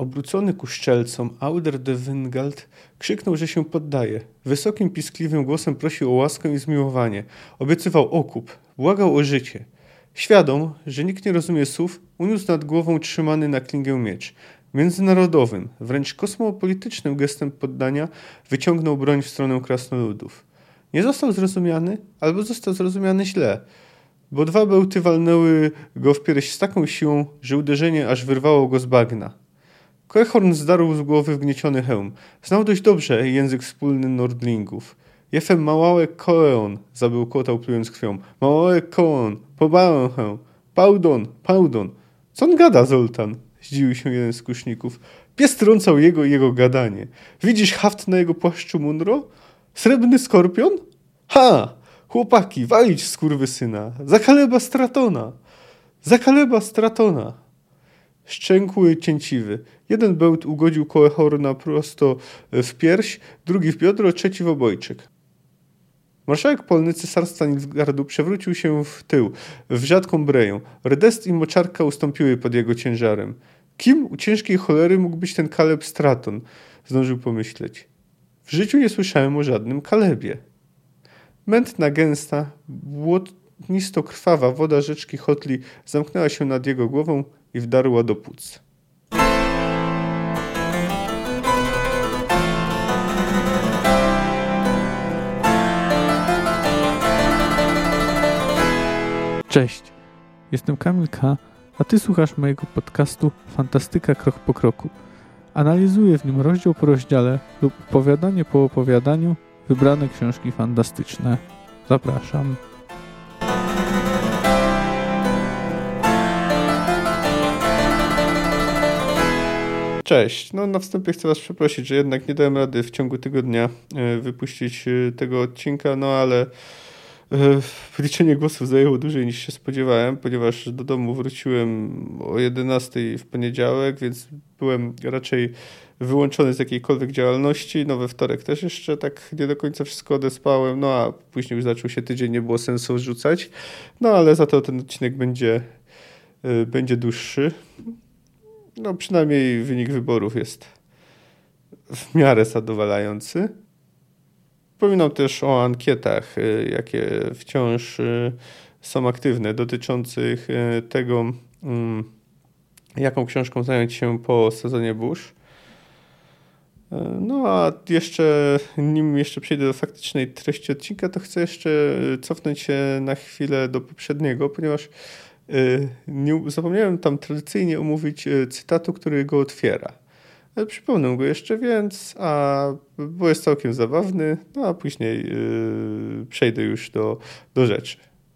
Obrócony ku szczelcom, Auder de Wingald krzyknął, że się poddaje. Wysokim, piskliwym głosem prosił o łaskę i zmiłowanie. Obiecywał okup. Błagał o życie. Świadom, że nikt nie rozumie słów, uniósł nad głową trzymany na klingę miecz. Międzynarodowym, wręcz kosmopolitycznym gestem poddania wyciągnął broń w stronę krasnoludów. Nie został zrozumiany, albo został zrozumiany źle, bo dwa bełty walnęły go w pierś z taką siłą, że uderzenie aż wyrwało go z bagna. Koehorn zdarł z głowy wgnieciony hełm. Znał dość dobrze język wspólny Nordlingów. Jefem Małałek Koeon, zabełkotał plując krwią. Małałek Koeon, pobałem hełm. Pardon. Co on gada, Zoltan? Zdziwił się jeden z kuszników. Pies trącał jego i jego gadanie. Widzisz haft na jego płaszczu Munro? Srebrny skorpion? Ha! Chłopaki, walić skurwysyna! Za Kaleba Stratona! Szczękły cięciwy. Jeden bełt ugodził Koehorna prosto w pierś, drugi w biodro, trzeci w obojczyk. Marszałek polny cesarstwa Nilfgaardu przewrócił się w tył, w rzadką breję. Redest i moczarka ustąpiły pod jego ciężarem. Kim u ciężkiej cholery mógł być ten Kaleb Straton? Zdążył pomyśleć. W życiu nie słyszałem o żadnym Kalebie. Mętna, gęsta, błotnisto-krwawa woda rzeczki Hotli zamknęła się nad jego głową i wdarła do płuc. Cześć, jestem Kamil K., a Ty słuchasz mojego podcastu Fantastyka Krok po Kroku. Analizuję w nim rozdział po rozdziale lub opowiadanie po opowiadaniu wybrane książki fantastyczne. Zapraszam. Cześć. Na wstępie chcę Was przeprosić, że jednak nie dałem rady w ciągu tygodnia wypuścić tego odcinka, ale liczenie głosów zajęło dłużej niż się spodziewałem, ponieważ do domu wróciłem o 11 w poniedziałek, więc byłem raczej wyłączony z jakiejkolwiek działalności. We wtorek też jeszcze tak nie do końca wszystko odespałem, a później już zaczął się tydzień, nie było sensu rzucać. Ale za to ten odcinek będzie dłuższy. Przynajmniej wynik wyborów jest w miarę zadowalający. Wspominam też o ankietach, jakie wciąż są aktywne, dotyczących tego, jaką książką zająć się po sezonie Bush. A nim jeszcze przejdę do faktycznej treści odcinka, to chcę jeszcze cofnąć się na chwilę do poprzedniego, ponieważ nie zapomniałem tam tradycyjnie omówić cytatu, który go otwiera. Przypomnę go jeszcze bo jest całkiem zabawny, a później przejdę już do rzeczy.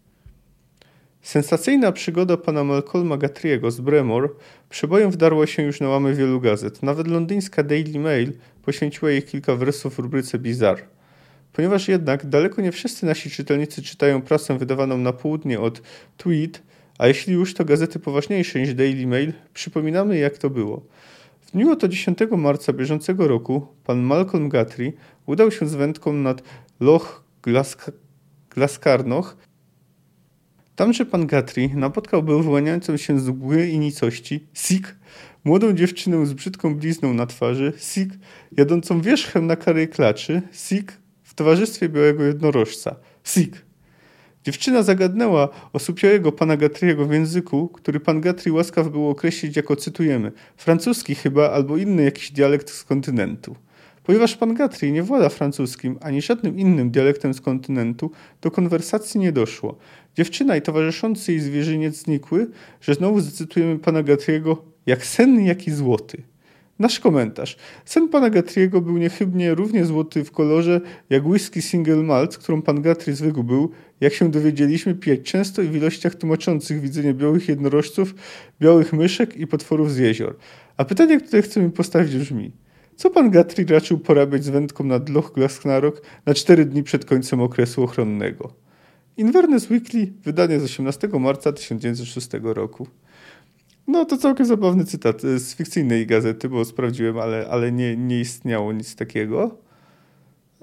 Sensacyjna przygoda pana Malcolma Guthrie'ego z Bremor przebojem wdarła się już na łamy wielu gazet. Nawet londyńska Daily Mail poświęciła jej kilka wersów w rubryce Bizarre. Ponieważ jednak daleko nie wszyscy nasi czytelnicy czytają prasę wydawaną na południe od Tweed, a jeśli już to gazety poważniejsze niż Daily Mail, przypominamy jak to było. W dniu oto 10 marca bieżącego roku pan Malcolm Guthrie udał się z wędką nad Loch Glascarnoch. Tamże pan Guthrie napotkał był wyłaniającą się z mgły i nicości młodą dziewczynę z brzydką blizną na twarzy, jadącą wierzchem na karej klaczy, w towarzystwie białego jednorożca, Dziewczyna zagadnęła osłupiałego pana Guthrie'ego w języku, który pan Guthrie łaskaw był określić jako, cytujemy, francuski chyba albo inny jakiś dialekt z kontynentu. Ponieważ pan Guthrie nie włada francuskim ani żadnym innym dialektem z kontynentu, do konwersacji nie doszło. Dziewczyna i towarzyszący jej zwierzyniec znikły, że znowu zacytujemy pana Guthrie'ego jak sen, jak i złoty. Nasz komentarz. Sen pana Guthrie'ego był niechybnie równie złoty w kolorze jak whisky single malt, którą pan Guthrie zwykł był, jak się dowiedzieliśmy, pijać często i w ilościach tłumaczących widzenie białych jednorożców, białych myszek i potworów z jezior. A pytanie, które chcemy postawić brzmi. Co pan Guthrie raczył porabiać z wędką nad Loch Glascarnoch na 4 dni przed końcem okresu ochronnego? Inverness Weekly, wydanie z 18 marca 1906 roku. To całkiem zabawny cytat z fikcyjnej gazety, bo sprawdziłem, ale nie istniało nic takiego.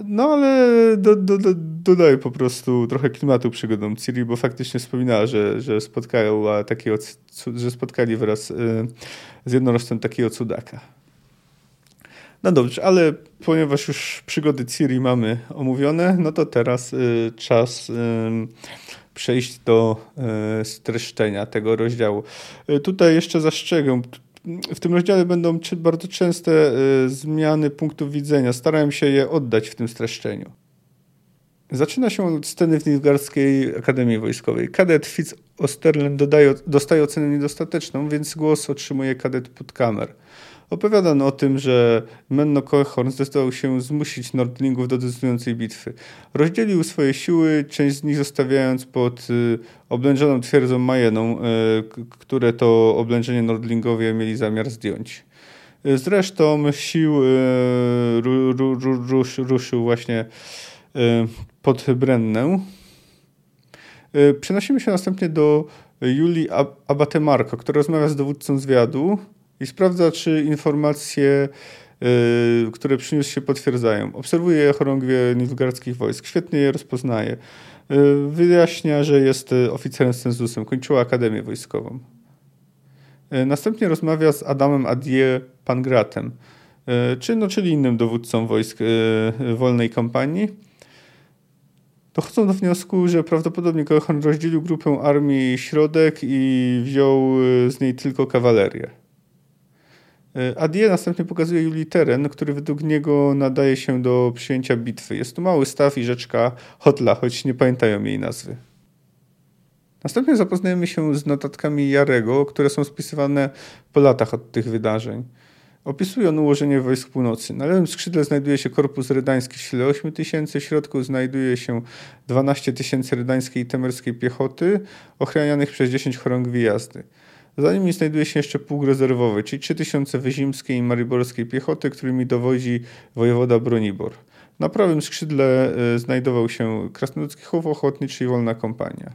No ale dodaje po prostu trochę klimatu przygodą Ciri, bo faktycznie wspominała, że spotkali wraz z jednorożcem takiego cudaka. No dobrze, ale ponieważ już przygody Ciri mamy omówione, no to teraz czas przejść do streszczenia tego rozdziału. Tutaj jeszcze zastrzegam, w tym rozdziale będą bardzo częste zmiany punktów widzenia. Starałem się je oddać w tym streszczeniu. Zaczyna się od sceny w Nilfgaardzkiej Akademii Wojskowej. Kadet Fitz Osterland dostaje ocenę niedostateczną, więc głos otrzymuje kadet Puttkamer. Opowiada on o tym, że Menno Coehoorn zdecydował się zmusić Nordlingów do decydującej bitwy. Rozdzielił swoje siły, część z nich zostawiając pod oblężoną twierdzą Majeną, które to oblężenie Nordlingowie mieli zamiar zdjąć. Z resztą sił ruszył właśnie pod Brennę. Przenosimy się następnie do Julii Abatemarko, która rozmawia z dowódcą zwiadu i sprawdza, czy informacje, które przyniósł się, potwierdzają. Obserwuje chorągwie nilfgaardzkich wojsk. Świetnie je rozpoznaje. Wyjaśnia, że jest oficerem z cenzusem. Kończyła akademię wojskową. Następnie rozmawia z Adamem Adie Pangratem, czyli innym dowódcą wojsk wolnej kampanii. Dochodzą do wniosku, że prawdopodobnie Coehoorn rozdzielił grupę armii Środek i wziął z niej tylko kawalerię. Adie następnie pokazuje Julii teren, który według niego nadaje się do przyjęcia bitwy. Jest tu mały staw i rzeczka Hotla, choć nie pamiętają jej nazwy. Następnie zapoznajemy się z notatkami Jarego, które są spisywane po latach od tych wydarzeń. Opisuje on ułożenie wojsk północy. Na lewym skrzydle znajduje się korpus rydański w sile 8 000, w środku znajduje się 12 000 rydańskiej i temerskiej piechoty, ochranianych przez 10 chorągwi jazdy. Za nimi znajduje się jeszcze pułk rezerwowy, czyli 3000 wyzimskiej i mariborskiej piechoty, którymi dowodzi wojewoda Bronibor. Na prawym skrzydle znajdował się Krasnoludzki Chów Ochotniczy i Wolna Kompania.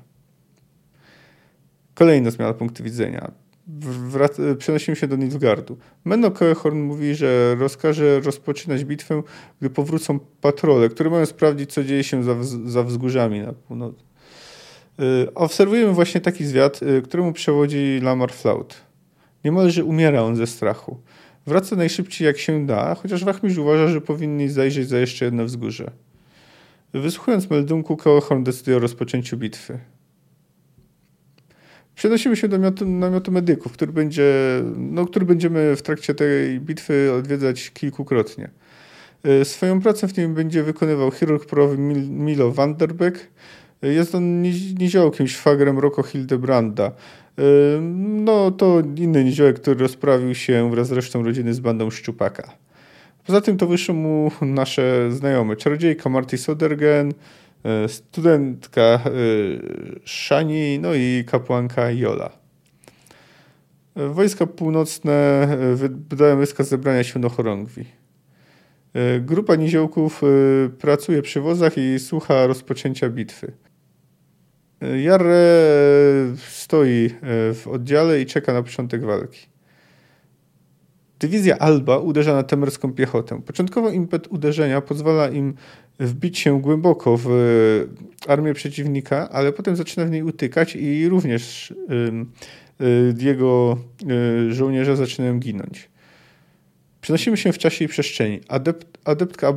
Kolejna zmiana punktu widzenia. Przenosimy się do Nilfgaardu. Menno Coehoorn mówi, że rozkaże rozpoczynać bitwę, gdy powrócą patrole, które mają sprawdzić, co dzieje się za wzgórzami na północ. Obserwujemy właśnie taki zwiad, któremu przewodzi Lamar Flaut. Niemalże umiera on ze strachu. Wraca najszybciej jak się da, chociaż wachmistrz uważa, że powinni zajrzeć za jeszcze jedno wzgórze. Wysłuchując meldunku, Coehoorn decyduje o rozpoczęciu bitwy. Przenosimy się do namiotu medyków, który będziemy w trakcie tej bitwy odwiedzać kilkukrotnie. Swoją pracę w nim będzie wykonywał chirurg porowy Milo Vanderbeck. Jest on niziołkiem, szwagrem Rocco Hildebranda. No to inny niziołek, który rozprawił się wraz z resztą rodziny z bandą Szczupaka. Poza tym towarzyszą mu nasze znajome czarodziejka Marty Sodergen, studentka Shani, no i kapłanka Jola. Wojska północne wydają rozkaz zebrania się do chorągwi. Grupa niziołków pracuje przy wozach i słucha rozpoczęcia bitwy. Jarre stoi w oddziale i czeka na początek walki. Dywizja Alba uderza na temerską piechotę. Początkowo impet uderzenia pozwala im wbić się głęboko w armię przeciwnika, ale potem zaczyna w niej utykać i również jego żołnierze zaczynają ginąć. Przenosimy się w czasie i przestrzeni. Adeptka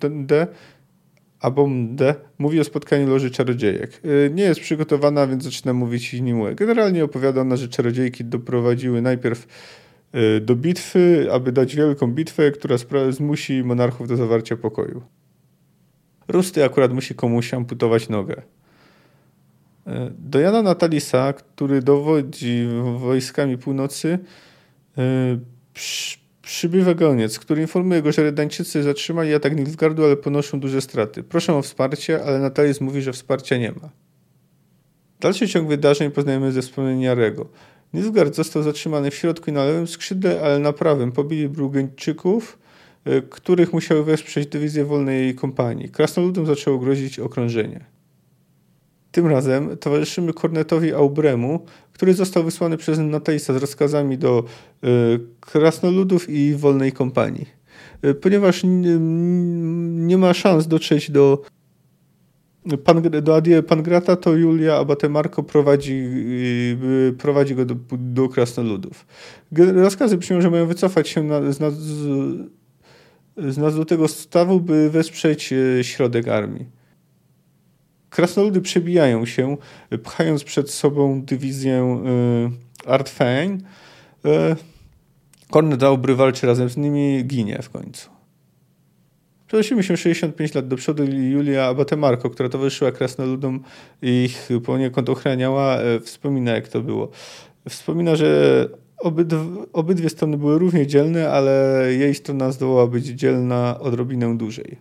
Abonde mówi o spotkaniu Loży Czarodziejek. Nie jest przygotowana, więc zaczyna mówić niemłe. Generalnie opowiada ona, że czarodziejki doprowadziły najpierw do bitwy, aby dać wielką bitwę, która zmusi monarchów do zawarcia pokoju. Rusty akurat musi komuś amputować nogę. Do Jana Natalisa, który dowodzi wojskami północy, przybywa goniec, który informuje go, że Redańczycy zatrzymali atak Nilfgaardu, ale ponoszą duże straty. Proszę o wsparcie, ale Natalis mówi, że wsparcia nie ma. Dalszy ciąg wydarzeń poznajemy ze wspomnień Jarego. Nilfgaard został zatrzymany w środku i na lewym skrzydle, ale na prawym pobili Brugeńczyków, których musiały wesprzeć dywizje wolnej kompanii. Krasnoludom zaczęło grozić okrążenie. Tym razem towarzyszymy kornetowi Aubremu, który został wysłany przez Natalisa z rozkazami do krasnoludów i wolnej kompanii. Ponieważ nie ma szans dotrzeć do Adie Pangrata, to Julia Abate-Marco prowadzi go do krasnoludów. Rozkazy brzmią, że mają wycofać się z nadzutego stawu, by wesprzeć środek armii. Krasnoludy przebijają się, pchając przed sobą dywizję Ardfein. Cornet Aubry walczy razem z nimi, ginie w końcu. Przenosimy się 65 lat do przodu i Julia Abate-Marco, która towarzyszyła krasnoludom i ich poniekąd ochraniała, wspomina, jak to było. Wspomina, że obydwie strony były równie dzielne, ale jej strona zdołała być dzielna odrobinę dłużej.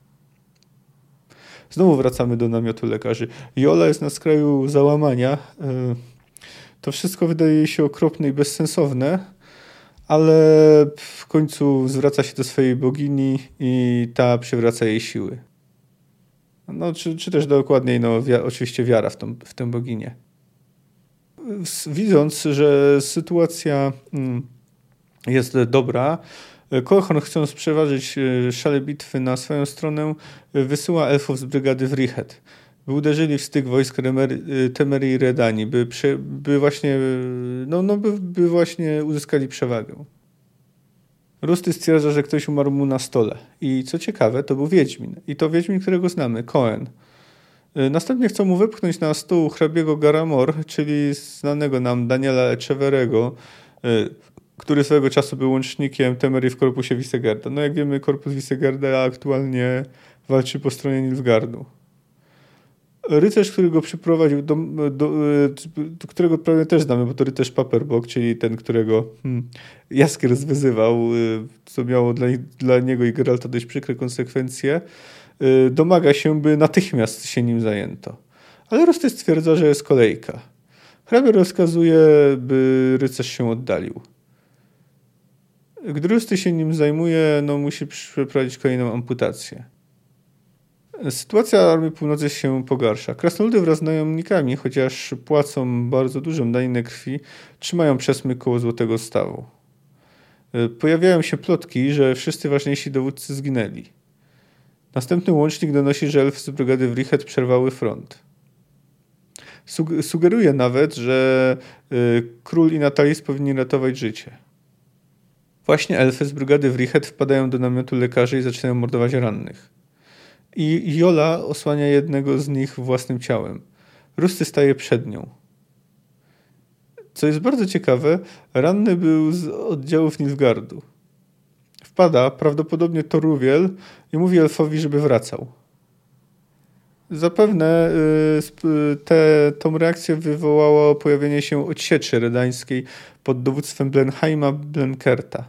Znowu wracamy do namiotu lekarzy. Jola jest na skraju załamania. To wszystko wydaje jej się okropne i bezsensowne, ale w końcu zwraca się do swojej bogini i ta przywraca jej siły. No, czy też dokładniej, oczywiście wiara w tę boginię. Widząc, że sytuacja jest dobra, Colchon, chcąc przeważyć szale bitwy na swoją stronę, wysyła elfów z brygady w Richet, by uderzyli w styk wojsk Temerii i Redanii, by właśnie uzyskali przewagę. Rusty stwierdza, że ktoś umarł mu na stole. I co ciekawe, to był Wiedźmin. I to Wiedźmin, którego znamy, Coen. Następnie chcą mu wypchnąć na stół hrabiego Garamor, czyli znanego nam Daniela Echeverry'ego, który swego czasu był łącznikiem Temerii w korpusie Visegarda. No jak wiemy, korpus Visegarda aktualnie walczy po stronie Nilfgaardu. Rycerz, który go przyprowadził, którego prawie też znamy, bo to rycerz Paperbok, czyli ten, którego Jaskier zwyzywał, co miało dla niego i Geralta dość przykre konsekwencje, domaga się, by natychmiast się nim zajęto. Ale Rusty stwierdza, że jest kolejka. Hrabia rozkazuje, by rycerz się oddalił. Gdy Rusty się nim zajmuje, musi przeprowadzić kolejną amputację. Sytuacja Armii Północy się pogarsza. Krasnoludy wraz z najemnikami, chociaż płacą bardzo dużą daninę krwi, trzymają przesmyk koło Złotego Stawu. Pojawiają się plotki, że wszyscy ważniejsi dowódcy zginęli. Następny łącznik donosi, że elfy z brygady w Richet przerwały front. Sugeruje nawet, że król i Natalis powinni ratować życie. Właśnie elfy z brygady w Richet wpadają do namiotu lekarzy i zaczynają mordować rannych. I Jola osłania jednego z nich własnym ciałem. Rusty staje przed nią. Co jest bardzo ciekawe, ranny był z oddziałów Nilfgaardu. Wpada, prawdopodobnie Toruwiel, i mówi elfowi, żeby wracał. Zapewne tą reakcję wywołało pojawienie się odsieczy redańskiej pod dowództwem Blenheima Blenkerta.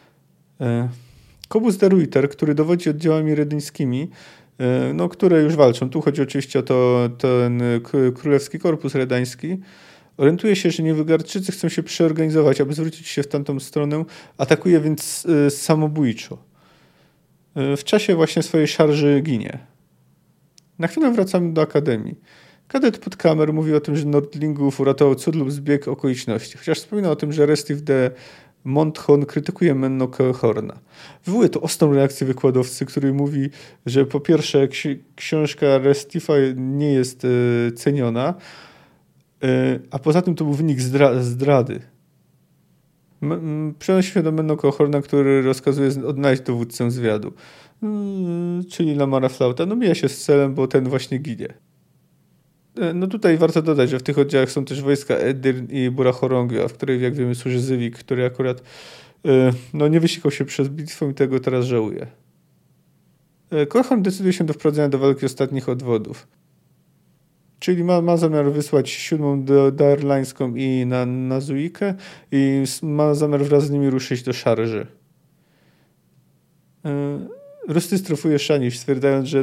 Kobus de Ruyter, który dowodzi oddziałami redyńskimi, które już walczą. Tu chodzi oczywiście o ten królewski korpus redański. Orientuje się, że Nilfgaardczycy chcą się przeorganizować, aby zwrócić się w tamtą stronę. Atakuje więc samobójczo. W czasie właśnie swojej szarży ginie. Na chwilę wracamy do Akademii. Kadet Podkamer mówi o tym, że Nordlingów uratował cud lub zbieg okoliczności. Chociaż wspomina o tym, że Restif de Monthorn krytykuje Menno Coehorna. Wywołuje to ostrą reakcję wykładowcy, który mówi, że po pierwsze książka Restifa nie jest ceniona, a poza tym to był wynik zdrady. Przenosi się do Menno Coehorna, który rozkazuje odnaleźć dowódcę zwiadu, czyli Lamara Flauta. Mija się z celem, bo ten właśnie ginie. Tutaj warto dodać, że w tych oddziałach są też wojska Edirn i Burachorongio, w której, jak wiemy, służy Zywik, który akurat nie wysikał się przez bitwę i tego teraz żałuje. Coehorn decyduje się do wprowadzenia do walki ostatnich odwodów. Czyli ma zamiar wysłać 7. Daerlańską i na Zuikę i ma zamiar wraz z nimi ruszyć do szarży. Rusty strofuje Szanisz, stwierdzając, że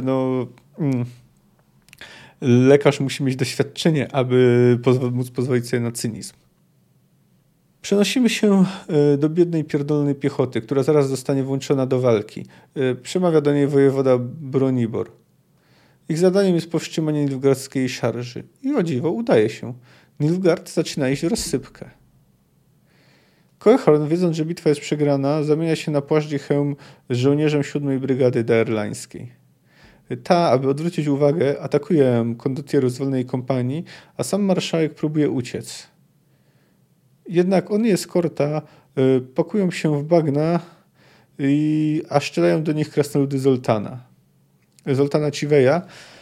lekarz musi mieć doświadczenie, aby móc pozwolić sobie na cynizm. Przenosimy się do biednej, pierdolnej piechoty, która zaraz zostanie włączona do walki. Przemawia do niej wojewoda Bronibor. Ich zadaniem jest powstrzymanie nilfgaardzkiej szarży. I o dziwo, udaje się. Nilfgaard zaczyna iść w rozsypkę. Koehorn, wiedząc, że bitwa jest przegrana, zamienia się na płaszcz i hełm z żołnierzem 7. Brygady Daerlańskiej. Ta, aby odwrócić uwagę, atakuje kondotierów z wolnej kompanii, a sam marszałek próbuje uciec. Jednak on i eskorta pakują się w bagna, a strzelają do nich krasnoludy Zoltana Ciweja,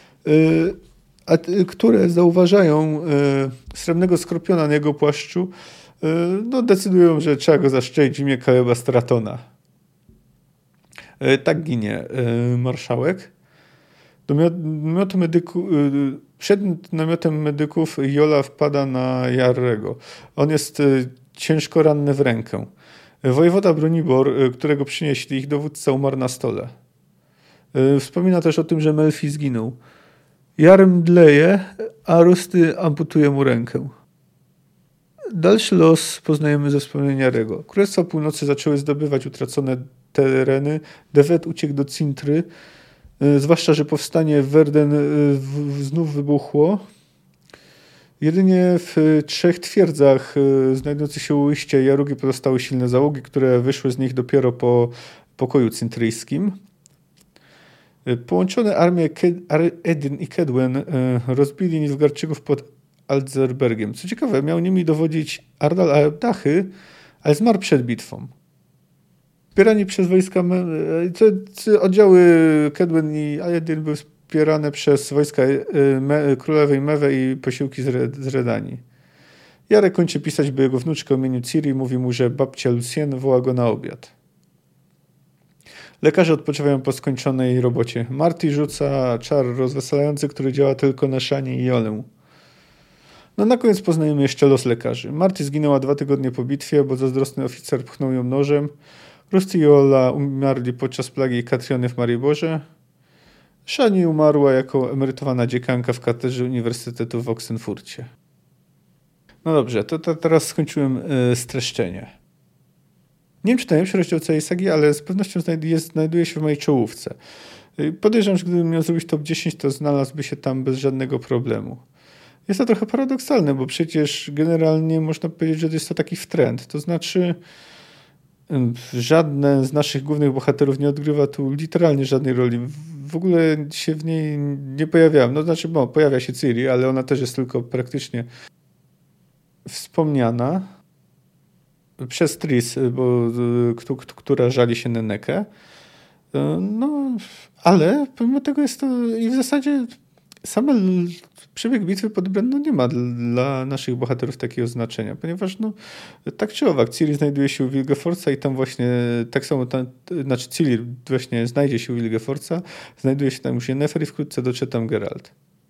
które zauważają srebrnego skorpiona na jego płaszczu, decydują, że trzeba go zastrzelić w imię Kaleba Stratona. Tak ginie marszałek. Przed namiotem medyków Jola wpada na Jarrego. On jest ciężko ranny w rękę. Wojewoda Brunibor, którego przynieśli ich dowódca, umarł na stole. Wspomina też o tym, że Melfi zginął. Jarl mdleje, a Rusty amputuje mu rękę. Dalszy los poznajemy ze wspomnienia Jarego. Królestwa Północy zaczęły zdobywać utracone tereny. Dewet uciekł do Cintry, zwłaszcza, że powstanie w Werden znów wybuchło. Jedynie w 3 twierdzach znajdujących się u ujścia Jarugi pozostały silne załogi, które wyszły z nich dopiero po pokoju cintryjskim. Połączone armie Edyn i Kedwen rozbili Nilfgaardczyków pod Alzerbergiem. Co ciekawe, miał nimi dowodzić Ardal Aebdachy, ale zmarł przed bitwą. Wspierani przez wojska... Oddziały Kedwen i Aedyn były wspierane przez wojska królowej Mewe i posiłki z Redanii. Jarek kończy pisać, by jego wnuczka o imieniu Ciri mówi mu, że babcia Lucien woła go na obiad. Lekarze odpoczywają po skończonej robocie. Marty rzuca czar rozweselający, który działa tylko na Shanie i Jolę. Na koniec poznajemy jeszcze los lekarzy. Marty zginęła 2 tygodnie po bitwie, bo zazdrosny oficer pchnął ją nożem. Rusty i Jola umarli podczas plagi Katriony w Mariborze. Shani umarła jako emerytowana dziekanka w katedrze Uniwersytetu w Oksenfurcie. No dobrze, to teraz skończyłem streszczenie. Nie wiem, czy to najlepszy rozdział całej sagi, ale z pewnością znajduje się w mojej czołówce. Podejrzewam, że gdybym miał zrobić top 10, to znalazłby się tam bez żadnego problemu. Jest to trochę paradoksalne, bo przecież generalnie można powiedzieć, że jest to taki trend. To znaczy żadne z naszych głównych bohaterów nie odgrywa tu literalnie żadnej roli. W ogóle się w niej nie pojawiałem. Pojawia się Ciri, ale ona też jest tylko praktycznie wspomniana przez Tris, która żali się Nenekę. Ale pomimo tego jest to i w zasadzie przebieg bitwy pod Brenną nie ma dla naszych bohaterów takiego znaczenia, ponieważ tak czy owak Ciri znajduje się u Wilgefortza i tam właśnie tak samo, Ciri właśnie znajdzie się u Wilgefortza, znajduje się tam już Yennefer i wkrótce dotrze tam Geralt.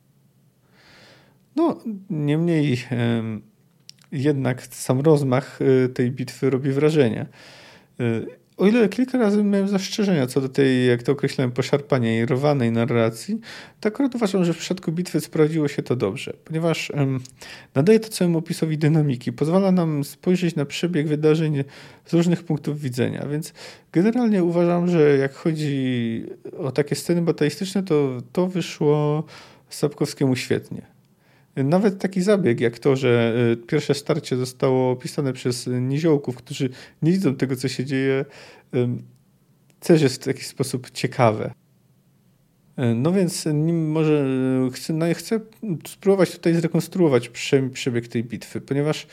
Niemniej jednak sam rozmach tej bitwy robi wrażenie. O ile kilka razy miałem zastrzeżenia co do tej, jak to określałem, poszarpanej i rwanej narracji, to akurat uważam, że w przypadku bitwy sprawdziło się to dobrze, ponieważ nadaje to całemu opisowi dynamiki, pozwala nam spojrzeć na przebieg wydarzeń z różnych punktów widzenia, więc generalnie uważam, że jak chodzi o takie sceny batalistyczne, to wyszło Sapkowskiemu świetnie. Nawet taki zabieg, jak to, że pierwsze starcie zostało opisane przez niziołków, którzy nie widzą tego, co się dzieje, też jest w jakiś sposób ciekawe. Więc może chcę spróbować tutaj zrekonstruować przebieg tej bitwy, ponieważ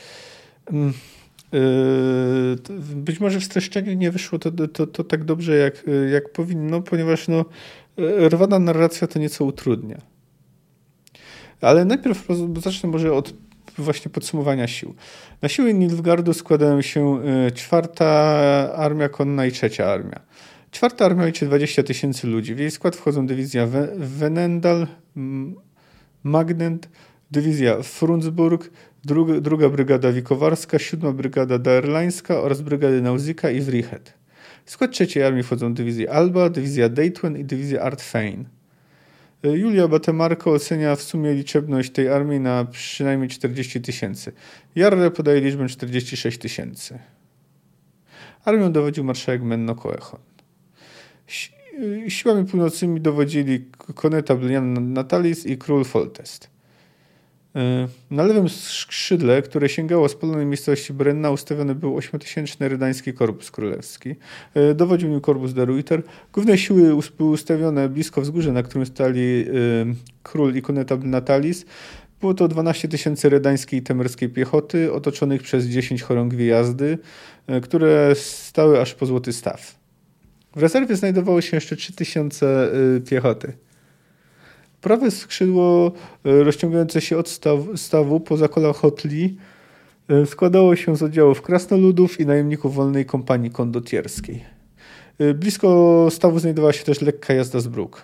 być może w streszczeniu nie wyszło to tak dobrze, jak powinno, ponieważ rwana narracja to nieco utrudnia. Ale najpierw zacznę może od właśnie podsumowania sił. Na siły Nilfgaardu składają się 4. Armia Konna i 3. Armia. 4. armia liczy 20 000 ludzi. W jej skład wchodzą dywizja Venendal, Magnent, dywizja Frunsburg, 2. brygada Wikowarska, 7. brygada Daerlańska oraz brygady Nausicaa i Wrichet. W skład 3. armii wchodzą dywizja Alba, dywizja Deithwen i dywizja Ardfein. Julia Batemarko ocenia w sumie liczebność tej armii na przynajmniej 40 000. Jarre podaje liczbę 46 000. Armią dowodził marszałek Menno Koehorn. Siłami północnymi dowodzili Koneta Blian Natalis i król Foltest. Na lewym skrzydle, które sięgało spalonej miejscowości Brenna, ustawiony był 8000 Rydański Korpus Królewski. Dowodził nim Korpus de Ruyter. Główne siły były ustawione blisko wzgórza, na którym stali król i konetabl Natalis. Było to 12 000 rydańskiej i temerskiej piechoty, otoczonych przez 10 chorągwi jazdy, które stały aż po Złoty Staw. W rezerwie znajdowało się jeszcze 3000 piechoty. Prawe skrzydło rozciągające się od stawu poza kola Hotli składało się z oddziałów krasnoludów i najemników wolnej kompanii kondotierskiej. Blisko stawu znajdowała się też lekka jazda z bruk.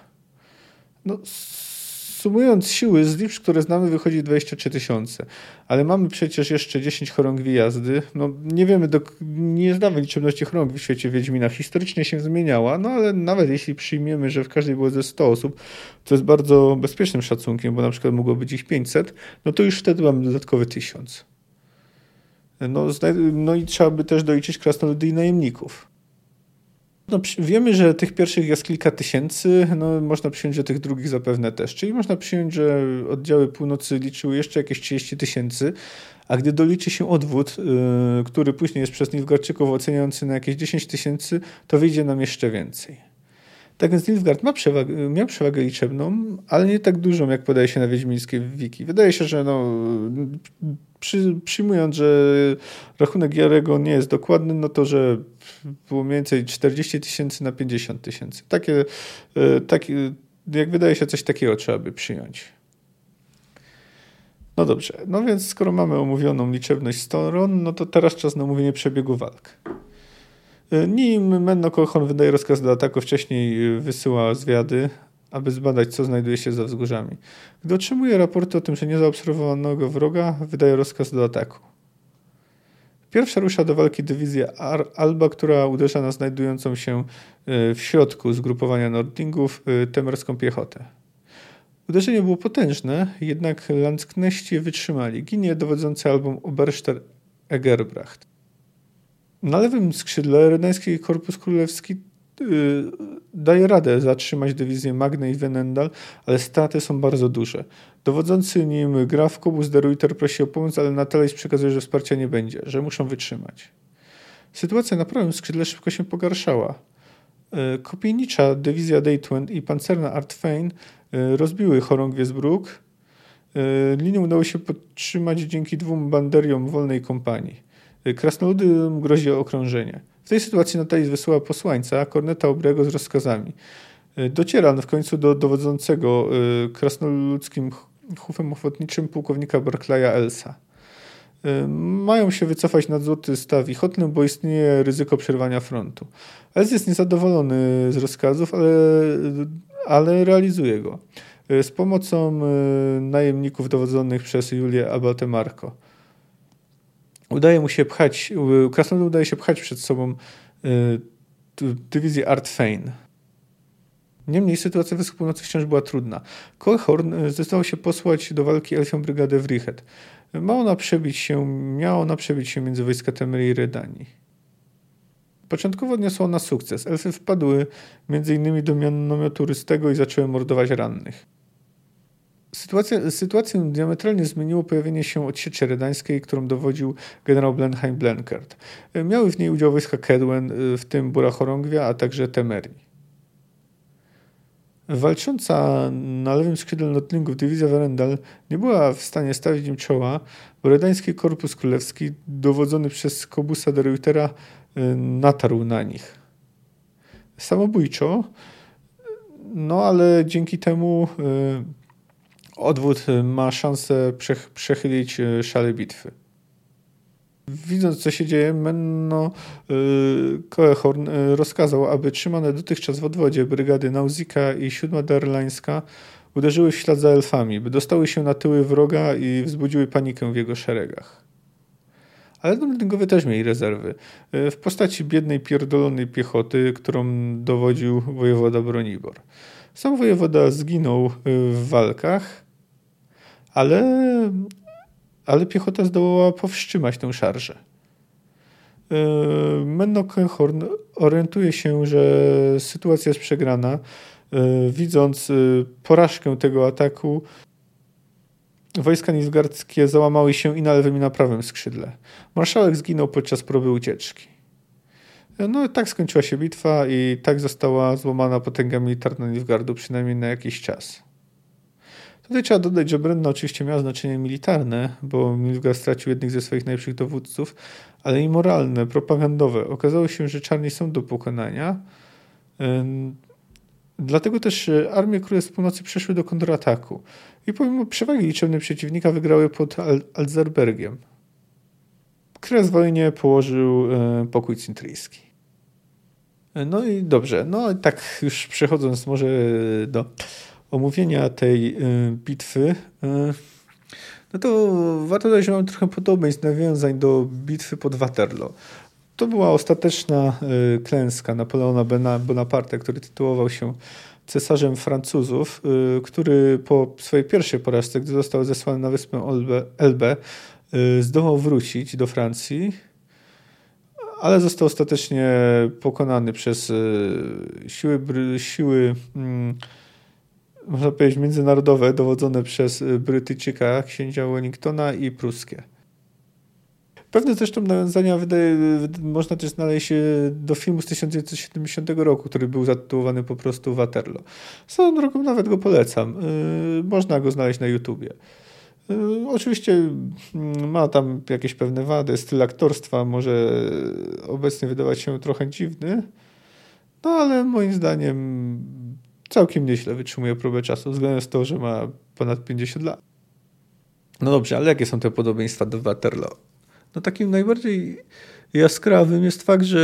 Sumując siły z liczb, które znamy, wychodzi 23 000, ale mamy przecież jeszcze 10 chorągwi jazdy. Nie wiemy, nie znamy liczebności chorągwi w świecie Wiedźmina. Historycznie się zmieniała, ale nawet jeśli przyjmiemy, że w każdej było ze 100 osób, to jest bardzo bezpiecznym szacunkiem, bo na przykład mogło być ich 500, to już wtedy mamy dodatkowy 1000. I trzeba by też doliczyć krasnoludy i najemników. Wiemy, że tych pierwszych jest kilka tysięcy, można przyjąć, że tych drugich zapewne też. Czyli można przyjąć, że oddziały północy liczyły jeszcze jakieś 30 000, a gdy doliczy się odwód, który później jest przez Nilfgaardczyków oceniający na jakieś 10 000, to wyjdzie nam jeszcze więcej. Tak więc Nilfgaard miał przewagę liczebną, ale nie tak dużą, jak podaje się na wiedźmińskiej wiki. Wydaje się, że przyjmując, że rachunek Jarego nie jest dokładny, to że było mniej więcej 40 000 na 50 000. Takie, jak wydaje się, coś takiego trzeba by przyjąć. Dobrze, więc skoro mamy omówioną liczebność stron, to teraz czas na omówienie przebiegu walk. Nim Menno Colhorn wydaje rozkaz do ataku, wcześniej wysyła zwiady, aby zbadać, co znajduje się za wzgórzami. Gdy otrzymuje raporty o tym, że nie zaobserwowano wroga, wydaje rozkaz do ataku. Pierwsza rusza do walki dywizja Alba, która uderza na znajdującą się w środku zgrupowania Nordlingów temerską piechotę. Uderzenie było potężne, jednak Landskneści wytrzymali. Ginie dowodzący Albą Oberster Egerbracht. Na lewym skrzydle rydański Korpus Królewski daje radę zatrzymać dywizję Magne i Venendal, ale straty są bardzo duże. Dowodzący nim graf Kobus de Ruyter prosi o pomoc, ale Natalis przekazuje, że wsparcia nie będzie, że muszą wytrzymać. Sytuacja na prawym skrzydle szybko się pogarszała. Kopijnicza dywizja Deithwend i pancerna Artfein rozbiły chorągwie z bruk. Linię udało się podtrzymać dzięki 2 banderiom wolnej kompanii. Krasnoludom grozi okrążenie. W tej sytuacji Natalis wysyła posłańca, Korneta Obrego z rozkazami. Dociera w końcu do dowodzącego krasnoludzkim chówem ochotniczym pułkownika Barclaya Elsa. Mają się wycofać nad Złoty Staw i Hotlen, bo istnieje ryzyko przerwania frontu. Els jest niezadowolony z rozkazów, ale realizuje go. Z pomocą najemników dowodzonych przez Julię Abate Marco. Krasnolud udaje się pchać przed sobą dywizję Artfein. Niemniej sytuacja Wysp Północy wciąż była trudna. Colhorn zdecydował się posłać do walki Elfią Brygadę w Richet. Miała ona przebić się między wojska Temerii i Redanii. Początkowo odniosła ona sukces. Elfy wpadły m.in. do namiotu Rystego i zaczęły mordować rannych. Sytuację diametralnie zmieniło pojawienie się odsieczy redańskiej, którą dowodził generał Blenheim Blenkert. Miały w niej udział wojska Kedwen, w tym Bura Chorągwia, a także Temerii. Walcząca na lewym skrzydle Nordlingów dywizja Verendal nie była w stanie stawić im czoła, bo redański Korpus Królewski, dowodzony przez Kobusa de Reutera, natarł na nich. Samobójczo, ale dzięki temu odwód ma szansę przechylić szale bitwy. Widząc, co się dzieje, Menno Colhorn rozkazał, aby trzymane dotychczas w odwodzie brygady Nausicaa i 7. Darlańska uderzyły w ślad za elfami, by dostały się na tyły wroga i wzbudziły panikę w jego szeregach. Ale Nordlingowie też mieli rezerwy. W postaci biednej, pierdolonej piechoty, którą dowodził wojewoda Bronibor. Sam wojewoda zginął w walkach, ale piechota zdołała powstrzymać tę szarżę. Menno Colhorn orientuje się, że sytuacja jest przegrana. Widząc porażkę tego ataku, wojska nilfgaardzkie załamały się i na lewym i na prawym skrzydle. Marszałek zginął podczas próby ucieczki. No tak skończyła się bitwa i tak została złamana potęga militarna Nilfgaardu, przynajmniej na jakiś czas. Tutaj trzeba dodać, że Brenna oczywiście miała znaczenie militarne, bo Nilfgaard stracił jednych ze swoich najlepszych dowódców, ale i moralne, propagandowe. Okazało się, że czarni są do pokonania. Dlatego też armie Królestw Północy przeszły do kontrataku i pomimo przewagi liczebnej przeciwnika wygrały pod Alzerbergiem. Kres wojnie położył pokój cintryjski. No i dobrze, no tak już przechodząc może do omówienia tej bitwy, no to warto dodać, że mam trochę podobieństw, nawiązań do bitwy pod Waterloo. To była ostateczna klęska Napoleona Bonaparte, który tytułował się cesarzem Francuzów, który po swojej pierwszej porażce, gdy został zesłany na wyspę Elbę, zdołał wrócić do Francji, ale został ostatecznie pokonany przez siły można powiedzieć międzynarodowe, dowodzone przez Brytyjczyka, księcia Wellingtona i pruskie. Pewne zresztą nawiązania można też znaleźć do filmu z 1970 roku, który był zatytułowany po prostu Waterloo. Swoją drogą nawet go polecam. Można go znaleźć na YouTubie. Oczywiście ma tam jakieś pewne wady. Styl aktorstwa może obecnie wydawać się trochę dziwny, no ale moim zdaniem całkiem nieźle wytrzymuje próbę czasu, względem to, że ma ponad 50 lat. No dobrze, ale jakie są te podobieństwa do Waterloo? No takim najbardziej jaskrawym jest fakt, że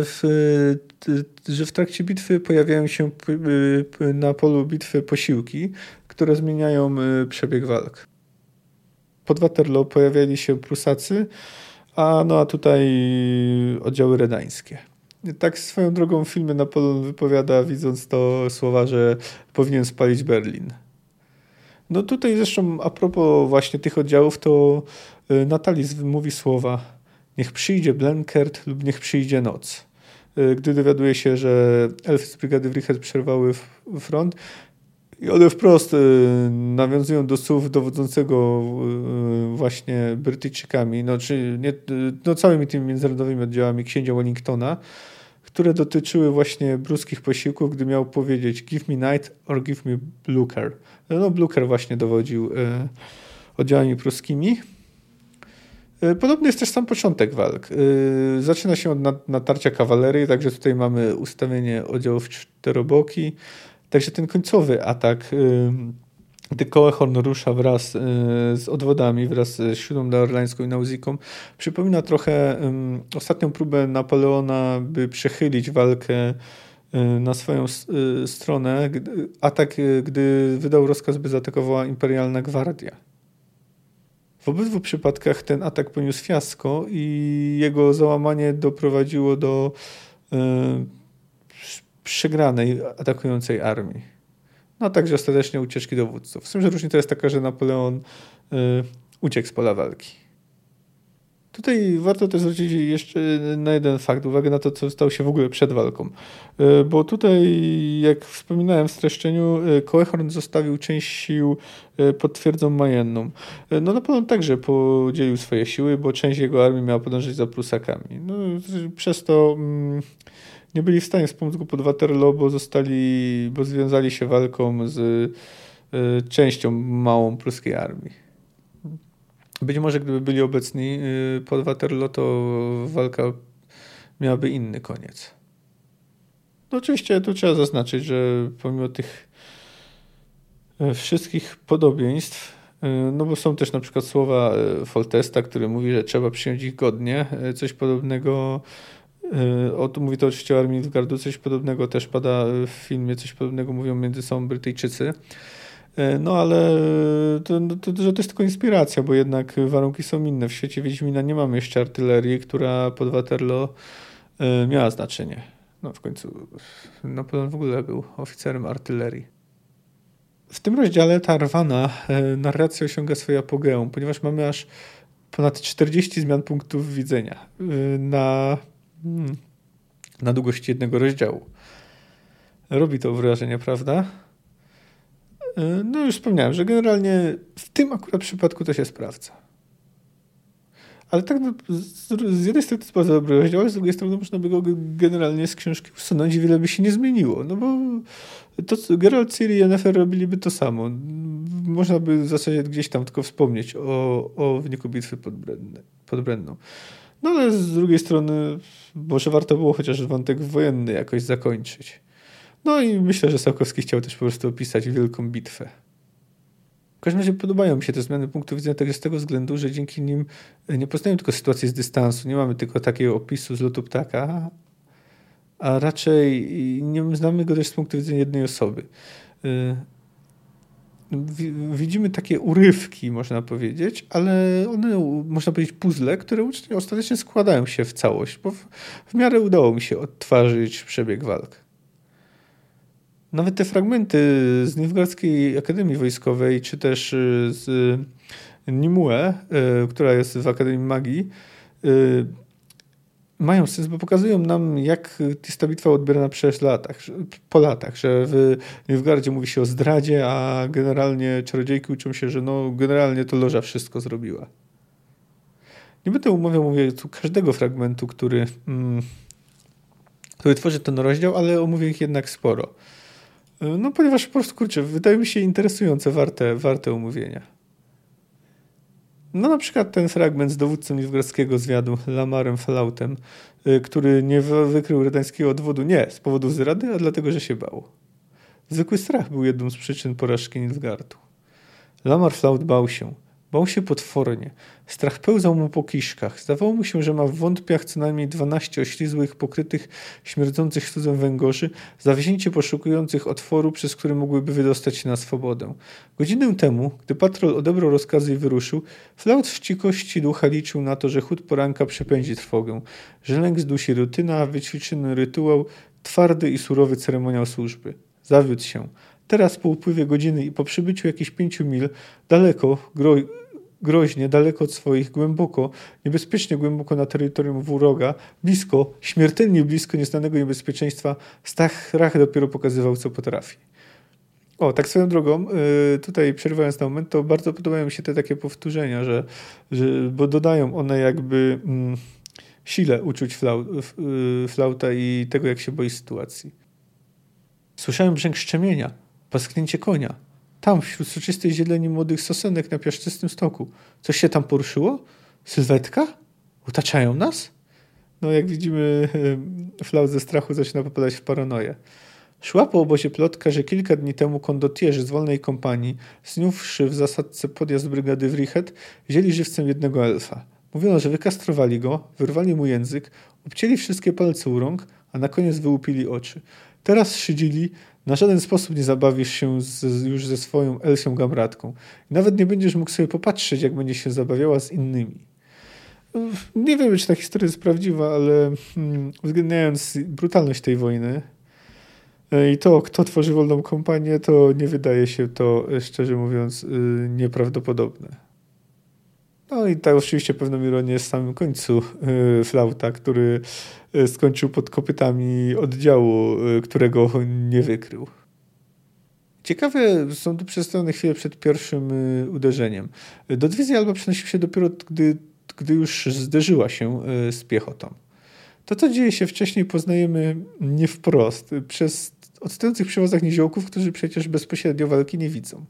w trakcie bitwy pojawiają się na polu bitwy posiłki, które zmieniają przebieg walk. Pod Waterloo pojawiali się Prusacy, a tutaj oddziały redańskie. Tak swoją drogą w filmie Napoleon wypowiada, widząc to słowa, że powinien spalić Berlin. No tutaj zresztą a propos właśnie tych oddziałów, to Natalis mówi słowa: niech przyjdzie Blenkert lub niech przyjdzie noc. Gdy dowiaduje się, że elfy z brygady Wright przerwały front i one wprost nawiązują do słów dowodzącego właśnie Brytyjczykami, całymi tymi międzynarodowymi oddziałami księcia Wellingtona, które dotyczyły właśnie pruskich posiłków, gdy miał powiedzieć give me night or give me Blucher. No Blucher właśnie dowodził oddziałami pruskimi. Podobny jest też sam początek walk. Zaczyna się od natarcia kawalerii, także tutaj mamy ustawienie oddziałów czteroboki. Także ten końcowy atak, gdy Koehorn rusza wraz z odwodami, wraz z siódmą orlańską i Nausiką, przypomina trochę ostatnią próbę Napoleona, by przechylić walkę na swoją stronę. Atak, gdy wydał rozkaz, by zaatakowała Imperialna Gwardia. W obydwu przypadkach ten atak poniósł fiasko i jego załamanie doprowadziło do przegranej atakującej armii. No a także ostatecznie ucieczki dowódców. Z tym, że różnica jest taka, że Napoleon uciekł z pola walki. Tutaj warto też zwrócić jeszcze na jeden fakt, uwagę na to, co stało się w ogóle przed walką. Bo tutaj, jak wspominałem w streszczeniu, Koehorn zostawił część sił pod twierdzą Majenną. No Napoleon także podzielił swoje siły, bo część jego armii miała podążać za Prusakami. No, przez to nie byli w stanie wspomóc go pod Waterloo, bo związali się walką z częścią małą pruskiej armii. Być może gdyby byli obecni pod Waterloo, to walka miałaby inny koniec. No oczywiście tu trzeba zaznaczyć, że pomimo tych wszystkich podobieństw, no bo są też na przykład słowa Foltesta, który mówi, że trzeba przyjąć ich godnie. Coś podobnego, mówi to oczywiście o armii Nilfgaardu, coś podobnego też pada w filmie, coś podobnego mówią między sobą Brytyjczycy. No ale to jest tylko inspiracja, bo jednak warunki są inne. W świecie Wiedźmina nie mamy jeszcze artylerii, która pod Waterloo miała znaczenie. No w końcu Napoleon w ogóle był oficerem artylerii. W tym rozdziale ta rwana narracja osiąga swoje apogeum, ponieważ mamy aż ponad 40 zmian punktów widzenia na długości jednego rozdziału. Robi to wrażenie, prawda? No już wspomniałem, że generalnie w tym akurat przypadku to się sprawdza. Ale tak z jednej strony to jest bardzo dobry rozdział, ale z drugiej strony można by go generalnie z książki usunąć i wiele by się nie zmieniło. No bo to Geralt, Ciri i Yennefer robiliby to samo. Można by w zasadzie gdzieś tam tylko wspomnieć o wyniku bitwy pod Brenną. No ale z drugiej strony może warto było chociaż wątek wojenny jakoś zakończyć. No i myślę, że Sapkowski chciał też po prostu opisać wielką bitwę. W każdym razie podobają mi się te zmiany punktu widzenia także z tego względu, że dzięki nim nie poznajemy tylko sytuacji z dystansu, nie mamy tylko takiego opisu z lotu ptaka, a raczej nie znamy go też z punktu widzenia jednej osoby. Widzimy takie urywki, można powiedzieć, ale one, można powiedzieć, puzzle, które ostatecznie składają się w całość, bo w miarę udało mi się odtwarzać przebieg walk. Nawet te fragmenty z Nilfgaardzkiej Akademii Wojskowej, czy też z Nimue, która jest w Akademii Magii, mają sens, bo pokazują nam, jak jest ta bitwa odbierana po latach, że w Nilfgaardzie mówi się o zdradzie, a generalnie czarodziejki uczą się, że no generalnie to Loża wszystko zrobiła. Nie będę mówię tu każdego fragmentu, który tworzy ten rozdział, ale omówię ich jednak sporo. No ponieważ po prostu, kurczę, wydaje mi się interesujące, warte omówienia. No na przykład ten fragment z dowódcą nilfgaardzkiego zwiadu Lamarem Flautem, który nie wykrył redańskiego odwodu nie z powodu zrady, a dlatego, że się bał. Zwykły strach był jedną z przyczyn porażki Nilfgaardu. Lamar Flaut bał się. Bał się potwornie. Strach pełzał mu po kiszkach. Zdawało mu się, że ma w wątpiach co najmniej 12 oślizłych, pokrytych, śmierdzących śluzem węgorzy, zawzięcie poszukujących otworu, przez który mogłyby wydostać się na swobodę. Godzinę temu, gdy patrol odebrał rozkazy i wyruszył, Flaut w cichości ducha liczył na to, że chód poranka przepędzi trwogę, że lęk zdusi rutyna, wyćwiczony rytuał, twardy i surowy ceremoniał służby. Zawiódł się. Teraz po upływie godziny i po przybyciu jakichś 5 mil, daleko, groźnie, daleko od swoich, głęboko, niebezpiecznie głęboko na terytorium wroga, blisko, śmiertelnie blisko nieznanego niebezpieczeństwa, strach dopiero pokazywał, co potrafi. O, tak swoją drogą, tutaj przerywając na moment, to bardzo podobają mi się te takie powtórzenia, bo dodają one jakby sile uczuć Flauta i tego, jak się boi sytuacji. Słyszałem brzęk szczemienia, pasknięcie konia. Tam, wśród soczystej zieleni młodych sosenek na piaszczystym stoku. Coś się tam poruszyło? Sylwetka? Otaczają nas? No, jak widzimy, Flaut ze strachu zaczyna popadać w paranoję. Szła po obozie plotka, że kilka dni temu kondotierzy z wolnej kompanii, zniósłszy w zasadce podjazd brygady Wrichet, wzięli żywcem jednego elfa. Mówiono, że wykastrowali go, wyrwali mu język, obcięli wszystkie palce u rąk, a na koniec wyłupili oczy. Teraz szydzili, na żaden sposób nie zabawisz się już ze swoją elfią gamratką. I nawet nie będziesz mógł sobie popatrzeć, jak będzie się zabawiała z innymi. Nie wiemy, czy ta historia jest prawdziwa, ale uwzględniając brutalność tej wojny i to, kto tworzy wolną kompanię, to nie wydaje się to, szczerze mówiąc, nieprawdopodobne. No i tak oczywiście pewną ironię jest w samym końcu Flauta, który skończył pod kopytami oddziału, którego nie wykrył. Ciekawe są tu przedstawione chwile przed pierwszym uderzeniem. Do dywizji Alba przenosił się dopiero, gdy już zderzyła się z piechotą. To, co dzieje się wcześniej, poznajemy nie wprost, przez odstających przy wozach niziołków, którzy przecież bezpośrednio walki nie widzą.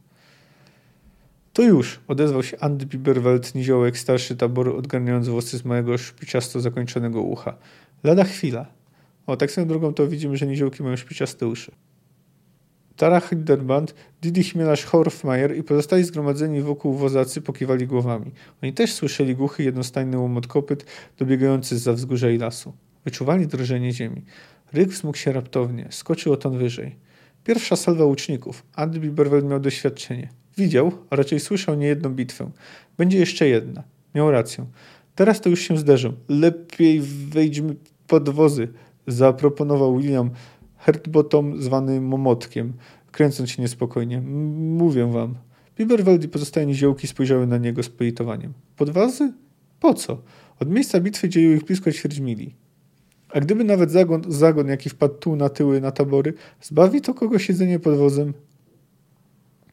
To już, odezwał się Andy Biberwelt, niziołek, starszy taboru, odgarniając włosy z małego, szpiciasto zakończonego ucha. Lada chwila. O, tak swoją drogą to widzimy, że niziołki mają szpiciaste uszy. Tara Hinderband, Didi Chmielarz, Horfmeier i pozostali zgromadzeni wokół wozacy pokiwali głowami. Oni też słyszeli głuchy, jednostajny łomot kopyt dobiegający zza wzgórza i lasu. Wyczuwali drżenie ziemi. Ryk wzmógł się raptownie. Skoczył o ton wyżej. Pierwsza salwa łuczników. Andy Biberwelt miał doświadczenie. Widział, a raczej słyszał niejedną bitwę. Będzie jeszcze jedna. Miał rację. Teraz to już się zderzą. Lepiej wejdźmy pod wozy, zaproponował William Hurtbottom, zwany Momotkiem, kręcąc się niespokojnie. Mówię wam. Biberwelt i pozostałe niziołki spojrzały na niego z poitowaniem. Pod wozy? Po co? Od miejsca bitwy dzieliło ich blisko ćwierć mili. A gdyby nawet zagon jaki wpadł tu na tyły, na tabory, zbawi to kogo siedzenie pod wozem?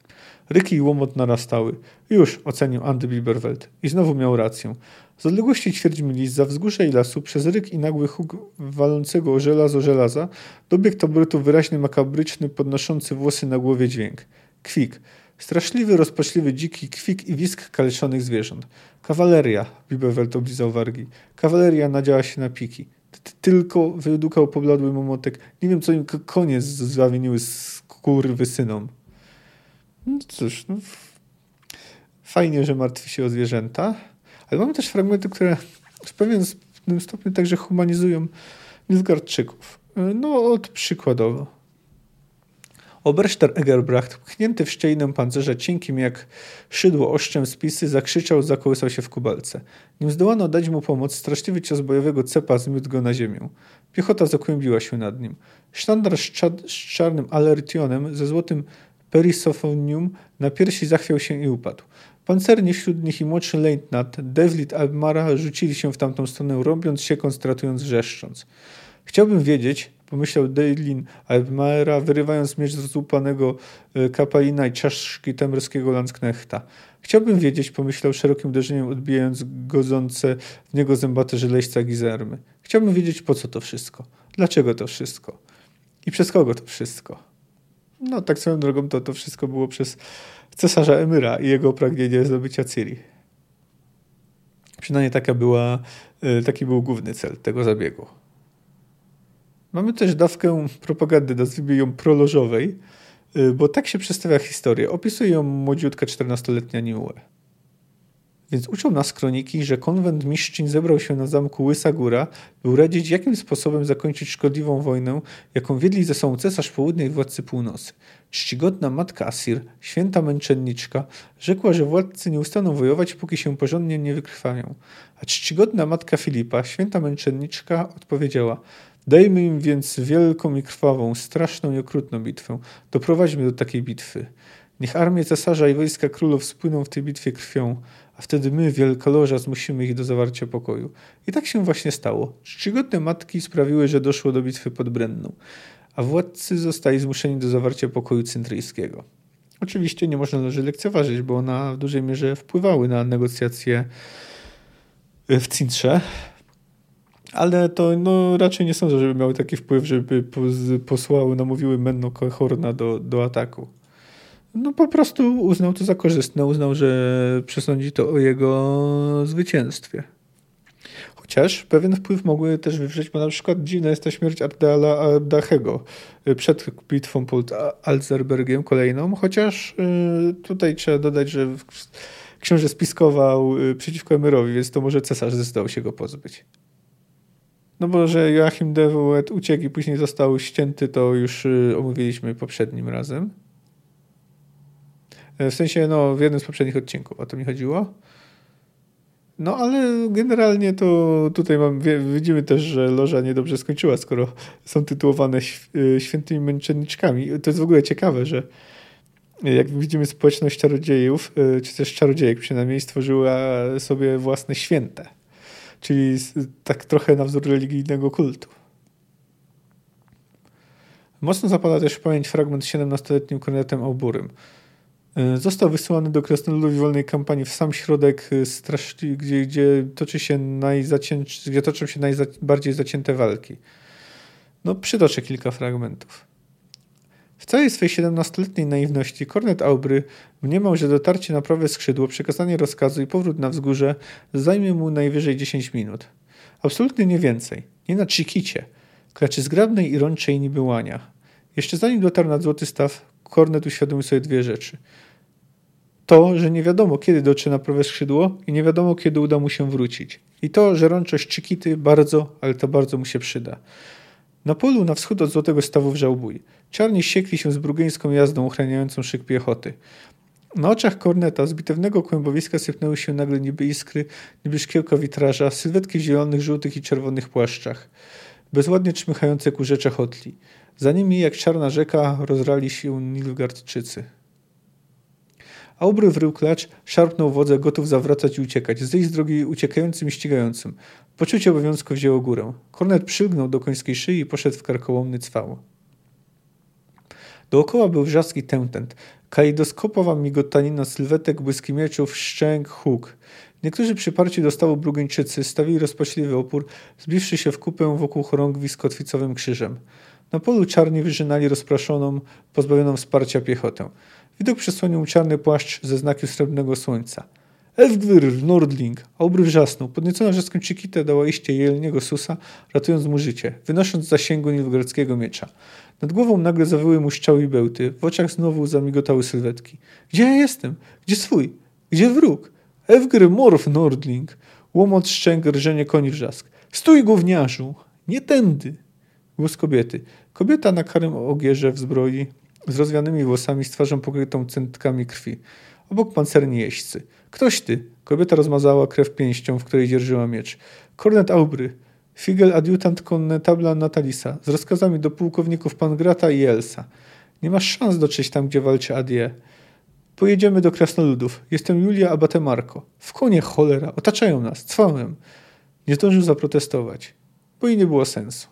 Ryki i łomot narastały. Już, ocenił Andy Biberwelt. I znowu miał rację. Z odległości ćwierćmili zza wzgórza i lasu przez ryk i nagły huk walącego o żelaza dobiegł tabletu wyraźny, makabryczny, podnoszący włosy na głowie dźwięk. Kwik. Straszliwy, rozpaczliwy, dziki kwik i wisk kaleczonych zwierząt. Kawaleria, Biberwelt oblizał wargi. Kawaleria nadziała się na piki. Tylko wydukał pobladły momotek. Nie wiem, co im konie zawiniły skurwysynom. No cóż, no, fajnie, że martwi się o zwierzęta, ale mamy też fragmenty, które w pewnym stopniu także humanizują Nilfgaardczyków. No, od przykładowo. Oberster Egerbracht, pchnięty w szczelinę pancerza cienkim jak szydło oszczem spisy, zakrzyczał, zakołysał się w kubalce. Nim zdołano dać mu pomoc, straszliwy cios bojowego cepa zmiótł go na ziemię. Piechota zakłębiła się nad nim. Sztandar z czarnym alertionem, ze złotym perisofonium na piersi zachwiał się i upadł. Pancerni wśród nich i młodszy lejtnant, Devlin Almara, rzucili się w tamtą stronę, rąbiąc się, konstratując, wrzeszcząc. Chciałbym wiedzieć, pomyślał Devlin Almara, wyrywając miecz z złupanego kapalina i czaszki temerskiego Landsknechta. Chciałbym wiedzieć, pomyślał szerokim uderzeniem, odbijając godzące w niego zębate żeleśca gizermy. Chciałbym wiedzieć, po co to wszystko. Dlaczego to wszystko? I przez kogo to wszystko? No, tak swoją drogą to wszystko było przez cesarza Emyra i jego pragnienie zdobycia Ciri. Przynajmniej taki był główny cel tego zabiegu. Mamy też dawkę propagandy, nazwijmy ją prolożowej, bo tak się przedstawia historię. Opisuje ją młodziutka 14-letnia Niue. Więc uczą nas kroniki, że konwent mistrzyń zebrał się na zamku Łysa Góra, by uradzić, jakim sposobem zakończyć szkodliwą wojnę, jaką wiedli ze sobą cesarz południa i władcy północy. Czcigodna matka Asir, święta męczenniczka, rzekła, że władcy nie ustaną wojować, póki się porządnie nie wykrwawią. A czcigodna matka Filipa, święta męczenniczka, odpowiedziała: dajmy im więc wielką i krwawą, straszną i okrutną bitwę. Doprowadźmy do takiej bitwy. Niech armie cesarza i wojska królów spłyną w tej bitwie krwią, a wtedy my, Wielka Loża, zmusimy ich do zawarcia pokoju. I tak się właśnie stało. Czcigodne matki sprawiły, że doszło do bitwy pod Brenną, a władcy zostali zmuszeni do zawarcia pokoju cyntryjskiego. Oczywiście nie można Loży lekceważyć, bo ona w dużej mierze wpływały na negocjacje w Cintrze, ale to raczej nie sądzę, żeby miały taki wpływ, żeby namówiły Menno Cohorna do ataku. No po prostu uznał to za korzystne, uznał, że przesądzi to o jego zwycięstwie. Chociaż pewien wpływ mogły też wywrzeć, bo na przykład dziwna jest ta śmierć Ardeala Ardachego przed bitwą pod Alzerbergiem kolejną, chociaż tutaj trzeba dodać, że książę spiskował przeciwko Emyrowi, więc to może cesarz zdecydował się go pozbyć. No bo że Joachim de Wet uciekł i później został ścięty, to już omówiliśmy poprzednim razem. W sensie, w jednym z poprzednich odcinków o to mi chodziło. No ale generalnie to tutaj widzimy też, że Loża niedobrze skończyła, skoro są tytułowane świętymi męczenniczkami. To jest w ogóle ciekawe, że jak widzimy społeczność czarodziejów, czy też czarodziejek przynajmniej, stworzyła sobie własne święte. Czyli tak trochę na wzór religijnego kultu. Mocno zapada też w pamięć fragment z 17-letnim Kornetem Auburym. Został wysłany do krasnoludowi wolnej kampanii w sam środek, gdzie toczą się najbardziej zacięte walki. Przytoczę kilka fragmentów. W całej swej 17-letniej naiwności Kornet Aubry mniemał, że dotarcie na prawe skrzydło, przekazanie rozkazu i powrót na wzgórze zajmie mu najwyżej 10 minut. Absolutnie nie więcej. Nie na Chikicie, klaczy zgrabnej i rączej niby łania. Jeszcze zanim dotarł nad Złoty Staw, Kornet uświadomił sobie dwie rzeczy. To, że nie wiadomo kiedy dotrze na prawe skrzydło i nie wiadomo kiedy uda mu się wrócić. I to, że rączość Chikity bardzo, ale to bardzo mu się przyda. Na polu na wschód od Złotego Stawu wrzał bój. Czarni ściekli się z brugieńską jazdą ochraniającą szyk piechoty. Na oczach Korneta z bitewnego kłębowiska sypnęły się nagle niby iskry, niby szkiełka witraża, sylwetki w zielonych, żółtych i czerwonych płaszczach, bezładnie czmychające kurze chotli. Za nimi, jak czarna rzeka, rozrali się Nilfgaardczycy. Aubry wrył klacz, szarpnął wodze, gotów zawracać i uciekać, zejść z drogi uciekającym i ścigającym. Poczucie obowiązku wzięło górę. Kornet przylgnął do końskiej szyi i poszedł w karkołomny cwał. Dookoła był wrzask i tętent. Kalejdoskopowa migotanina sylwetek, błyski mieczów, szczęk, huk. Niektórzy przyparci do stołu Brugeńczycy stawili rozpaczliwy opór, zbiwszy się w kupę wokół chorągwi z kotwicowym krzyżem. Na polu czarni wyżynali rozpraszoną, pozbawioną wsparcia piechotę. Widok przysłonił czarny płaszcz ze znakiem srebrnego słońca. Elfgwyr, Nordling, Aubry wrzasnął. Podniecona wrzaskiem Chiquita dała iście jelniego susa, ratując mu życie, wynosząc z zasięgu nilfgaardzkiego miecza. Nad głową nagle zawyły mu strzały i bełty. W oczach znowu zamigotały sylwetki. Gdzie ja jestem? Gdzie swój? Gdzie wróg? Elfgwyr, Morf, Nordling. Łomot, szczęk, rżenie koni wrzask. Stój, gówniarzu! Nie tędy! Głos kobiety. Kobieta na karym ogierze w zbroi, z rozwianymi włosami, z twarzą pokrytą centkami krwi. Obok pancerni jeźdźcy. Ktoś ty. Kobieta rozmazała krew pięścią, w której dzierżyła miecz. Kornet Aubry. Figel adiutant konnetabla Natalisa. Z rozkazami do pułkowników Pangrata i Elsa. Nie masz szans dotrzeć tam, gdzie walczy Adie. Pojedziemy do krasnoludów. Jestem Julia Abate Marco. W konie, cholera. Otaczają nas. Cwałem. Nie zdążył zaprotestować, bo i nie było sensu.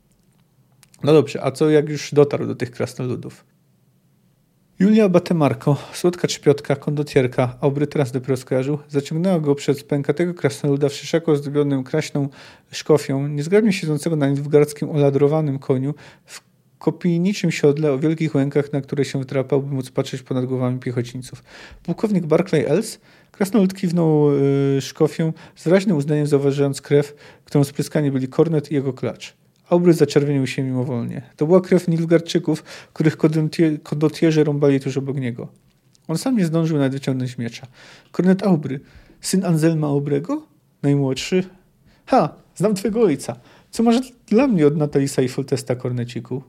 No dobrze, a co jak już dotarł do tych krasnoludów? Julia Abate Marco, słodka trzpiotka, kondotierka, Aubry teraz dopiero skojarzył, zaciągnęła go przed pękatego krasnoluda w szeroko ozdobionym kraśną szkofią, niezgrabnie siedzącego na nilfgaardzkim oladrowanym koniu, w kopijniczym siodle o wielkich łękach, na które się wdrapał, by móc patrzeć ponad głowami piechocińców. Pułkownik Barclay Els, krasnolud kiwnął szkofią, z wyraźnym uznaniem zauważając krew, którą spryskani byli Kornet i jego klacz. Aubry zaczerwienił się mimowolnie. To była krew Nilfgaardczyków, których kondotierzy rąbali tuż obok niego. On sam nie zdążył nawet wyciągnąć miecza. Kornet Aubry, syn Anselma Aubrego? Najmłodszy? Ha, znam twego ojca. Co masz dla mnie od Natalisa i Foltesta, Korneciku?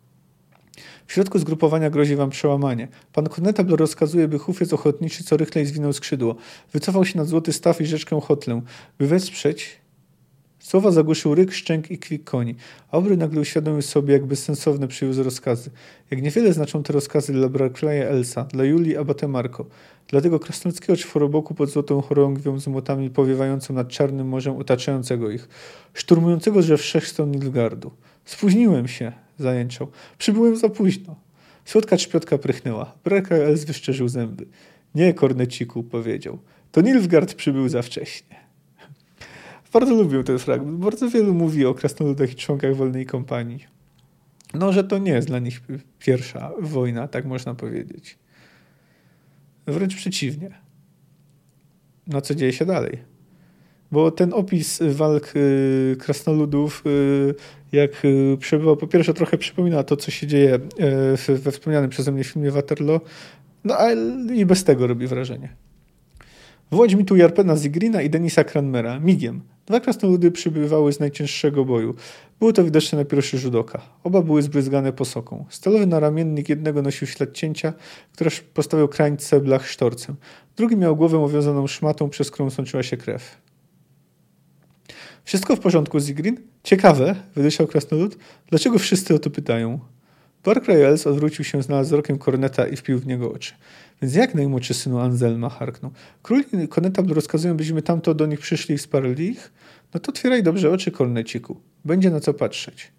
W środku zgrupowania grozi wam przełamanie. Pan Kornetabl rozkazuje, by hufiec ochotniczy co rychlej zwinął skrzydło. Wycofał się nad Złoty Staw i rzeczkę Hotlę, by wesprzeć. Słowa zagłuszył ryk, szczęk i kwik koni. Aubry nagle uświadomił sobie, jak bezsensowne przywiózł rozkazy. Jak niewiele znaczą te rozkazy dla Barclaya Elsa, dla Julii Abate Marco, dla tego krasnoludzkiego czworoboku pod złotą chorągwią z młotami powiewającą nad czarnym morzem otaczającego ich, szturmującego ze wszech stron Nilfgaardu. Spóźniłem się, zajęczał. Przybyłem za późno. Słodka trzpiotka prychnęła. Barclay Els wyszczerzył zęby. Nie, Korneciku, powiedział. To Nilfgaard przybył za wcześnie. Bardzo lubię ten fragment. Bardzo wielu mówi o krasnoludach i członkach wolnej kompanii. No, że to nie jest dla nich pierwsza wojna, tak można powiedzieć. Wręcz przeciwnie. No, co dzieje się dalej? Bo ten opis walk krasnoludów, jak przebywał, po pierwsze trochę przypomina to, co się dzieje we wspomnianym przeze mnie filmie Waterloo, no ale i bez tego robi wrażenie. Wołać mi tu Jarpena Zigrina i Denisa Cranmera, migiem. Dwa krasnoludy przybywały z najcięższego boju. Było to widoczne na pierwszy rzut oka. Oba były zbryzgane posoką. Stalowy naramiennik jednego nosił ślad cięcia, który postawił krańce blach sztorcem. Drugi miał głowę owiązaną szmatą, przez którą sączyła się krew. Wszystko w porządku, Zigrin? Ciekawe, wydyszał krasnolud. Dlaczego wszyscy o to pytają? Barclay Els odwrócił się, znalazł wzrokiem Korneta i wpił w niego oczy. Więc jak najmłodszy synu Anselma, harknął. Król i Kornetabl rozkazują, byśmy tamto do nich przyszli i wsparli ich? No to otwieraj dobrze oczy, Korneciku. Będzie na co patrzeć.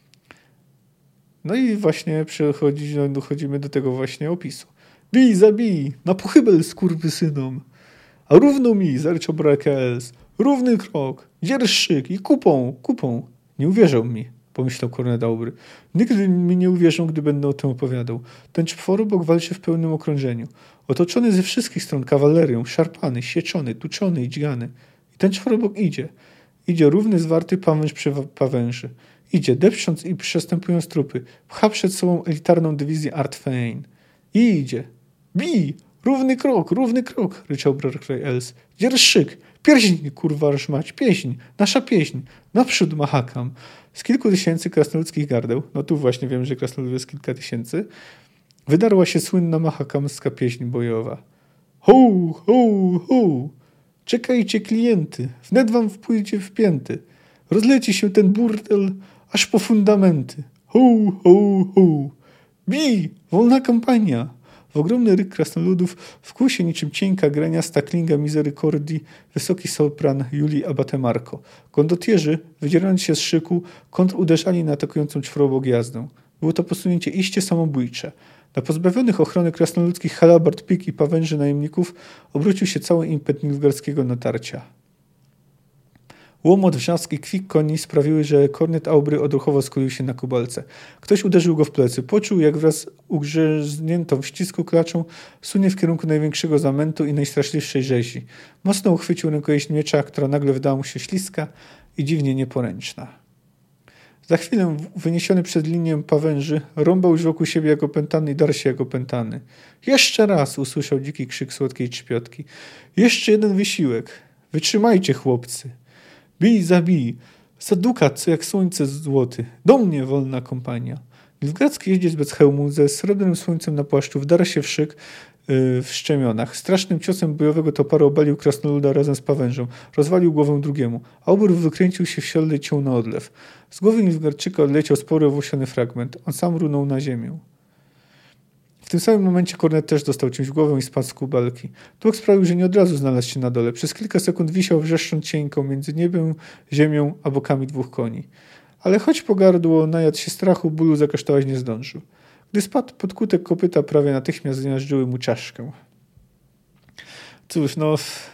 No i właśnie dochodzimy do tego właśnie opisu. Bij, zabij, na pochybel skurwysynom. A równo mi, zaryczał Barclay Els. Równy krok, dzierższyk i kupą. Nie uwierzą mi, pomyślał Kornet Aubry. Nigdy mi nie uwierzą, gdy będę o tym opowiadał. Ten czworobok walczy w pełnym okrążeniu. Otoczony ze wszystkich stron kawalerią, szarpany, sieczony, tuczony i dźgany. I ten czworobok idzie. Idzie równy, zwarty pawęż przy pawęży. Idzie, depcząc i przestępując trupy. Pcha przed sobą elitarną dywizję Artfein. I idzie. Bij! Równy krok, ryczał Barclay Els. Dzierższyk! Pieśń, kurwa szmać, pieśń! Nasza pieśń! Naprzód, Mahakam! Z kilku tysięcy krasnoludzkich gardeł, no tu właśnie wiem, że krasnoludów jest kilka tysięcy, wydarła się słynna mahakamska pieśń bojowa. Ho, ho, ho! Czekajcie, klienty! Wnet wam wpójdzie w pięty! Rozleci się ten burdel aż po fundamenty! Ho, ho, ho! Bij! Wolna kampania! W ogromny ryk krasnoludów wkłuł się niczym cienka graniasta klinga miserykordii wysoki sopran Julii Abate Marco. Kondotierzy, wydzierając się z szyku, kontruderzali na atakującą czworobok jazdę. Było to posunięcie iście samobójcze. Na pozbawionych ochrony krasnoludzkich halabard, pik i pawęży najemników obrócił się cały impet nilfgaardzkiego natarcia. Łomot, wrzask i kwik koni sprawiły, że kornet Aubry odruchowo skulił się na kubalce. Ktoś uderzył go w plecy. Poczuł, jak wraz z ugrzęzniętą w ścisku klaczą sunie w kierunku największego zamętu i najstraszliwszej rzezi. Mocno uchwycił rękojeść miecza, która nagle wydała mu się śliska i dziwnie nieporęczna. Za chwilę, wyniesiony przed linię pawęży, rąbał już wokół siebie jak opętany i darł się jak opętany. Jeszcze raz usłyszał dziki krzyk słodkiej trzpiotki. Jeszcze jeden wysiłek. Wytrzymajcie, chłopcy. Bij, zabij. Za dukat, co jak słońce złoty. Do mnie, wolna kompania. Nilfgaardzki jeździec bez hełmu, ze srebrnym słońcem na płaszczu, wdarł się w szyk w szczemionach. Strasznym ciosem bojowego toparu obalił krasnoluda razem z pawężą. Rozwalił głowę drugiemu. Aubur wykręcił się w siodle i ciął na odlew. Z głowy Nilfgaardczyka odleciał spory owłosiony fragment. On sam runął na ziemię. W tym samym momencie kornet też dostał czymś w głowę i spadł z kubalki. Tłok sprawił, że nie od razu znalazł się na dole. Przez kilka sekund wisiał wrzeszcząc cienką między niebem, ziemią, a bokami dwóch koni. Ale choć po gardło najadł się strachu, bólu zakasztować nie zdążył. Gdy spadł pod kutek kopyta, prawie natychmiast zmiażdżyły mu czaszkę. Cóż,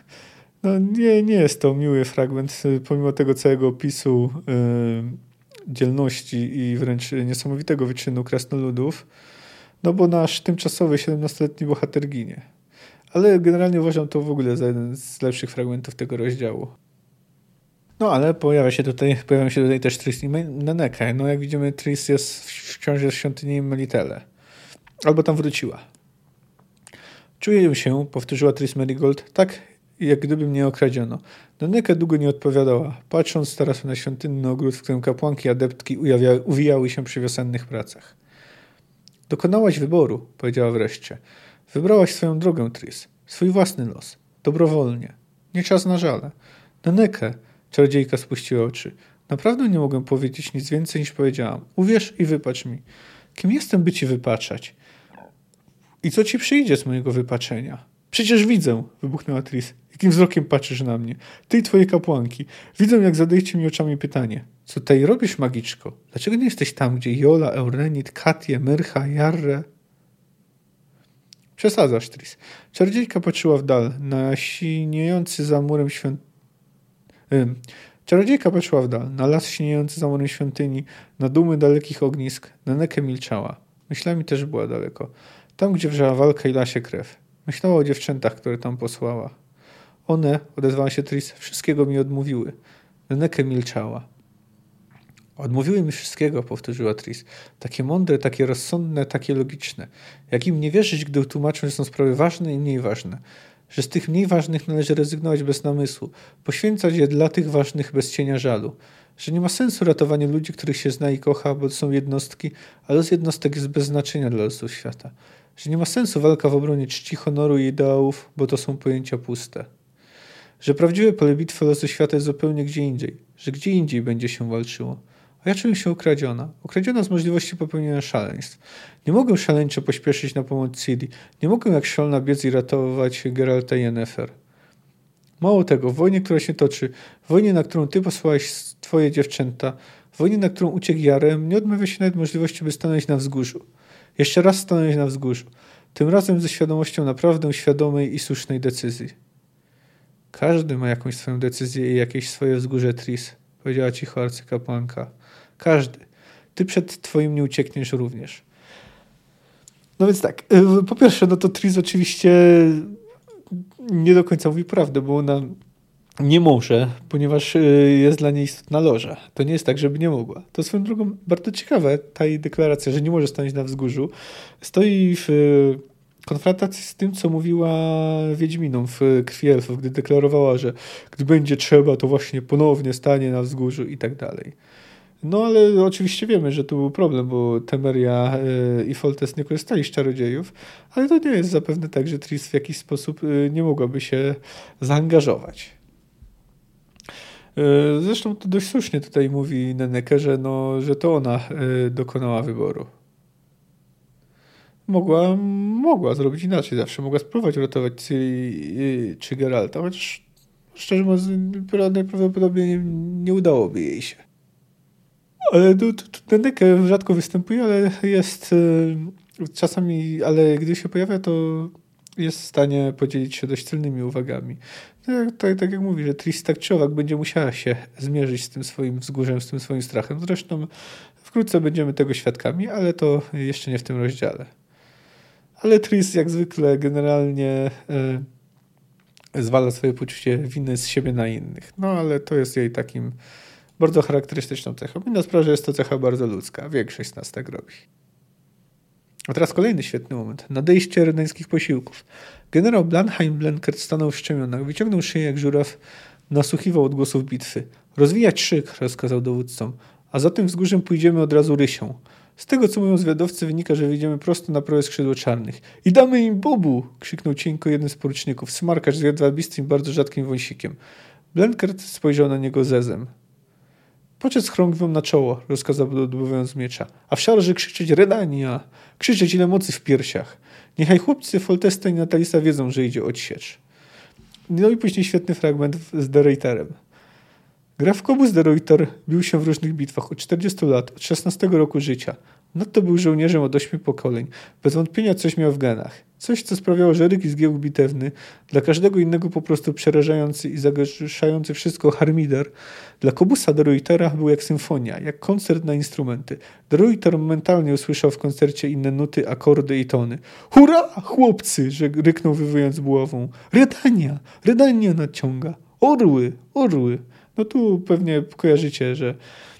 nie jest to miły fragment, pomimo tego całego opisu dzielności i wręcz niesamowitego wyczynu krasnoludów. No bo nasz tymczasowy 17-letni bohater ginie. Ale generalnie uważam to w ogóle za jeden z lepszych fragmentów tego rozdziału. No ale pojawiają się tutaj też Triss i Nenneke. No jak widzimy, Triss jest wciąż w świątyni Melitele. Albo tam wróciła. Czuję się, powtórzyła Triss Merigold, tak jak gdyby mnie okradziono. Nenneke długo nie odpowiadała, patrząc teraz na świątynny ogród, w którym kapłanki i adeptki uwijały się przy wiosennych pracach. Dokonałaś wyboru, powiedziała wreszcie. Wybrałaś swoją drogę, Triss. Swój własny los. Dobrowolnie. Nie czas na żale. Nenneke, czarodziejka spuściła oczy. Naprawdę nie mogę powiedzieć nic więcej niż powiedziałam. Uwierz i wybacz mi. Kim jestem, by ci wybaczać? I co ci przyjdzie z mojego wybaczenia? Przecież widzę, wybuchnęła Triss. Jakim wzrokiem patrzysz na mnie? Ty i twoje kapłanki. Widzę, jak zadajecie mi oczami pytanie. Co tutaj robisz, magiczko? Dlaczego nie jesteś tam, gdzie Jola, Eurenit, Katie, Myrcha, Jarre? Przesadzasz, Triss. Czarodziejka patrzyła w dal, na siniejący za murem Czarodziejka patrzyła w dal, na las siniejący za murem świątyni, na dumy dalekich ognisk. Nenneke milczała. Myślami też była daleko. Tam, gdzie wrzała walka i lasie krew. Myślała o dziewczętach, które tam posłała. One, odezwała się Triss, wszystkiego mi odmówiły. Nenneke milczała. Odmówiły mi wszystkiego, powtórzyła Triss. Takie mądre, takie rozsądne, takie logiczne. Jak im nie wierzyć, gdy tłumaczą, że są sprawy ważne i mniej ważne. Że z tych mniej ważnych należy rezygnować bez namysłu. Poświęcać je dla tych ważnych bez cienia żalu. Że nie ma sensu ratowanie ludzi, których się zna i kocha, bo to są jednostki, a los jednostek jest bez znaczenia dla losu świata. Że nie ma sensu walka w obronie czci, honoru i ideałów, bo to są pojęcia puste. Że prawdziwe pole bitwy losu świata jest zupełnie gdzie indziej. Że gdzie indziej będzie się walczyło. A ja czuję się okradziona. Okradziona z możliwości popełnienia szaleństw. Nie mogę szaleńczo pośpieszyć na pomoc Ciri. Nie mogę jak szalona biec i ratować Geralta i Yennefer. Mało tego, w wojnie, która się toczy, w wojnie, na którą ty posłałeś twoje dziewczęta, w wojnie, na którą uciekł Jarem, nie odmawia się nawet możliwości, by stanąć na wzgórzu. Jeszcze raz stanąć na wzgórzu. Tym razem ze świadomością naprawdę świadomej i słusznej decyzji. Każdy ma jakąś swoją decyzję i jakieś swoje wzgórze, Triss, powiedziała cicho arcykapłanka. Każdy. Ty przed twoim nie uciekniesz również. No więc tak, po pierwsze, no to Triss oczywiście nie do końca mówi prawdę, bo ona nie może, ponieważ jest dla niej istotna loża. To nie jest tak, żeby nie mogła. To swoją drogą bardzo ciekawe, ta jej deklaracja, że nie może stanąć na wzgórzu, stoi w konfrontacji z tym, co mówiła Wiedźminom w Krwi Elfów, gdy deklarowała, że gdy będzie trzeba, to właśnie ponownie stanie na wzgórzu i tak dalej. No ale oczywiście wiemy, że tu był problem, bo Temeria i Foltest nie korzystali z czarodziejów, ale to nie jest zapewne tak, że Triss w jakiś sposób nie mogłaby się zaangażować. Zresztą to dość słusznie tutaj mówi Nenneke, że to ona dokonała wyboru. Mogła zrobić inaczej zawsze. Mogła spróbować uratować Ciri czy Geralta, chociaż szczerze mówiąc najprawdopodobniej nie udałoby jej się. Ale Nenneke rzadko występuje, ale jest czasami, ale gdy się pojawia, to jest w stanie podzielić się dość celnymi uwagami. No, tak jak mówi, że Tris tak czy owak będzie musiała się zmierzyć z tym swoim wzgórzem, z tym swoim strachem. Zresztą wkrótce będziemy tego świadkami, ale to jeszcze nie w tym rozdziale. Ale Tris jak zwykle generalnie zwala swoje poczucie winy z siebie na innych. No ale to jest jej takim bardzo charakterystyczną cechą. Inna sprawa, że jest to cecha bardzo ludzka. Większość z nas tak robi. A teraz kolejny świetny moment. Nadejście redańskich posiłków. Generał Blanheim Blenkert stanął w szczemionach, wyciągnął szyję jak żuraw, nasłuchiwał odgłosów bitwy. Rozwijać szyk, rozkazał dowódcom, a za tym wzgórzem pójdziemy od razu rysią. Z tego, co mówią zwiadowcy, wynika, że wyjdziemy prosto na prawe skrzydło czarnych. I damy im bobu! Krzyknął cienko jeden z poruczników, smarkacz z jedwabistym, bardzo rzadkim wąsikiem. Blenkert spojrzał na niego zezem. Poczet z chorągwią na czoło, rozkazał odbywając miecza. A w szarży krzyczeć Redania! Krzyczeć ile mocy w piersiach. Niechaj chłopcy Foltesta i Natalisa wiedzą, że idzie odsiecz. No i później świetny fragment z De Ruyterem. Graf Kobus de Ruyter bił się w różnych bitwach od 40 lat, od 16 roku życia. Nadto był żołnierzem od 8 pokoleń. Bez wątpienia coś miał w genach. Coś, co sprawiało, że ryk i zgiełk bitewny, dla każdego innego po prostu przerażający i zagłuszający wszystko harmider, dla Kobusa de Ruitera był jak symfonia, jak koncert na instrumenty. De Ruyter momentalnie usłyszał w koncercie inne nuty, akordy i tony. Hurra, chłopcy! Że ryknął wywołując buławą. Redania nadciąga. Orły! No tu pewnie kojarzycie, że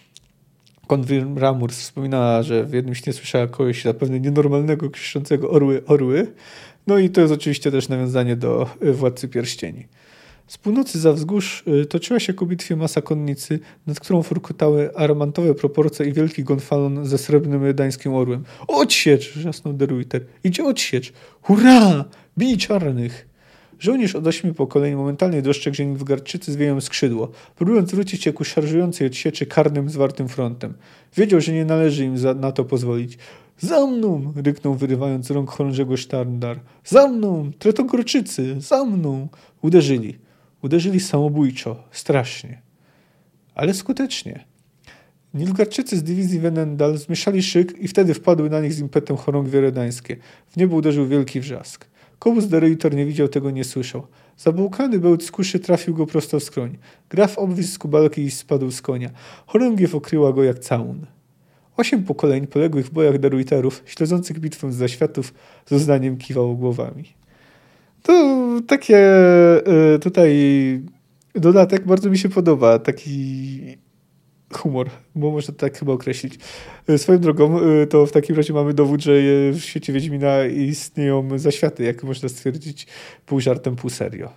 Konwir Ramurs wspominała, że w jednym śnie słyszała kogoś zapewne nienormalnego, krzyczącego orły. No i to jest oczywiście też nawiązanie do Władcy Pierścieni. Z północy za wzgórz toczyła się ku bitwie masa konnicy, nad którą furkotały aramantowe proporcje i wielki gonfalon ze srebrnym redańskim orłem. Odsiecz! Wrzasnął de Ruyter. Idzie odsiecz! Hurra! Bij czarnych! Żołnierz od 8 pokoleń momentalnie dostrzegł, że Nilfgaardczycy zwieją skrzydło, próbując wrócić się ku szarżującej odsieczy karnym, zwartym frontem. Wiedział, że nie należy im na to pozwolić. Za mną! Ryknął, wyrywając z rąk chorążego sztandar. Za mną! Tretogorczycy! Za mną! Uderzyli samobójczo, strasznie. Ale skutecznie. Nilfgaardczycy z dywizji Wenendal zmieszali szyk i wtedy wpadły na nich z impetem chorągwie redańskie. W niebo uderzył wielki wrzask. Kobus de Ruyter nie widział tego, nie słyszał. Zabłukany bełt z kuszy trafił go prosto w skroń. Graf obwisł z kubalki i spadł z konia. Chorągiew okryła go jak całun. 8 pokoleń poległych w bojach de Ruyterów, śledzących bitwę z zaświatów, z uznaniem kiwało głowami. To takie tutaj dodatek bardzo mi się podoba. Taki humor, bo można to tak chyba określić. Swoją drogą, to w takim razie mamy dowód, że w świecie Wiedźmina istnieją zaświaty, jak można stwierdzić, pół żartem, pół serio.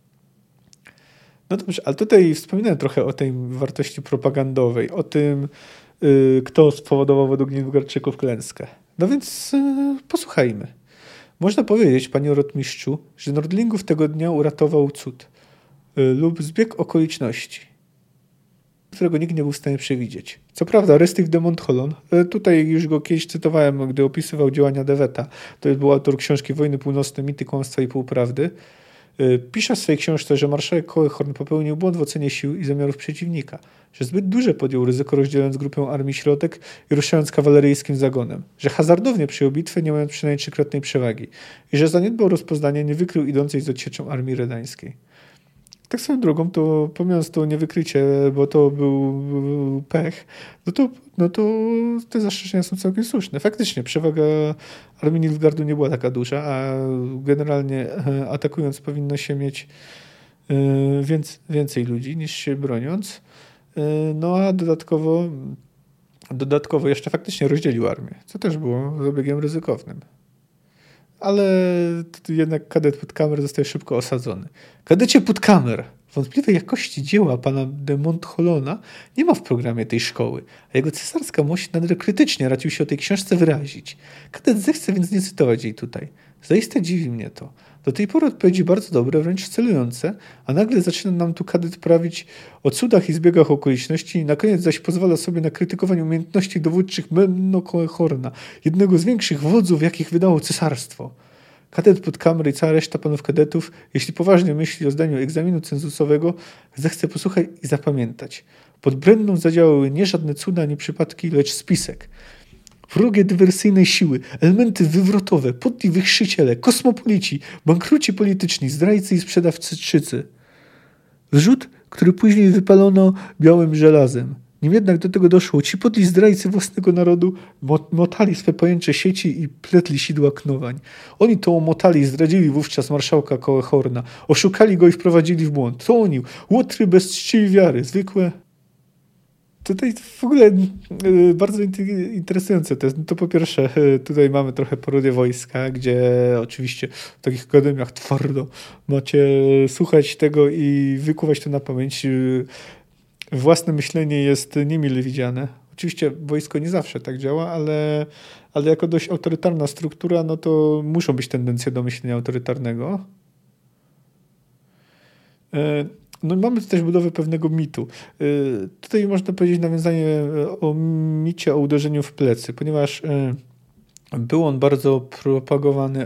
No dobrze, ale tutaj wspominałem trochę o tej wartości propagandowej, o tym, kto spowodował według Nilfgaardczyków klęskę. No więc posłuchajmy. Można powiedzieć, panie rotmistrzu, że Nordlingów tego dnia uratował cud lub zbieg okoliczności, którego nikt nie był w stanie przewidzieć. Co prawda, Rystig de Montholon, tutaj już go kiedyś cytowałem, gdy opisywał działania Deweta, to był autor książki Wojny Północne, mity, kłamstwa i półprawdy, pisze w swojej książce, że marszałek Koehorn popełnił błąd w ocenie sił i zamiarów przeciwnika, że zbyt duże podjął ryzyko, rozdzielając grupę armii środek i ruszając kawaleryjskim zagonem, że hazardownie przyjął bitwę, nie mając przynajmniej trzykrotnej przewagi i że zaniedbał rozpoznanie, nie wykrył idącej z odsieczą armii redańskiej. Tak swoją drogą, to pomijając to niewykrycie, bo to był pech, no to te zastrzeżenia są całkiem słuszne. Faktycznie przewaga armii Nilfgaardu nie była taka duża, a generalnie atakując powinno się mieć więcej ludzi niż się broniąc. No a dodatkowo jeszcze faktycznie rozdzielił armię, co też było zabiegiem ryzykownym. Ale jednak kadet Puttkamer zostaje szybko osadzony. Kadecie Puttkamer! Wątpliwej jakości dzieła pana de Montholona nie ma w programie tej szkoły, a jego cesarska mość nader krytycznie raczył się o tej książce wyrazić. Kadet zechce więc nie cytować jej tutaj. Zaiste dziwi mnie to. Do tej pory odpowiedzi bardzo dobre, wręcz celujące, a nagle zaczyna nam tu kadet prawić o cudach i zbiegach okoliczności i na koniec zaś pozwala sobie na krytykowanie umiejętności dowódczych Menno Koehorna, jednego z większych wodzów, jakich wydało cesarstwo. Kadet Puttkamer i cała reszta panów kadetów, jeśli poważnie myśli o zdaniu egzaminu cenzusowego, zechce posłuchać i zapamiętać. Pod Brenną zadziałały nie żadne cuda ani przypadki, lecz spisek. Wrogie dywersyjne siły, elementy wywrotowe, podli wychrzyciele, kosmopolici, bankruci polityczni, zdrajcy i sprzedawczycy. Wrzód, który później wypalono białym żelazem. Nim jednak do tego doszło, ci podli zdrajcy własnego narodu motali swe pojęcze sieci i pletli sidła knowań. Oni to omotali i zdradzili wówczas marszałka Kołechorna. Oszukali go i wprowadzili w błąd. To oni, łotry bez czci i wiary, zwykłe... Tutaj w ogóle bardzo interesujące to jest. To po pierwsze, tutaj mamy trochę parodię wojska, gdzie oczywiście w takich akademiach twardo macie słuchać tego i wykuwać to na pamięć. Własne myślenie jest niemile widziane. Oczywiście wojsko nie zawsze tak działa, ale jako dość autorytarna struktura, no to muszą być tendencje do myślenia autorytarnego. No mamy też budowę pewnego mitu. Tutaj można powiedzieć nawiązanie o micie o uderzeniu w plecy, ponieważ był on bardzo propagowany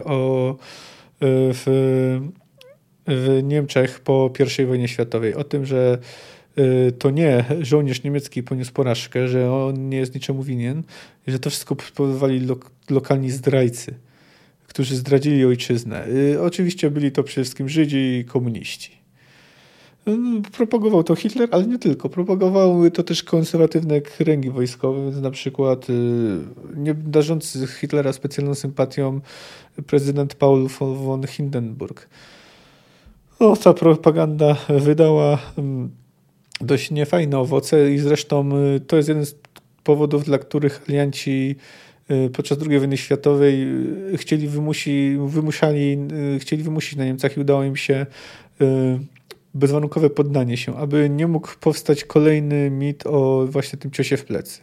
w Niemczech po I wojnie światowej. O tym, że to nie żołnierz niemiecki poniósł porażkę, że on nie jest niczemu winien i że to wszystko spowodowali lokalni zdrajcy, którzy zdradzili ojczyznę. Oczywiście byli to przede wszystkim Żydzi i komuniści. Propagował to Hitler, ale nie tylko. Propagowały to też konserwatywne kręgi wojskowe, więc na przykład nie darzący Hitlera specjalną sympatią prezydent Paul von Hindenburg. No, ta propaganda wydała dość niefajne owoce i zresztą to jest jeden z powodów, dla których alianci podczas II wojny światowej chcieli wymusić na Niemcach i udało im się bezwarunkowe poddanie się, aby nie mógł powstać kolejny mit o właśnie tym ciosie w plecy.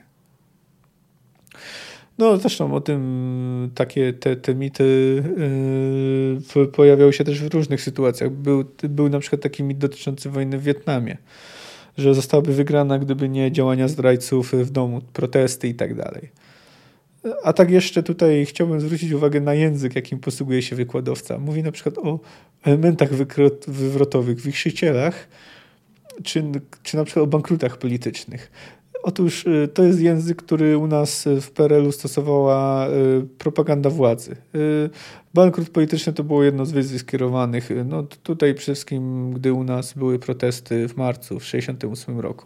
No zresztą o tym te mity pojawiały się też w różnych sytuacjach. Był na przykład taki mit dotyczący wojny w Wietnamie, że zostałaby wygrana, gdyby nie działania zdrajców w domu, protesty i tak dalej. A tak jeszcze tutaj chciałbym zwrócić uwagę na język, jakim posługuje się wykładowca. Mówi na przykład o elementach wywrotowych, wichrzycielach, czy na przykład o bankrutach politycznych. Otóż to jest język, który u nas w PRL-u stosowała propaganda władzy. Bankrut polityczny to było jedno z wyzwisk skierowanych. No, tutaj przede wszystkim, gdy u nas były protesty w marcu w 1968 roku.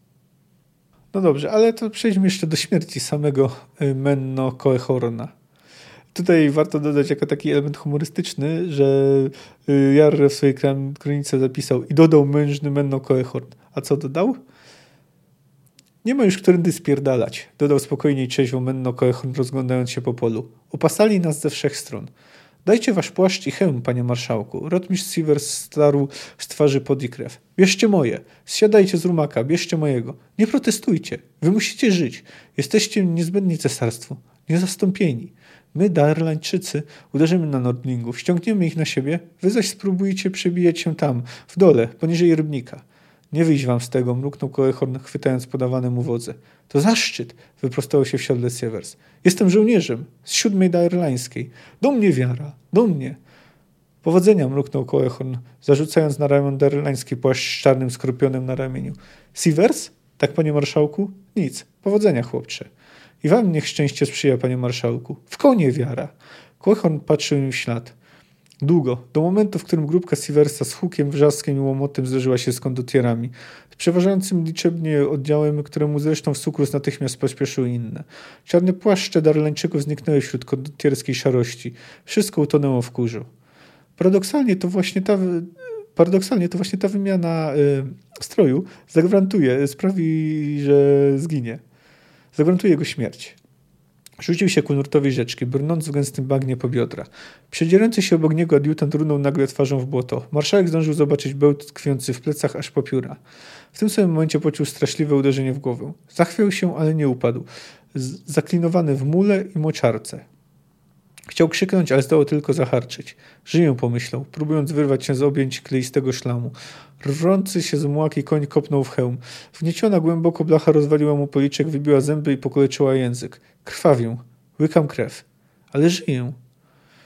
No dobrze, ale to przejdźmy jeszcze do śmierci samego Menno Kołechorna. Tutaj warto dodać jako taki element humorystyczny, że Jarre w swojej kronice zapisał i dodał mężny Menno Kołechorn. A co dodał? Nie ma już którędy spierdalać, dodał spokojnie i trzeźwo Menno Kołechorn, rozglądając się po polu. Opasali nas ze wszech stron. Dajcie wasz płaszcz i hełm, panie marszałku. Rotmistrz Sievers starł z twarzy pot i krew. Bierzcie moje. Zsiadajcie z rumaka, bierzcie mojego. Nie protestujcie. Wy musicie żyć. Jesteście niezbędni cesarstwu. Niezastąpieni. My, Daerlańczycy, uderzymy na Nordlingów, ściągniemy ich na siebie, wy zaś spróbujcie przebijać się tam, w dole, poniżej Rybnika. Nie wyjść wam z tego, mruknął Kołechorn, chwytając podawane mu wodze. To zaszczyt, wyprostował się w siodle Sievers. Jestem żołnierzem z 7. Daerlańskiej. Do mnie wiara, do mnie. Powodzenia, mruknął Kołechorn, zarzucając na ramię Daerlański płaszcz z czarnym skorpionem na ramieniu. Sievers? Tak, panie marszałku? Nic. Powodzenia, chłopcze. I wam niech szczęście sprzyja, panie marszałku. W konie wiara. Kołechorn patrzył im w ślad. Długo, do momentu, w którym grupka Sieversa z hukiem, wrzaskiem i łomotem zderzyła się z kondotierami. Z przeważającym liczebnie oddziałem, któremu zresztą w Sukrus natychmiast pośpieszyły inne. Czarne płaszcze Darlańczyków zniknęły wśród kondotierskiej szarości. Wszystko utonęło w kurzu. Paradoksalnie to właśnie ta wymiana stroju sprawi, że zginie. Zagwarantuje jego śmierć. Rzucił się ku nurtowi rzeczki, brnąc w gęstym bagnie po biodra. Przedzierający się obok niego adiutant runął nagle twarzą w błoto. Marszałek zdążył zobaczyć bełt tkwiący w plecach aż po pióra. W tym samym momencie poczuł straszliwe uderzenie w głowę. Zachwiał się, ale nie upadł. Zaklinowany w mule i moczarce. Chciał krzyknąć, ale zdołał tylko zaharczyć. Żyję, pomyślał, próbując wyrwać się z objęć kleistego szlamu. Rwący się z młaki koń kopnął w hełm. Wnieciona głęboko blacha rozwaliła mu policzek, wybiła zęby i pokoleczyła język. Krwawię. Łykam krew. Ale żyję.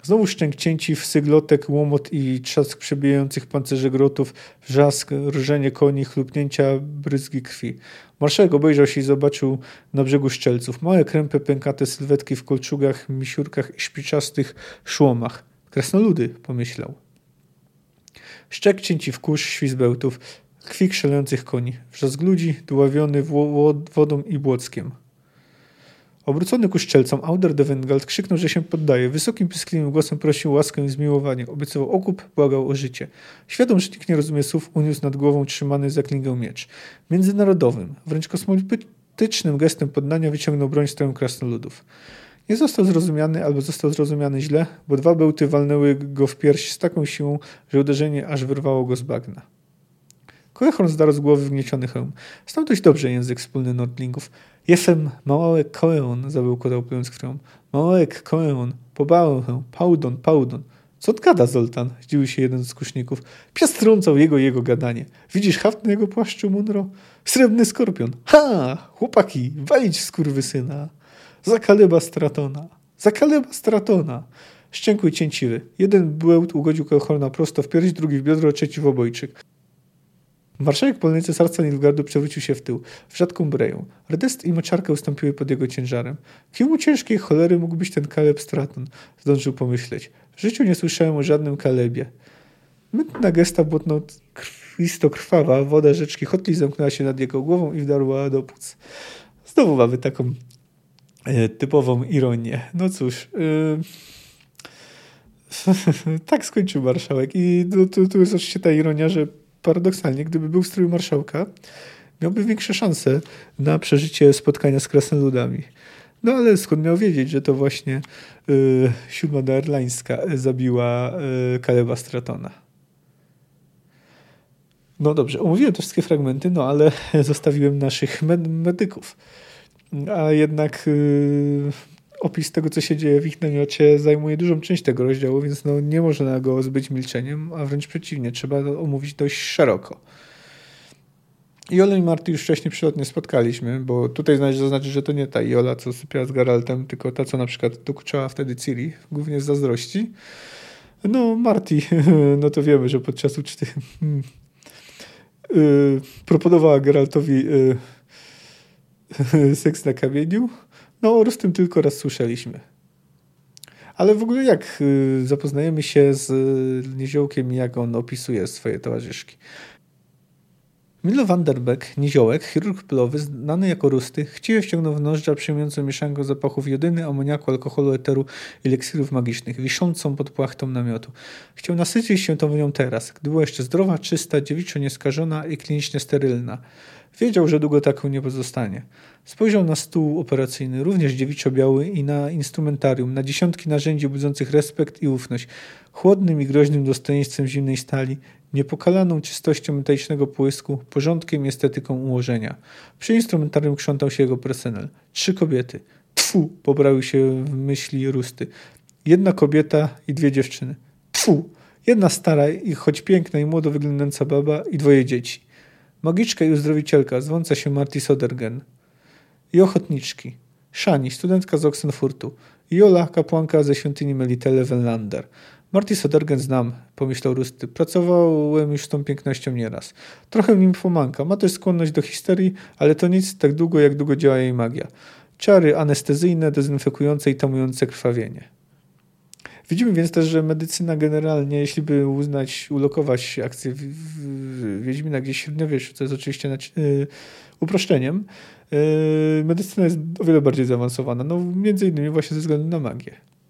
Znowu szczęk cięciw, syglotek, łomot i trzask przebijających pancerze grotów, wrzask, rżenie koni, chlupnięcia, bryzgi krwi. Marszałek obejrzał się i zobaczył na brzegu Szczelców. Małe, krępe, pękate sylwetki w kolczugach, misiurkach i szpiczastych szłomach. Krasnoludy, pomyślał. Szczek cięciw kurz, świst bełtów, kwik szalejących koni, wrzask ludzi, dławiony wodą i błockiem. Obrócony ku Szczelcom, Auder de Wengald krzyknął, że się poddaje. Wysokim, piskliwym głosem prosił o łaskę i zmiłowanie. Obiecywał okup, błagał o życie. Świadom, że nikt nie rozumie słów, uniósł nad głową trzymany za klingę miecz. Międzynarodowym, wręcz kosmopolitycznym gestem poddania wyciągnął broń stroju krasnoludów. Nie został zrozumiany albo został zrozumiany źle, bo 2 bełty walnęły go w pierś z taką siłą, że uderzenie aż wyrwało go z bagna. Korehorn zdarł z głowy wgnieciony hełm. Znał dość dobrze język wspólny Nordlingów. Jestem Małałek Koeon, zabełkotał plując krwią. Małałek Koeon, pobałę, pałdon. Co on gada, Zoltan? Zdziwił się jeden z kuszników. Pies trącał jego gadanie. Widzisz haft na jego płaszczu, Munro? Srebrny skorpion. Ha! Chłopaki, walić skurwysyna. Za Kaleba Stratona. Szczękły cięciwy. Jeden bełt ugodził Korehorna prosto w pierś, drugi w biodro, trzeci w obojczyk. Marszałek polnej cesarstwa Nilfgaardu przewrócił się w tył, w rzadką breją. Rdest i moczarka ustąpiły pod jego ciężarem. Kim u ciężkiej cholery mógł być ten Kaleb Straton? Zdążył pomyśleć. W życiu nie słyszałem o żadnym Kalebie. Mętna gesta błotno-krwawa, woda rzeczki Hotli zamknęła się nad jego głową i wdarła do płuc. Znowu mamy taką typową ironię. No cóż... tak skończył marszałek. I tu jest oczywiście ta ironia, że paradoksalnie, gdyby był w stroju marszałka, miałby większe szanse na przeżycie spotkania z krasnoludami. No ale skąd miał wiedzieć, że to właśnie 7. Darlańska zabiła Kaleba Stratona. No dobrze, omówiłem te wszystkie fragmenty, no ale zostawiłem naszych medyków. A jednak opis tego, co się dzieje w ich namiocie, zajmuje dużą część tego rozdziału, więc no, nie można go zbyć milczeniem, a wręcz przeciwnie, trzeba to omówić dość szeroko. Jolę i Marty już wcześniej przylotnie spotkaliśmy, bo tutaj należy zaznaczyć, że to nie ta Jola, co sypiała z Geraltem, tylko ta, co na przykład dokuczała wtedy Ciri, głównie z zazdrości. No Marty, no to wiemy, że podczas uczty proponowała Geraltowi seks na kamieniu. No o tym tylko raz słyszeliśmy. Ale w ogóle jak zapoznajemy się z Niziołkiem, jak on opisuje swoje towarzyszki. Milo van der Beek, Niziołek, chirurg polowy, znany jako Rusty, chciwie wciągnął w nozdrza przyjmującą mieszankę zapachów jodyny, amoniaku, alkoholu, eteru i eliksirów magicznych, wiszącą pod płachtą namiotu. Chciał nasycić się tą wonią teraz, gdy była jeszcze zdrowa, czysta, dziewiczo nieskażona i klinicznie sterylna. Wiedział, że długo taką nie pozostanie. Spojrzał na stół operacyjny, również dziewiczo biały, i na instrumentarium, na dziesiątki narzędzi budzących respekt i ufność, chłodnym i groźnym dostojeństwem zimnej stali, niepokalaną czystością metalicznego połysku, porządkiem i estetyką ułożenia. Przy instrumentarium krzątał się jego personel. 3 kobiety. Tfu! Poprawił się w myśli Rusty. 1 kobieta i 2 dziewczyny. Tfu! 1 stara i choć piękna i młodo wyglądająca baba i 2 dzieci. Magiczka i uzdrowicielka, zwąca się Marty Sodergen. I ochotniczki. Shani, studentka z Oxenfurtu. Jola, kapłanka ze świątyni Melitele Wenlander. Marty Sodergen znam, pomyślał Rusty. Pracowałem już z tą pięknością nieraz. Trochę nimfomanka, ma też skłonność do histerii, ale to nic tak długo, jak długo działa jej magia. Czary anestezyjne, dezynfekujące i tamujące krwawienie. Widzimy więc też, że medycyna generalnie, jeśli by ulokować akcję Wiedźmina gdzieś w średniowieczu, co jest oczywiście uproszczeniem, medycyna jest o wiele bardziej zaawansowana, no między innymi właśnie ze względu na magię.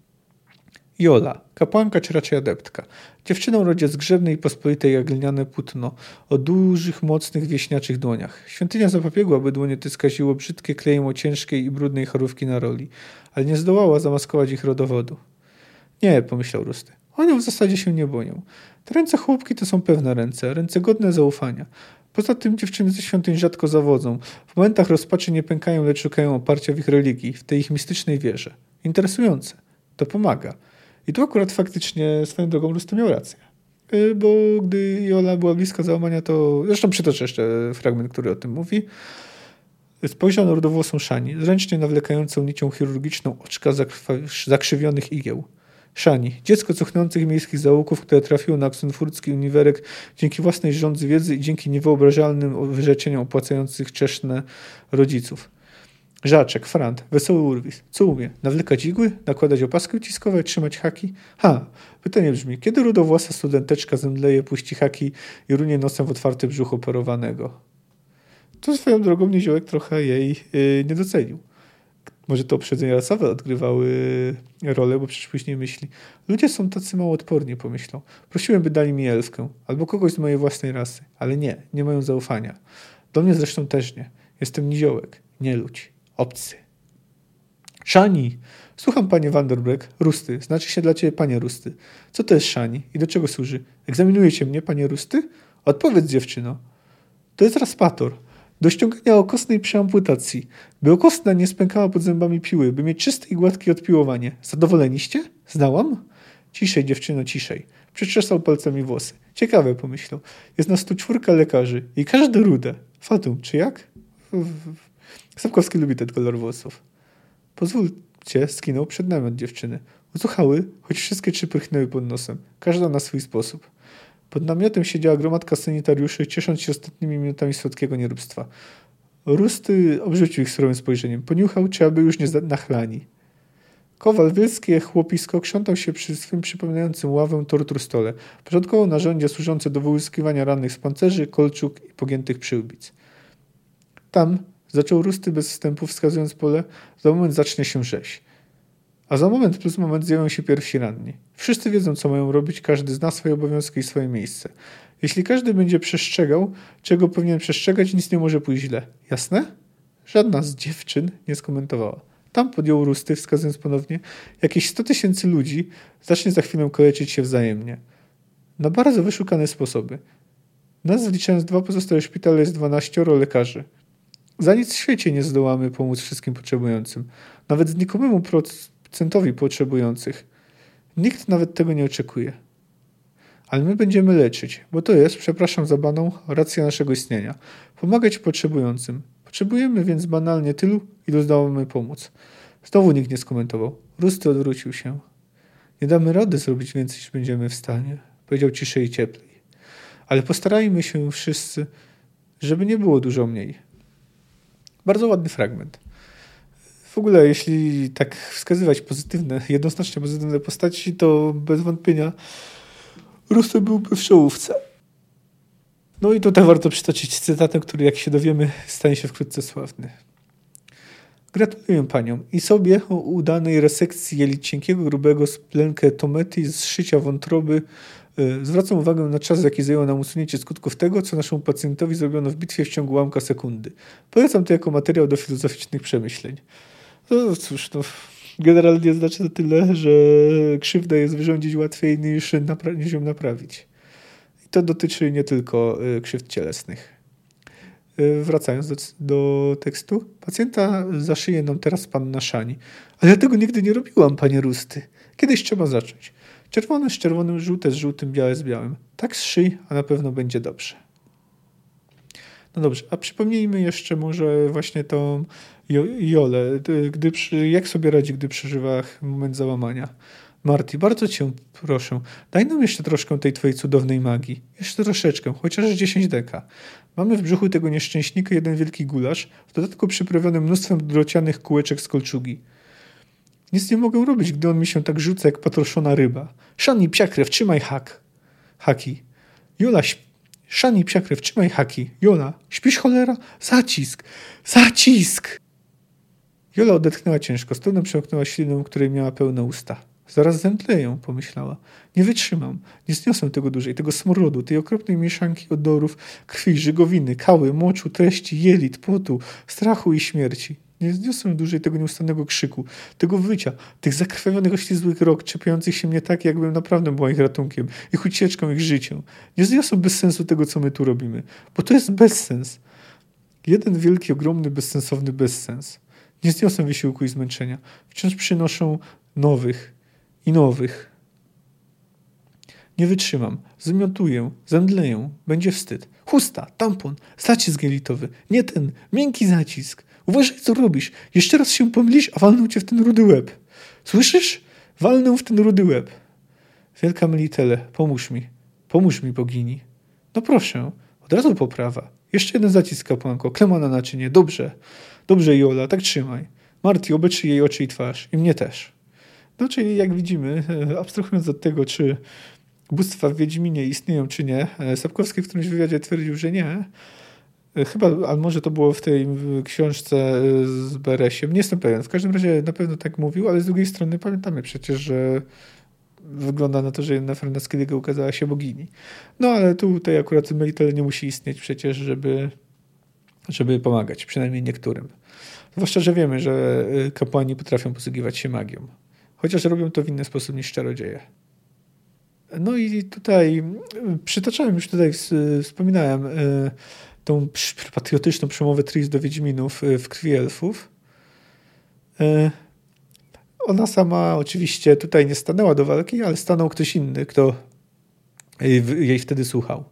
Jola, kapłanka czy raczej adeptka. Dziewczyną o rodzie zgrzebnej i pospolitej jak gliniane płótno, o dużych, mocnych, wieśniaczych dłoniach. Świątynia zapobiegła, by dłonie te skaziło brzydkie klejem o ciężkiej i brudnej chorówki na roli, ale nie zdołała zamaskować ich rodowodu. Nie, pomyślał Rusty. Oni w zasadzie się nie boją. Te ręce chłopki to są pewne ręce godne zaufania. Poza tym dziewczyny ze świątyń rzadko zawodzą. W momentach rozpaczy nie pękają, lecz szukają oparcia w ich religii, w tej ich mistycznej wierze. Interesujące. To pomaga. I tu akurat faktycznie swoją drogą Rusty miał rację. Bo gdy Jola była blisko załamania, to... Zresztą przytoczę jeszcze fragment, który o tym mówi. Spojrzał na rudowłosą Shani, zręcznie nawlekającą nicią chirurgiczną oczka zakrzywionych igieł. Szani, dziecko cuchnących miejskich zaułków, które trafiło na oksfordzki uniwersytet dzięki własnej żądzy wiedzy i dzięki niewyobrażalnym wyrzeczeniom opłacających czeszne rodziców. Żaczek, frant, wesoły urwis. Co umie? Nawlekać igły? Nakładać opaski uciskowe? Trzymać haki? Pytanie brzmi, kiedy rudowłasa studenteczka zemdleje, puści haki i runie nosem w otwarte brzuch operowanego? Tu swoją drogą Niziołek trochę jej nie docenił. Może to uprzedzenia rasowe odgrywały rolę, bo przecież później myśli. Ludzie są tacy mało odporni, pomyślą. Prosiłem, by dali mi elfkę albo kogoś z mojej własnej rasy, ale nie mają zaufania. Do mnie zresztą też nie. Jestem Niziołek, nie ludź, obcy. Szani! Słucham, panie Vanderbreck. Rusty. Znaczy się dla ciebie panie Rusty. Co to jest szani i do czego służy? Egzaminujecie mnie, panie Rusty? Odpowiedz, dziewczyno. To jest raspator. Do ściągania okostnej przy amputacji. By okostna nie spękała pod zębami piły, by mieć czyste i gładkie odpiłowanie. Zadowoleniście? Znałam? Ciszej, dziewczyno, ciszej. Przeczesał palcami włosy. Ciekawe, pomyślał. Jest nas tu 4 lekarzy i każdy rude. Fatum, czy jak? Sapkowski lubi ten kolor włosów. Pozwólcie, skinął przed nami od dziewczyny. Usłuchały, choć wszystkie 3 prychnęły pod nosem. Każda na swój sposób. Pod namiotem siedziała gromadka sanitariuszy, ciesząc się ostatnimi minutami słodkiego nieróbstwa. Rusty obrzucił ich surowym spojrzeniem. Poniuchał, czy aby już nie nachlani. Kowal, wielskie chłopisko, krzątał się przy swym przypominającym ławę tortur stole. Porządkował narzędzia służące do wyłuskiwania rannych z pancerzy, kolczuk i pogiętych przyłbic. Tam zaczął Rusty bez wstępu, wskazując pole. Za moment zacznie się rzeź. A za moment plus moment zjawią się pierwsi ranni. Wszyscy wiedzą, co mają robić, każdy zna swoje obowiązki i swoje miejsce. Jeśli każdy będzie przestrzegał, czego powinien przestrzegać, nic nie może pójść źle. Jasne? Żadna z dziewczyn nie skomentowała. Tam podjął Rusty, wskazując ponownie, jakieś 100 000 ludzi zacznie za chwilę kaleczyć się wzajemnie. Na bardzo wyszukane sposoby. Nas wliczając 2 pozostałe szpitale jest 12 lekarzy. Za nic w świecie nie zdołamy pomóc wszystkim potrzebującym. Nawet znikomemu procentowi potrzebujących. Nikt nawet tego nie oczekuje. Ale my będziemy leczyć, bo to jest, przepraszam za baną, racja naszego istnienia. Pomagać potrzebującym. Potrzebujemy więc banalnie tylu, ilu zdołamy pomóc. Znowu nikt nie skomentował. Rusty odwrócił się. Nie damy rady zrobić więcej, niż będziemy w stanie. Powiedział ciszej i cieplej. Ale postarajmy się wszyscy, żeby nie było dużo mniej. Bardzo ładny fragment. W ogóle, jeśli tak wskazywać pozytywne, jednoznacznie pozytywne postaci, to bez wątpienia Rusty byłby w czołówce. No i tutaj warto przytoczyć cytatem, który, jak się dowiemy, stanie się wkrótce sławny. Gratuluję paniom i sobie o udanej resekcji jelit cienkiego, grubego splenkę tomety z szycia wątroby. Zwracam uwagę na czas, jaki zajęło nam usunięcie skutków tego, co naszemu pacjentowi zrobiono w bitwie w ciągu ułamka sekundy. Polecam to jako materiał do filozoficznych przemyśleń. No cóż, generalnie znaczy to tyle, że krzywdę jest wyrządzić łatwiej niż ją naprawić. I to dotyczy nie tylko krzywd cielesnych. Wracając do tekstu. Pacjenta zaszyje nam teraz panna Szani. Ale ja tego nigdy nie robiłam, panie Rusty. Kiedyś trzeba zacząć. Czerwone z czerwonym, żółte z żółtym, białe z białym. Tak zszyj, a na pewno będzie dobrze. No dobrze, a przypomnijmy jeszcze może właśnie tą Jolę. Jak sobie radzi, gdy przeżywa moment załamania? Marty, bardzo cię proszę, daj nam jeszcze troszkę tej twojej cudownej magii. Jeszcze troszeczkę, chociaż 10 deka. Mamy w brzuchu tego nieszczęśnika jeden wielki gulasz, w dodatku przyprawiony mnóstwem drocianych kółeczek z kolczugi. Nic nie mogę robić, gdy on mi się tak rzuca jak patroszona ryba. Szani, psiakrew, trzymaj haki. Jola, Szani, psiakrew, trzymaj haki. Jola, śpisz cholera? Zacisk! Jola odetchnęła ciężko, z trudem przełknęła ślinę, której miała pełne usta. Zaraz zemdleję, pomyślała. Nie wytrzymam, nie zniosę tego dłużej, tego smrodu, tej okropnej mieszanki odorów, krwi, żygowiny, kały, moczu, treści, jelit, potu, strachu i śmierci. Nie zniosę dłużej tego nieustannego krzyku, tego wycia, tych zakrwawionych, oślizłych rąk, czepiających się mnie tak, jakbym naprawdę była ich ratunkiem, ich ucieczką, ich życiem. Nie zniosę bez sensu tego, co my tu robimy, bo to jest bezsens. Jeden wielki, ogromny, bezsensowny bezsens. Nie zniosę wysiłku i zmęczenia. Wciąż przynoszą nowych i nowych. Nie wytrzymam. Zmiotuję, zemdleję. Będzie wstyd. Chusta, tampon, zacisk jelitowy. Nie ten, miękki zacisk. Uważaj, co robisz. Jeszcze raz się pomylisz, a walnął cię w ten rudy łeb. Słyszysz? Walnę w ten rudy łeb. Wielka Melitele, pomóż mi, bogini. No proszę, od razu poprawa. Jeszcze jeden zacisk, kapłanko, klema na naczynie. Dobrze, Jola, tak trzymaj. Marty, obetrzyj jej oczy i twarz. I mnie też. No, czyli jak widzimy, abstrahując od tego, czy bóstwa w Wiedźminie istnieją, czy nie, Sapkowski w którymś wywiadzie twierdził, że nie. Chyba, a może to było w tej książce z Beresiem. Nie jestem pewien. W każdym razie na pewno tak mówił, ale z drugiej strony pamiętamy przecież, że wygląda na to, że Yennefer z Skellige ukazała się bogini. No ale tutaj akurat Melitele nie musi istnieć przecież, żeby pomagać, przynajmniej niektórym. Zwłaszcza, że wiemy, że kapłani potrafią posługiwać się magią. Chociaż robią to w inny sposób niż czarodzieje. No i tutaj przytaczałem, już tutaj wspominałem tą patriotyczną przemowę Tris do Wiedźminów w Krwi Elfów. Ona sama oczywiście tutaj nie stanęła do walki, ale stanął ktoś inny, kto jej wtedy słuchał.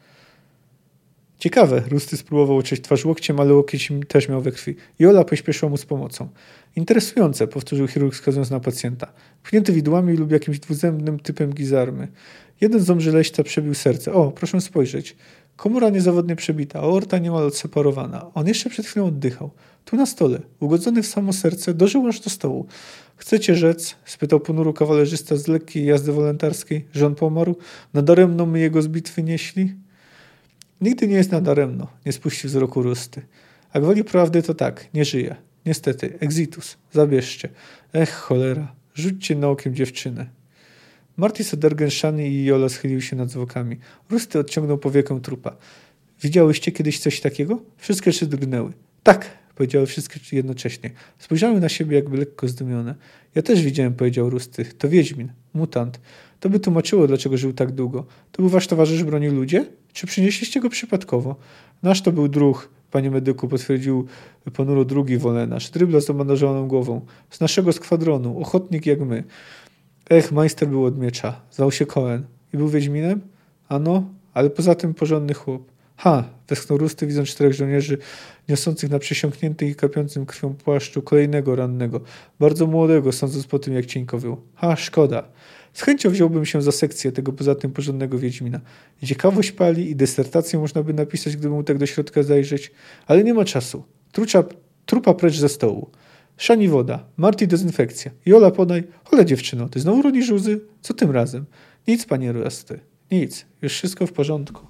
Ciekawe, Rusty spróbował oczyść twarz łokciem, ale łokieć też miał we krwi. Jola pośpieszyła mu z pomocą. Interesujące, powtórzył chirurg wskazując na pacjenta. Pchnięty widłami lub jakimś dwuzębnym typem gizarmy. Jeden ząb żeleścia przebił serce. O, proszę spojrzeć. Komora niezawodnie przebita, aorta niemal odseparowana. On jeszcze przed chwilą oddychał. Tu na stole, ugodzony w samo serce, dożył aż do stołu. Chcecie rzec? Spytał ponuro kawalerzysta z lekkiej jazdy wolontarskiej, że on pomarł? Nadaremno my jego z bitwy nieśli? Nigdy nie jest nadaremno, nie spuścił wzroku Rusty. A gwoli prawdy to tak, nie żyje. Niestety, exitus, zabierzcie. Ech, cholera, rzućcie na okiem dziewczynę. Marty Sodergenszany i Jola schylił się nad zwłokami. Rusty odciągnął powiekę trupa. Widziałyście kiedyś coś takiego? Wszystkie trzy drgnęły. Tak, powiedziały wszystkie jednocześnie. Spojrzały na siebie jakby lekko zdumione. Ja też widziałem, powiedział Rusty. To Wiedźmin, mutant. To by tłumaczyło, dlaczego żył tak długo. To był wasz towarzysz broni ludzie? Czy przynieśliście go przypadkowo? Nasz to był druh, panie medyku, potwierdził ponuro drugi wolenarz. Drybla z obandażowaną głową. Z naszego skwadronu, ochotnik jak my. Ech, majster był od miecza. Zwał się Cohen. I był Wiedźminem? Ano, ale poza tym porządny chłop. Ha! Westchnął Rusty, widząc 4 żołnierzy niosących na przesiąkniętych i kapiącym krwią płaszczu kolejnego rannego. Bardzo młodego, sądząc po tym, jak cieńko był. Ha, szkoda. Z chęcią wziąłbym się za sekcję tego poza tym porządnego Wiedźmina. Ciekawość pali i dysertację można by napisać, gdyby mu tak do środka zajrzeć. Ale nie ma czasu. Trupa precz ze stołu. Szani woda. Marty dezynfekcja. Jola podaj. Hola dziewczyno, ty znowu rodzisz łzy? Co tym razem? Nic, panie Rusty. Nic. Już wszystko w porządku.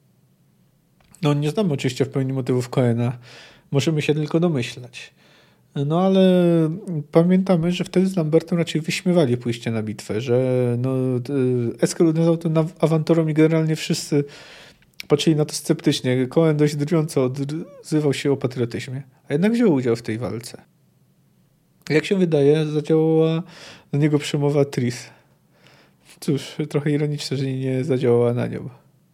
No nie znamy oczywiście w pełni motywów Cohena. Możemy się tylko domyślać. No ale pamiętamy, że wtedy z Lambertem raczej wyśmiewali pójście na bitwę, że no, Eskel nazwał to awanturą i generalnie wszyscy patrzyli na to sceptycznie. Cohen dość drwiąco odzywał się o patriotyzmie, a jednak wziął udział w tej walce. Jak się wydaje, zadziałała na niego przemowa Tris. Cóż, trochę ironiczne, że nie zadziałała na nią.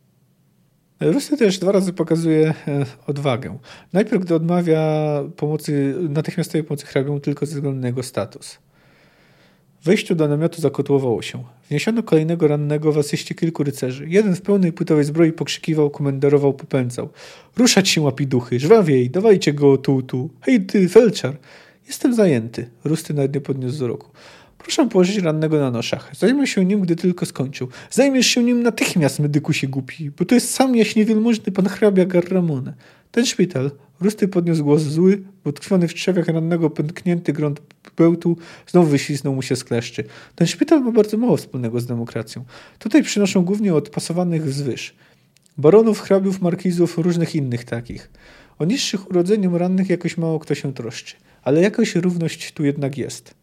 Rusty też 2 razy pokazuje odwagę. Najpierw, gdy odmawia natychmiastowej pomocy hrabiemu tylko ze względu na jego status. W wejściu do namiotu zakotłowało się. Wniesiono kolejnego rannego w asyście kilku rycerzy. Jeden w pełnej płytowej zbroi pokrzykiwał, komenderował, popędzał. Ruszać się, łapiduchy, żwawiej, dawajcie go tu. Hej ty, felczar. Jestem zajęty. Rusty nawet nie podniósł wzroku. Proszę położyć rannego na noszach. Zajmę się nim, gdy tylko skończył. Zajmiesz się nim natychmiast, medykusie głupi, bo to jest sam jaśnie wielmożny pan hrabia Garramone. Ten szpital. Rusty podniósł głos zły, bo tkwiony w trzewiach rannego pęknięty grąd bełtu znowu wyśliznął mu się z kleszczy. Ten szpital ma bardzo mało wspólnego z demokracją. Tutaj przynoszą głównie od pasowanych wzwyż. Baronów, hrabiów, markizów, różnych innych takich. O niższych urodzeniom rannych jakoś mało kto się troszczy. Ale jakaś równość tu jednak jest.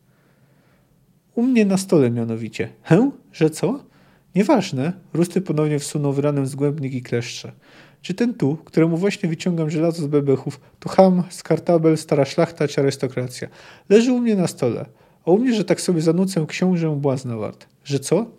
U mnie na stole mianowicie. Że co? Nieważne. Rusty ponownie wsunął w ranę zgłębnik i kleszcze. Czy ten tu, któremu właśnie wyciągam żelazo z bebechów, to Ham, Skartabel, stara szlachta czy arystokracja. Leży u mnie na stole. A u mnie, że tak sobie zanucę książę błaznowart. Że co?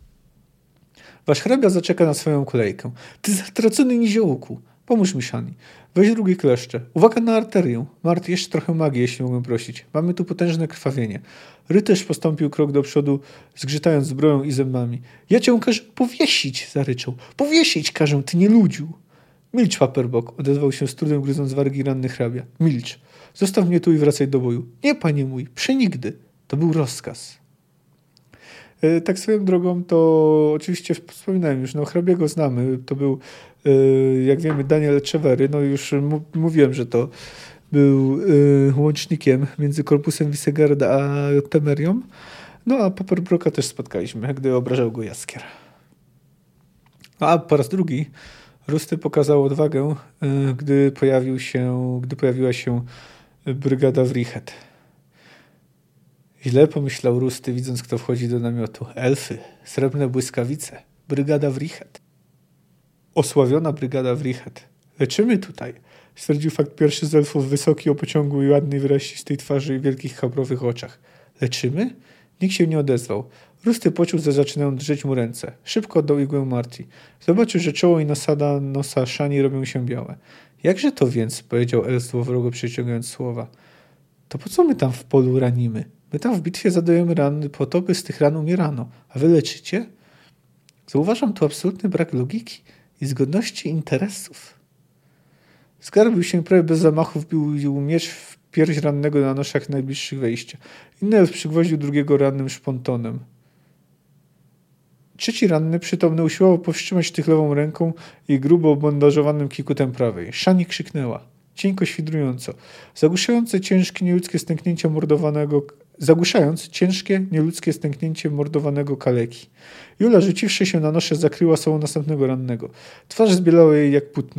Wasz hrabia zaczeka na swoją kolejkę. Ty zatracony niziołku. Pomóż mi, Szani. Weź drugie kleszcze. Uwaga na arterię. Mart, jeszcze trochę magii, jeśli mogę prosić. Mamy tu potężne krwawienie. Rycerz postąpił krok do przodu, zgrzytając zbroją i zębami. Ja cię każę powiesić, zaryczał. Powiesić każę, ty nie ludziu. Milcz, Paperbok, odezwał się z trudem, gryząc wargi ranny hrabia. Milcz. Zostaw mnie tu i wracaj do boju. Nie, panie mój, przenigdy. To był rozkaz. Tak swoją drogą to oczywiście wspominałem już, hrabiego znamy, to był, jak wiemy, Daniel Echeverry, już mówiłem, że to był łącznikiem między korpusem Wisegarda a Temerią, a Paperbrocka też spotkaliśmy, gdy obrażał go Jaskier. A po raz drugi Rusty pokazał odwagę, gdy pojawiła się brygada Wrihet. Źle pomyślał Rusty, widząc, kto wchodzi do namiotu. Elfy, srebrne błyskawice, brygada Wrihet. Osławiona brygada Wrihet. Leczymy tutaj, stwierdził fakt pierwszy z elfów, wysoki, o pociągu i ładnej, wyrazistej twarzy i wielkich chabrowych oczach. Leczymy? Nikt się nie odezwał. Rusty poczuł, że zaczynają drżeć mu ręce. Szybko oddał igłę Marty. Zobaczył, że czoło i nosa Shani robią się białe. Jakże to więc? Powiedział elf złowrogo, przeciągając słowa. To po co my tam w polu ranimy? My tam w bitwie zadajemy rany po to, by z tych ran umierano. A wy leczycie? Zauważam tu absolutny brak logiki i zgodności interesów. Zgarbił się prawie bez zamachu, wbił miecz w pierś rannego na noszach najbliższych wejścia. Inny elf przygwoździł drugiego rannym szpontonem. Trzeci ranny, przytomny, usiłował powstrzymać sztychlową ręką i grubo obandażowanym kikutem prawej. Shani krzyknęła. Cienko świdrująco. Zagłuszając ciężkie, nieludzkie stęknięcie mordowanego kaleki. Jula, rzuciwszy się na noszę, zakryła sobą następnego rannego. Twarz zbielała jej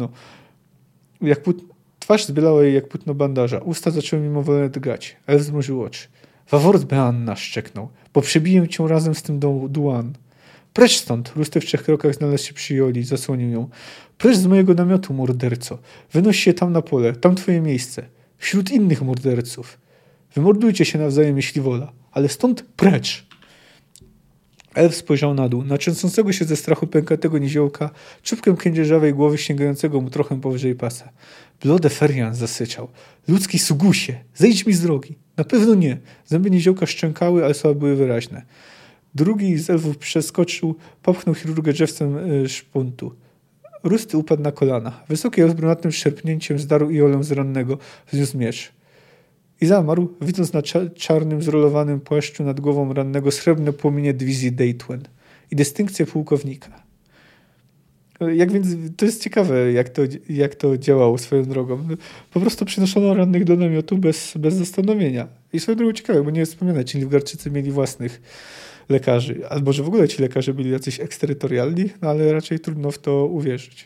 jak płótno bandaża. Usta zaczęły mimowolnie drgać. Elf zmrużył oczy. Wawort Beanna, szczeknął. Bo przebiję cię razem z tym Duan. Precz stąd! Rusty w 3 krokach znalazł się przy Joli, zasłonił ją. Precz z mojego namiotu, morderco. Wynoś się tam na pole, tam twoje miejsce. Wśród innych morderców. Wymordujcie się nawzajem, jeśli wola. Ale stąd precz! Elf spojrzał na dół, na trzęsącego się ze strachu pękatego niziołka, czubkiem kędzierzawej głowy sięgającego mu trochę powyżej pasa. Blode Ferian zasyczał. Ludzki sugusie, zejdź mi z drogi. Na pewno nie. Zęby niziołka szczękały, ale słowa były wyraźne. Drugi z elfów przeskoczył, popchnął chirurgę drzewcem szpuntu. Rusty upadł na kolana. Wysoki elf brunatnym szerpnięciem zdarł Iolę z rannego, wzniósł miecz. I zamarł, widząc na czarnym, zrolowanym płaszczu nad głową rannego srebrne płomienie dywizji Deitwen i dystynkcję pułkownika. Jak więc, to jest ciekawe, jak to działało swoją drogą. Po prostu przynoszono rannych do namiotu bez zastanowienia. I swoją drogą ciekawe, bo nie jest wspomniane, ci Nilfgaardczycy mieli własnych lekarzy. Albo że w ogóle ci lekarze byli jacyś eksterytorialni, ale raczej trudno w to uwierzyć.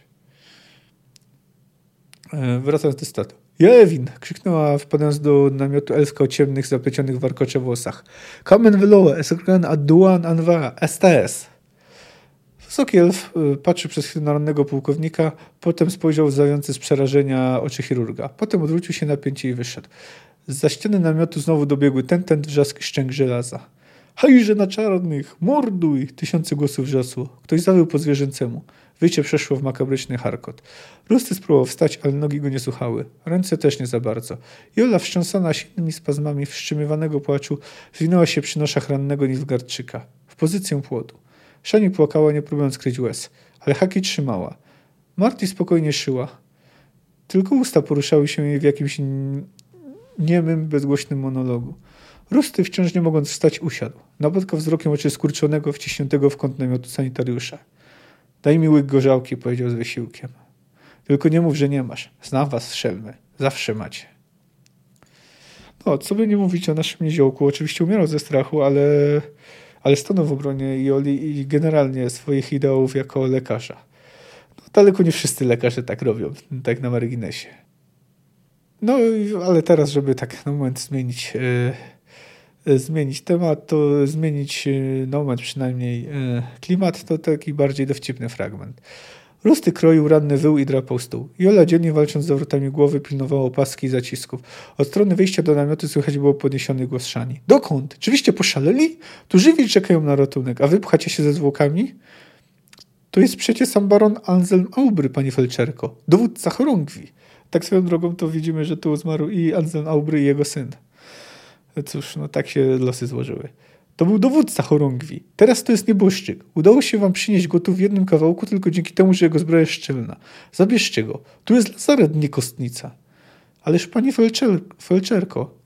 Wracając do statu. Jewin! Krzyknęła, wpadając do namiotu elfka o ciemnych, zaplecionych warkocze włosach. Kamen wylołe, esokran aduan anwa, STS. Wysoki elf patrzył przez chwilę na rannego pułkownika, potem spojrzał w zające z przerażenia oczy chirurga. Potem odwrócił się na pięcie i wyszedł. Zza ściany namiotu znowu dobiegły ten wrzask szczęk żelaza. Hajże na czarnych! Morduj! 1000 głosów wrzasło. Ktoś zawył po zwierzęcemu. Wyjście przeszło w makabryczny charkot. Rusty spróbował wstać, ale nogi go nie słuchały. Ręce też nie za bardzo. Jola, wstrząsana silnymi spazmami wstrzymywanego płaczu, zwinęła się przy noszach rannego Nilfgaardczyka. W pozycję płodu. Shani płakała, nie próbując kryć łez. Ale Haki trzymała. Marty spokojnie szyła. Tylko usta poruszały się jej w jakimś niemym, bezgłośnym monologu. Rusty, wciąż nie mogąc wstać, usiadł. Napotkał wzrokiem oczy skurczonego, wciśniętego w kąt namiotu sanitariusza. Daj mi łyk gorzałki, powiedział z wysiłkiem. Tylko nie mów, że nie masz. Znam was, szelmy. Zawsze macie. Co by nie mówić o naszym niziołku. Oczywiście umierał ze strachu, ale stanął w obronie Ioli i generalnie swoich ideałów jako lekarza. Daleko nie wszyscy lekarze tak robią, tak na marginesie. Ale teraz, żeby tak na moment zmienić temat, to zmienić na moment przynajmniej klimat, to taki bardziej dowcipny fragment. Rusty kroił ranny wył i drapał stół. Jola, dzielnie walcząc z zawrotami głowy, pilnowała opaski i zacisków. Od strony wyjścia do namiotu słychać było podniesiony głos Shani. Dokąd? Czyście poszaleli? Tu żywi czekają na ratunek, a wy pchacie się ze zwłokami? To jest przecież sam baron Anselm Aubry, pani felczerko, dowódca chorągwi. Tak swoją drogą to widzimy, że tu zmarł i Anselm Aubry i jego syn. Cóż, tak się losy złożyły. To był dowódca chorągwi. Teraz to jest nieboszczyk. Udało się wam przynieść go tu w jednym kawałku tylko dzięki temu, że jego zbroja jest szczelna. Zabierzcie go. Tu jest lazaret, nie kostnica. Ależ pani felczerko,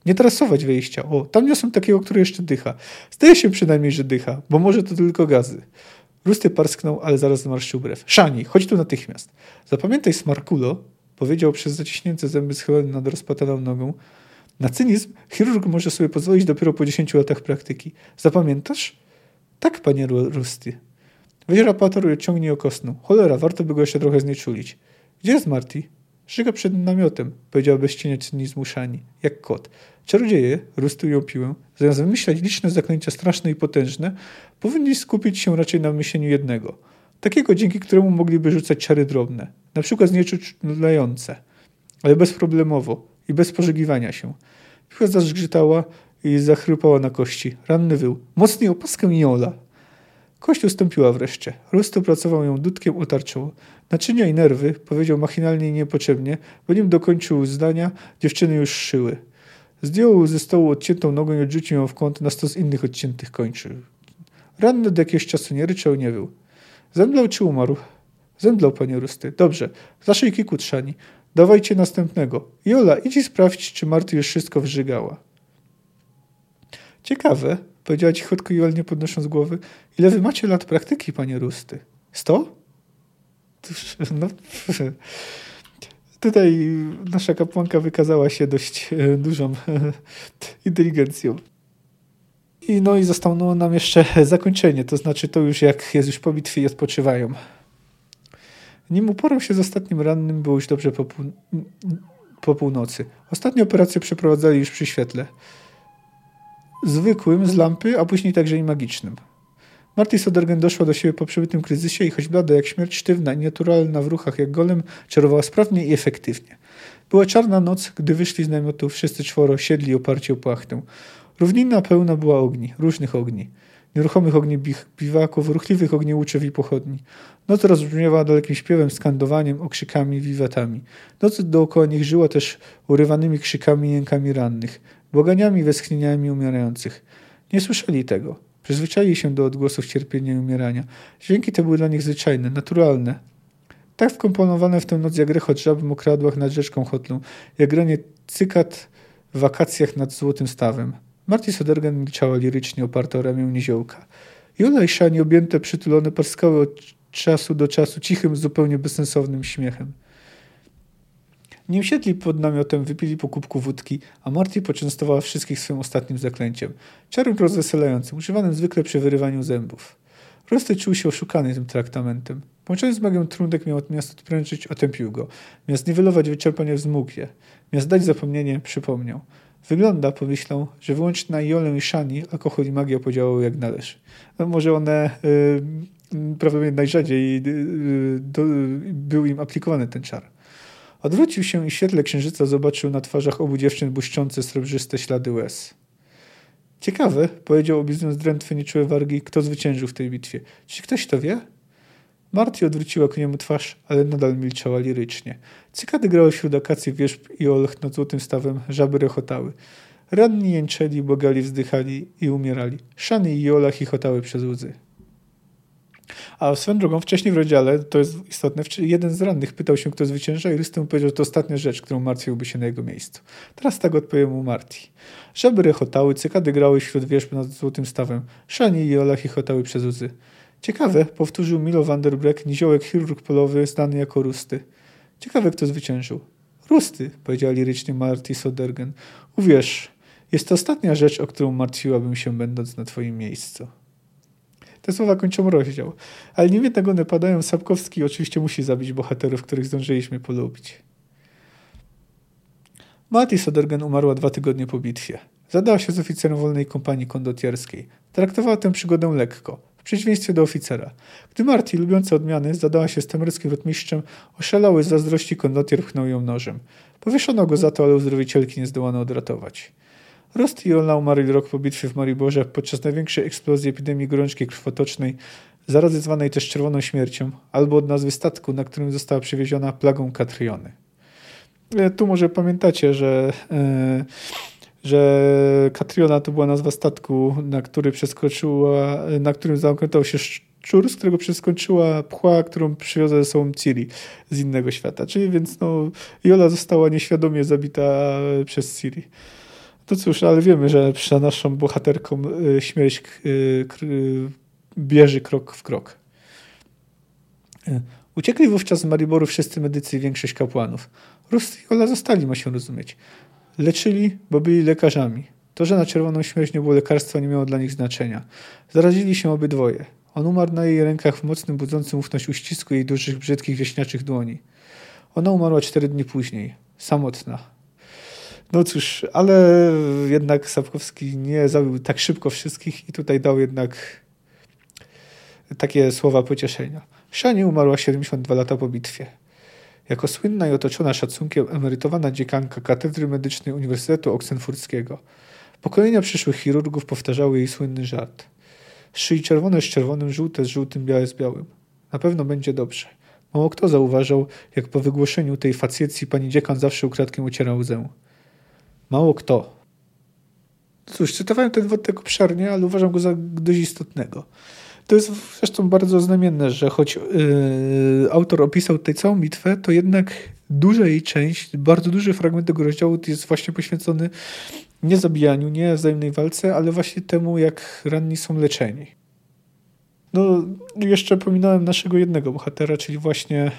Nie trasować wejścia. O, tam niosą takiego, który jeszcze dycha. Zdaje się przynajmniej, że dycha, bo może to tylko gazy. Rusty parsknął, ale zaraz zmarszczył brew. Szani, chodź tu natychmiast. Zapamiętaj, Smarkulo, powiedział przez zaciśnięte zęby schylony nad rozpataną nogą. Na cynizm chirurg może sobie pozwolić dopiero po 10 latach praktyki. Zapamiętasz? Tak, panie Rusty. Weź rapator i odciągnij okosną. Cholera, warto by go jeszcze trochę znieczulić. Gdzie jest Marty? Szyga przed namiotem, powiedział bez cienia cynizmu Szani, jak kot. Czarodzieje, Rusty ją piłę, zamiast wymyślać liczne zaklęcia straszne i potężne, powinni skupić się raczej na myśleniu jednego. Takiego, dzięki któremu mogliby rzucać czary drobne, na przykład znieczulające, ale bezproblemowo i bez pożegiwania się. Piła zazgrzytała i zachrypała na kości. Ranny wył. Mocniej opaskę i jola. Kość ustąpiła wreszcie. Rusty pracował ją dudkiem otarczoło. Naczynia i nerwy, powiedział machinalnie i niepotrzebnie, bo nim dokończył zdania, dziewczyny już szyły. Zdjął ze stołu odciętą nogą i odrzucił ją w kąt na stos innych odciętych kończy. Ranny do jakiegoś czasu nie ryczał, nie wył. Zemdlał czy umarł? Zemdlał, panie Rusty. Dobrze, za szyjki kutrzani. Dawajcie następnego. Jola, idź i sprawdź, czy Marty już wszystko wżygała. Ciekawe, powiedziała cichutko Joel, nie podnosząc głowy. Ile wy macie lat praktyki, panie Rusty? 100? No, tutaj nasza kapłanka wykazała się dość dużą inteligencją. I zostało nam jeszcze zakończenie, to znaczy to już jak jest już po bitwie i odpoczywają. Nim uporał się z ostatnim rannym, było już dobrze po północy. Ostatnie operacje przeprowadzali już przy świetle. Zwykłym, z lampy, a później także i magicznym. Marty Sodergen doszła do siebie po przebytym kryzysie i choć blada jak śmierć, sztywna i naturalna w ruchach jak golem, czarowała sprawnie i efektywnie. Była czarna noc, gdy wyszli z namiotu wszyscy czworo, siedli oparci o płachtę. Równina pełna była ogni, różnych ogni. Nieruchomych ogni biwaków, ruchliwych ogni łuczów i pochodni. Noc rozbrzmiewała dalekim śpiewem, skandowaniem, okrzykami, wiwatami. Noc dookoła nich żyła też urywanymi krzykami i jękami rannych, błaganiami i westchnieniami umierających. Nie słyszeli tego. Przyzwyczaili się do odgłosów cierpienia i umierania. Dźwięki te były dla nich zwyczajne, naturalne. Tak wkomponowane w tę noc jak rechot żab w mokradłach nad rzeczką Chotlą, jak granie cykat w wakacjach nad Złotym Stawem. Marty Sodergen milczała lirycznie, oparta o ramię niziołka. Jola i Szani objęte, przytulone, parskały od czasu do czasu cichym, zupełnie bezsensownym śmiechem. Nim siedli pod namiotem, wypili po kubku wódki, a Marty poczęstowała wszystkich swoim ostatnim zaklęciem. Czarem rozweselającym, używanym zwykle przy wyrywaniu zębów. Rusty czuł się oszukany tym traktamentem. Połączony z magią trudek miał miast odprężyć, otępił go. Miast niwelować wyczerpanie, wzmógł je. Miast dać zapomnienie, przypomniał. Wygląda, pomyślał, że wyłącznie na Jolę i Szani alkohol i magia podziałały jak należy. No, może one prawdopodobnie najrzadziej był im aplikowany ten czar. Odwrócił się i w świetle księżyca zobaczył na twarzach obu dziewczyn błyszczące, srebrzyste ślady łez. Ciekawe, powiedział, oblizując drętwe, nieczułe wargi, kto zwyciężył w tej bitwie. Czy ktoś to wie? Marty odwróciła ku niemu twarz, ale nadal milczała lirycznie. Cykady grały wśród akacji wierzb i olch nad Złotym Stawem, żaby rechotały. Ranni jęczeli, błagali, wzdychali i umierali. Szany i Jola chichotały przez łzy. A swoją drogą, wcześniej w rozdziale, to jest istotne, jeden z rannych pytał się, kto zwycięża i Rusty mu powiedział, że to ostatnia rzecz, którą martwiłby się na jego miejscu. Teraz tak odpowiedział mu Marty. Żaby rechotały, cykady grały wśród wierzb nad Złotym Stawem. Szani i Jola chichotały przez łzy. Ciekawe, powtórzył Milo Vanderbreck, niziołek chirurg polowy, znany jako Rusty. Ciekawe, kto zwyciężył. Rusty, powiedziała lirycznie Marty Sodergen. Uwierz, jest to ostatnia rzecz, o którą martwiłabym się, będąc na twoim miejscu. Te słowa kończą rozdział. Ale nim jednak one padają, Sapkowski oczywiście musi zabić bohaterów, których zdążyliśmy polubić. Marty Sodergen umarła 2 tygodnie po bitwie. Zadała się z oficerem wolnej kompanii kondotierskiej. Traktowała tę przygodę lekko, w przeciwieństwie do oficera. Gdy Marty, lubiąca odmiany, zadała się z temerskim rotmistrzem, oszalały z zazdrości kondotier pchnął ją nożem. Powieszono go za to, ale uzdrowicielki nie zdołano odratować. Rusty i Jola umarli rok po bitwie w Mariborze podczas największej eksplozji epidemii gorączki krwotocznej, zarazy zwanej też Czerwoną Śmiercią, albo od nazwy statku, na którym została przywieziona plagą Katriony. Tu może pamiętacie, że Katriona to była nazwa statku, na którym zakrętał się szczur, z którego przeskoczyła pchła, którą przywiozła ze sobą Ciri z innego świata. Czyli więc Jola została nieświadomie zabita przez Ciri. No cóż, ale wiemy, że za naszą bohaterką śmierć bierze krok w krok. Uciekli wówczas z Mariboru wszyscy medycy i większość kapłanów. Rust i Ola zostali, ma się rozumieć. Leczyli, bo byli lekarzami. To, że na czerwoną śmierć nie było lekarstwa, nie miało dla nich znaczenia. Zarazili się obydwoje. On umarł na jej rękach w mocnym, budzącym ufność uścisku jej dużych, brzydkich, wieśniaczych dłoni. Ona umarła 4 dni później. Samotna. No cóż, ale jednak Sapkowski nie zabił tak szybko wszystkich i tutaj dał jednak takie słowa pocieszenia. Szani umarła 72 lata po bitwie. Jako słynna i otoczona szacunkiem emerytowana dziekanka Katedry Medycznej Uniwersytetu Oksenfurckiego. Pokolenia przyszłych chirurgów powtarzały jej słynny żart. Szyi czerwone z czerwonym, żółte z żółtym, białe z białym. Na pewno będzie dobrze. Mało kto zauważał, jak po wygłoszeniu tej facjecji pani dziekan zawsze ukradkiem ucierał łzę. Mało kto. Cóż, cytowałem ten wątek obszernie, ale uważam go za dość istotnego. To jest zresztą bardzo znamienne, że choć autor opisał tutaj całą bitwę, to jednak duża jej część, bardzo duży fragment tego rozdziału jest właśnie poświęcony nie zabijaniu, nie wzajemnej walce, ale właśnie temu, jak ranni są leczeni. No, jeszcze pominąłem naszego jednego bohatera, czyli właśnie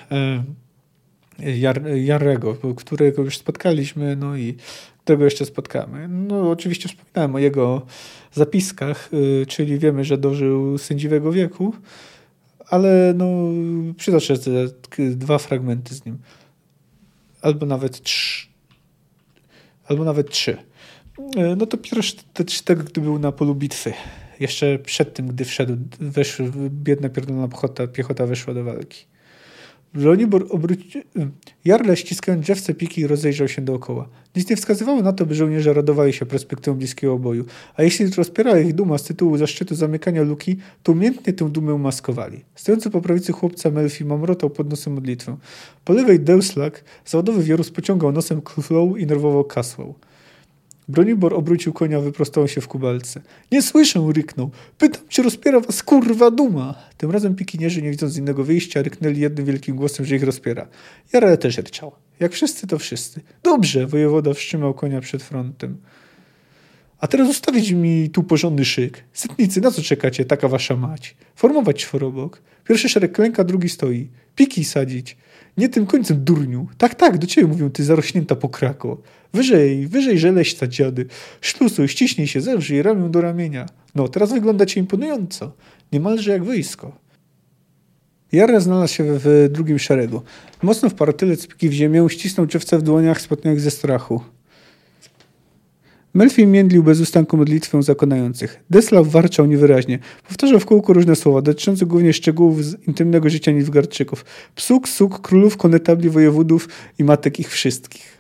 Jarrego, którego już spotkaliśmy, no i którego jeszcze spotkamy. No, oczywiście wspominałem o jego zapiskach, czyli wiemy, że dożył sędziwego wieku, ale no, przytoczę te 2 fragmenty z nim. Albo nawet 3. No to pierwszy tekst, gdy był na polu bitwy. Jeszcze przed tym, gdy biedna pierdolona piechota weszła do walki. Broniibór Jarle, ściskając drzewce piki, rozejrzał się dookoła. Nic nie wskazywało na to, by żołnierze radowali się perspektywą bliskiego boju, a jeśli rozpierała ich duma z tytułu zaszczytu zamykania luki, to umiejętnie tę dumę umaskowali. Stojący po prawicy chłopca Melfi mamrotał pod nosem modlitwę. Po lewej Deuslak, zawodowy wiorus, pociągał nosem klął i nerwowo kasłał. Broniibor obrócił konia, wyprostował się w kubalce. Nie słyszę, ryknął. Pytam, czy rozpiera was kurwa duma. Tym razem pikinierzy, nie widząc innego wyjścia, ryknęli jednym wielkim głosem, że ich rozpiera. Jarle też ryczał. Jak wszyscy, to wszyscy. Dobrze, wojewoda wstrzymał konia przed frontem. A teraz ustawić mi tu porządny szyk. Setnicy, na co czekacie, taka wasza mać? Formować czworobok. Pierwszy szereg klęka, drugi stoi. Piki sadzić. Nie tym końcem, durniu. Tak, do ciebie mówią, ty zarośnięta pokrako. Wyżej, żeleśca dziady. Szlusuj, ściśnij się, zewrzyj ramię do ramienia. No, teraz wyglądacie imponująco. Niemalże jak wojsko. Jarre znalazł się w drugim szeregu. Mocno wparł tylec piki w ziemię, ścisnął drzewce w dłoniach, spotnionych ze strachu. Melfi międlił bez ustanku modlitwę zakonających. Deslaw warczał niewyraźnie. Powtarzał w kółko różne słowa, dotyczące głównie szczegółów z intymnego życia Nilfgaardczyków. Psuk, suk, królów, konetabli, wojewódów i matek ich wszystkich.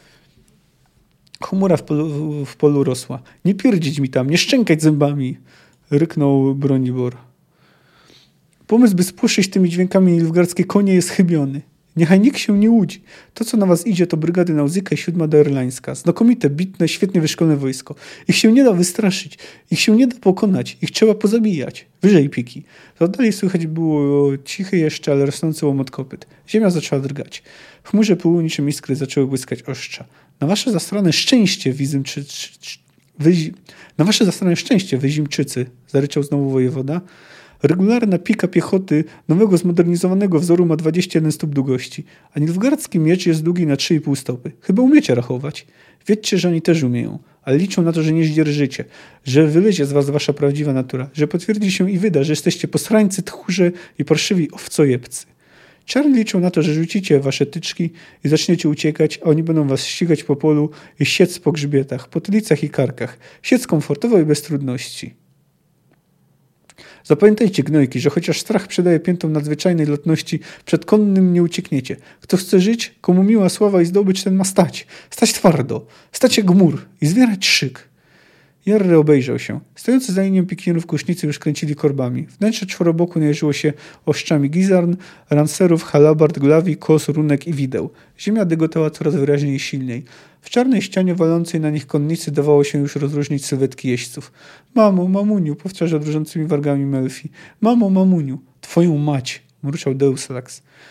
Chmura w polu rosła. Nie pierdzić mi tam, nie szczękać zębami, ryknął Broniibor. Pomysł, by spłoszyć tymi dźwiękami nilfgaardzkie konie, jest chybiony. Niechaj nikt się nie łudzi. To, co na was idzie, to brygady Nauzyka i 7. Daerlańska. Znakomite, bitne, świetnie wyszkolone wojsko. Ich się nie da wystraszyć. Ich się nie da pokonać. Ich trzeba pozabijać. Wyżej piki. To dalej słychać było cichy jeszcze, ale rosnący łomot kopyt. Ziemia zaczęła drgać. W chmurze pyłu niczym iskry zaczęły błyskać ostrza. Na wasze zastrane szczęście, Wyzimczycy, zaryczał znowu wojewoda. Regularna pika piechoty nowego zmodernizowanego wzoru ma 21 stóp długości, a nilfgaardzki miecz jest długi na 3,5 stopy. Chyba umiecie rachować. Wiedzcie, że oni też umieją, ale liczą na to, że nie zdzierżycie, że wylezie z was wasza prawdziwa natura, że potwierdzi się i wyda, że jesteście posrańcy, tchórze i parszywi owcojebcy. Czarni liczą na to, że rzucicie wasze tyczki i zaczniecie uciekać, a oni będą was ścigać po polu i siec po grzbietach, po tylicach i karkach. Siec komfortowo i bez trudności. Zapamiętajcie, gnojki, że chociaż strach przydaje piętom nadzwyczajnej lotności, przed konnym nie uciekniecie. Kto chce żyć, komu miła sława i zdobycz, ten ma stać. Stać twardo, stać jak mur i zwierać szyk. Jarre obejrzał się. Stojący za linią pikinierów kusznicy już kręcili korbami. Wnętrze czworoboku najeżyło się oszczami gizarn, rancerów, halabard, glawi, kos, runek i wideł. Ziemia dygotała coraz wyraźniej i silniej. W czarnej ścianie walącej na nich konnicy dawało się już rozróżnić sylwetki jeźdźców. Mamo, mamuniu, powtarzał drżącymi wargami Melfi. Mamo, mamuniu, twoją mać, mruczał Deuslax.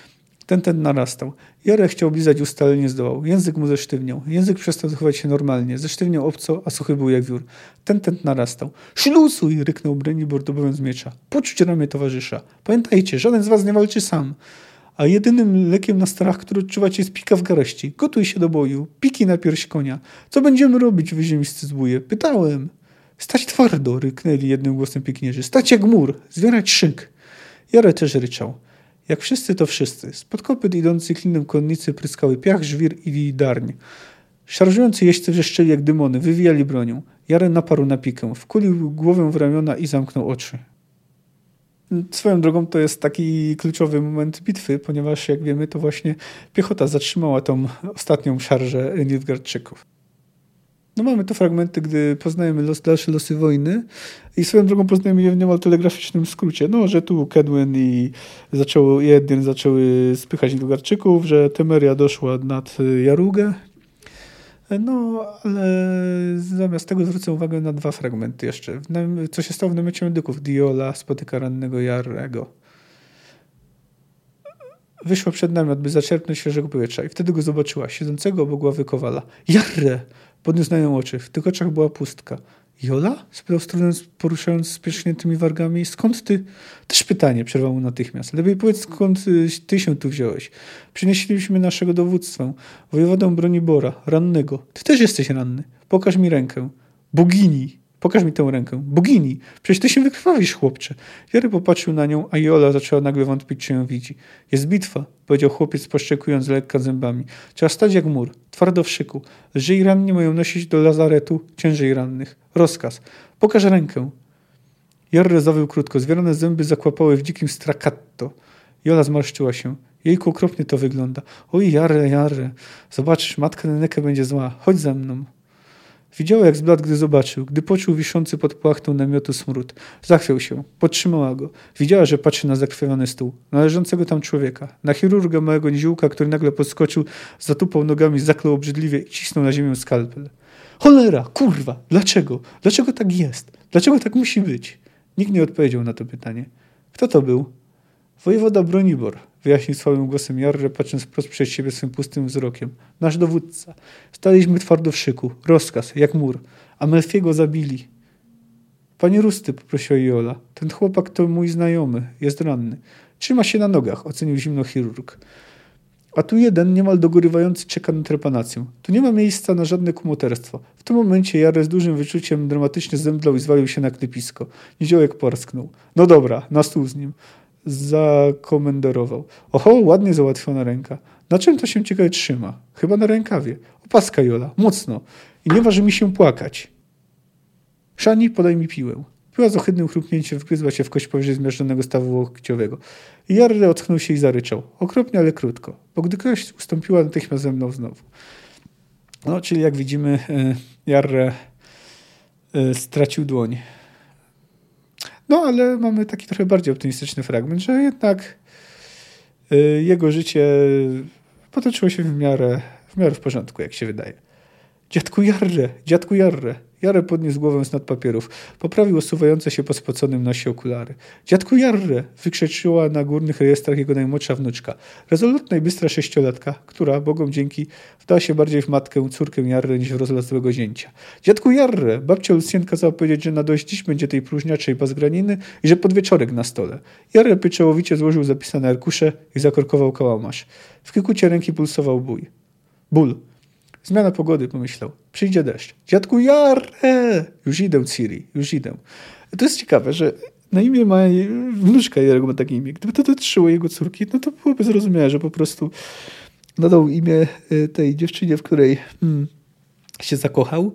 Ten narastał. Jarę chciał lizać usta, ale nie zdołał. Język mu zesztywniał. Język przestał zachować się normalnie. Zesztywniał obco, a suchy był jak wiór. Ten narastał. Szlusuj! Ryknął Brennibor, dobywając miecza. Poczuć ramię towarzysza. Pamiętajcie, żaden z was nie walczy sam. A jedynym lekiem na strach, który odczuwacie, jest pika w garści. Gotuj się do boju. Piki na pierś konia. Co będziemy robić, wyziemscy zbóje? Pytałem. Stać twardo, ryknęli jednym głosem pieknierzy. Stać jak mur. Zwierać szyk. Jarę też ryczał. Jak wszyscy, to wszyscy. Spod kopyt idący klinem konnicy pryskały piach, żwir i darń. Szarżujący jeźdźcy wrzeszczeli jak dymony, wywijali bronią. Jarę naparł na pikę, wkulił głowę w ramiona i zamknął oczy. Swoją drogą to jest taki kluczowy moment bitwy, ponieważ jak wiemy, to właśnie piechota zatrzymała tą ostatnią szarżę Nilfgaardczyków. No mamy tu fragmenty, gdy poznajemy dalsze losy wojny i swoją drogą poznajemy je w niemal telegraficznym skrócie. No, że tu Kedwen i Jedyn zaczęły spychać Nilfgaardczyków, że Temeria doszła nad Jarugę. No, ale zamiast tego zwrócę uwagę na 2 fragmenty jeszcze. Co się stało w namiocie medyków. Diola spotyka rannego Jarrego. Wyszła przed namiot, by zaczerpnąć świeżego powietrza i wtedy go zobaczyła, siedzącego obok głowy Kowala. Jarre! Podniósł na nią oczy. W tych oczach była pustka. Jola? Spytał Strudenc, poruszając z pierzchniętymi wargami. Skąd ty? Też pytanie, przerwał mu natychmiast. Lepiej powiedz, skąd ty się tu wziąłeś. Przynieśliśmy naszego dowództwa. Wojewodę Bronnibora, rannego. Ty też jesteś ranny. Pokaż mi rękę. Bogini! Pokaż mi tę rękę. Bogini! Przecież ty się wykrwawisz, chłopcze. Jary popatrzył na nią, a Jola zaczęła nagle wątpić, czy ją widzi. Jest bitwa, powiedział chłopiec, poszczekując lekka zębami. Trzeba stać jak mur, twardo w szyku. Lżej ranni mają nosić do lazaretu, ciężej rannych. Rozkaz. Pokaż rękę. Jarre zawył krótko. Zwierane zęby zakłapały w dzikim staccato. Jola zmarszczyła się. Jejku, okropnie to wygląda. Oj, Jarre. Zobaczysz, matka Nenekę będzie zła. Chodź ze mną. Widziała, jak zbladł, gdy zobaczył, gdy poczuł wiszący pod płachtą namiotu smród. Zachwiał się, podtrzymała go. Widziała, że patrzy na zakrwawiony stół, na leżącego tam człowieka, na chirurga małego niziółka, który nagle podskoczył, zatupał nogami, zaklął obrzydliwie i cisnął na ziemię skalpel. Cholera, kurwa, dlaczego? Dlaczego tak jest? Dlaczego tak musi być? Nikt nie odpowiedział na to pytanie. Kto to był? Wojewoda Bronnibor, wyjaśnił słabym głosem Jarre, patrząc wprost przed siebie swym pustym wzrokiem. Nasz dowódca. Staliśmy twardo w szyku. Rozkaz, jak mur. A Melfiego zabili. Panie Rusty, poprosiła Jola. Ten chłopak to mój znajomy. Jest ranny. Trzyma się na nogach, ocenił zimno chirurg. A tu jeden, niemal dogorywający, czeka na trepanację. Tu nie ma miejsca na żadne kumoterstwo. W tym momencie Jarre z dużym wyczuciem dramatycznie zemdlał i zwalił się na klepisko. Niziołek porsknął. No dobra, na stół z nim. Zakomenderował. Oho, ładnie załatwiona ręka. Na czym to się ciekawe trzyma? Chyba na rękawie. Opaska, Jola, mocno. I nie waży mi się płakać. Szani, podaj mi piłę. Piła z ohydnym chrupnięciem wgryzła się w kość powyżej zmiażdżonego stawu łokciowego. I Jarre ocknął się i zaryczał. Okropnie, ale krótko. Bo gdy kość ustąpiła, natychmiast zemdlał znowu. No, czyli jak widzimy, Jarre stracił dłoń. No, ale mamy taki trochę bardziej optymistyczny fragment, że jednak jego życie potoczyło się w miarę w porządku, jak się wydaje. Dziadku Jarre. Jarre podniósł głowę z nad papierów. Poprawił osuwające się po spoconym nosie okulary. Dziadku Jarre! Wykrzyczyła na górnych rejestrach jego najmłodsza wnuczka. Rezolutna i bystra 6-latka, która, Bogom dzięki, wdała się bardziej w matkę, córkę Jarre niż w rozlazłego zięcia. Dziadku Jarre! Babcia Lucien kazała powiedzieć, że na dość dziś będzie tej próżniaczej bazgraniny i że podwieczorek na stole. Jarre pieczołowicie złożył zapisane arkusze i zakorkował kałamarz. W kikucie ręki pulsował ból. Zmiana pogody, pomyślał. Przyjdzie deszcz. Dziadku Jarre! Już idę, Ciri, już idę. To jest ciekawe, że na imię ma wnuczka Jarego ma takie imię. Gdyby to dotyczyło jego córki, no to byłoby zrozumiałe, że po prostu nadał imię tej dziewczynie, w której się zakochał,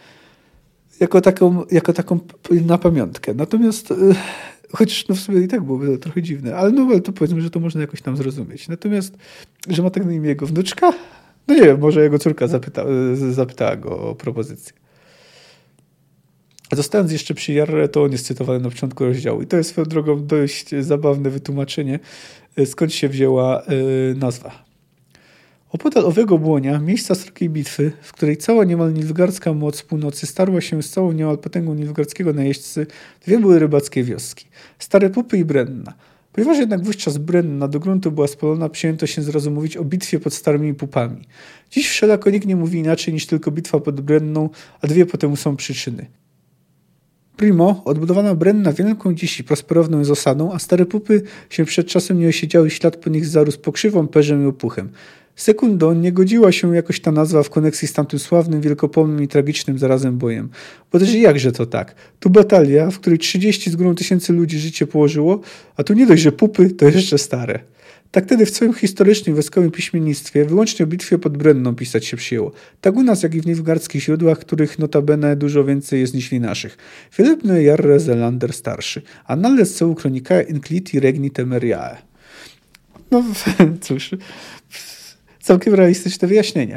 jako taką na pamiątkę. Natomiast chociaż no w sumie i tak byłoby to trochę dziwne, ale to powiedzmy, że to można jakoś tam zrozumieć. Natomiast, że ma tak na imię jego wnuczka, no nie wiem, może jego córka zapytała go o propozycję. Zostając jeszcze przy Jarre, to on jest cytowany na początku rozdziału. I to jest swoją drogą dość zabawne wytłumaczenie, skąd się wzięła nazwa. Opodal owego błonia, miejsca srogiej bitwy, w której cała niemal nilfgaardzka moc północy starła się z całą niemal potęgą nilfgaardzkiego najeźdźcy, 2 były rybackie wioski. Stare Pupy i Brenna. Ponieważ jednak wówczas Brenna do gruntu była spalona, przyjęto się zrazu mówić o bitwie pod Starymi Pupami. Dziś wszelako nikt nie mówi inaczej niż tylko bitwa pod Brenną, a dwie potem są przyczyny. Primo, odbudowano Brennę wielką dziś i prosperowną z osadą, a Stare Pupy się przed czasem nie osiedziały, ślad po nich zarósł pokrzywą, perzem i opuchem. Sekundo, nie godziła się jakoś ta nazwa w koneksji z tamtym sławnym, wielkopomnym i tragicznym zarazem bojem. Bo też jakże to tak? Tu batalia, w której 30 z górą tysięcy ludzi życie położyło, a tu nie dość, że Pupy, to jeszcze stare. Tak wtedy w całym historycznym wojskowym piśmiennictwie wyłącznie o bitwie pod Brenną pisać się przyjęło. Tak u nas, jak i w nilfgaardzkich źródłach, których notabene dużo więcej jest niż naszych. Filipny Jarre Zelander starszy, a nalec cału kronika Incliti Regni Temeriae. No cóż, całkiem realistyczne wyjaśnienie.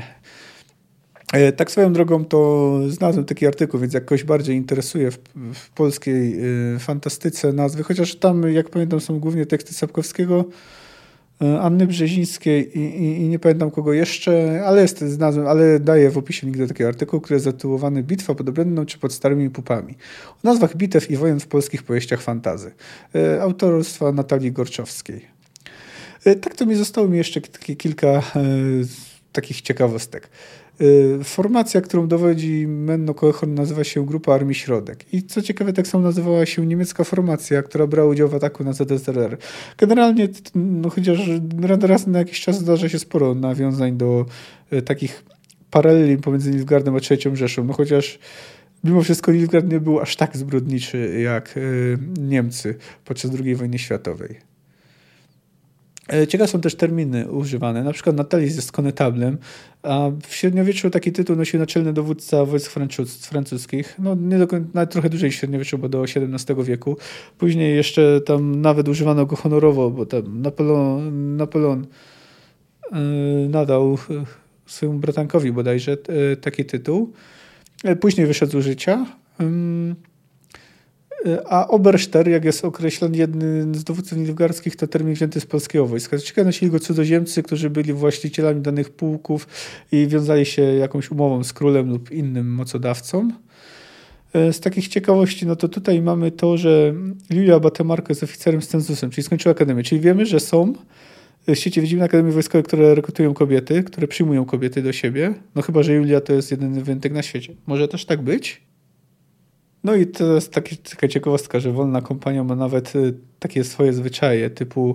Tak swoją drogą to znalazłem taki artykuł, więc jak kogoś bardziej interesuje w polskiej fantastyce nazwy, chociaż tam, jak pamiętam, są głównie teksty Sapkowskiego, Anny Brzezińskiej i nie pamiętam kogo jeszcze, ale daję w opisie nigdy taki artykuł, który jest zatytułowany Bitwa pod Brenną czy pod Starymi Pupami. O nazwach bitew i wojen w polskich powieściach fantazy. Autorstwa Natalii Gorczowskiej. Tak to zostało mi jeszcze kilka takich ciekawostek. Formacja, którą dowodzi Menno Koehorn, nazywa się Grupa Armii Środek. I co ciekawe, tak samo nazywała się niemiecka formacja, która brała udział w ataku na ZSRR. Generalnie, chociaż raz na jakiś czas zdarza się sporo nawiązań do takich paraleli pomiędzy Nilfgaardem a III Rzeszą. Chociaż mimo wszystko Nilfgaard nie był aż tak zbrodniczy jak Niemcy podczas II wojny światowej. Ciekawe są też terminy używane. Na przykład Natalis jest konetablem, a w średniowieczu taki tytuł nosił naczelny dowódca wojsk francuskich. Nie do końca, nawet trochę dłużej w średniowieczu, bo do XVII wieku. Później jeszcze tam nawet używano go honorowo, bo tam Napoleon nadał swojemu bratankowi bodajże taki tytuł. Później wyszedł z użycia. A Oberster, jak jest określony jednym z dowódców nilfgaardzkich, to termin wzięty z polskiego wojska. Ciekawe, nosili go cudzoziemcy, którzy byli właścicielami danych pułków i wiązali się jakąś umową z królem lub innym mocodawcą. Z takich ciekawości, to tutaj mamy to, że Julia Batemarko jest oficerem z cenzusem, czyli skończyła akademię. Czyli wiemy, że są w świecie widzimy akademie wojskowe, które rekrutują kobiety, które przyjmują kobiety do siebie. Chyba że Julia to jest jedyny wyjątek na świecie. Może też tak być? I to jest taka ciekawostka, że Wolna Kompania ma nawet takie swoje zwyczaje, typu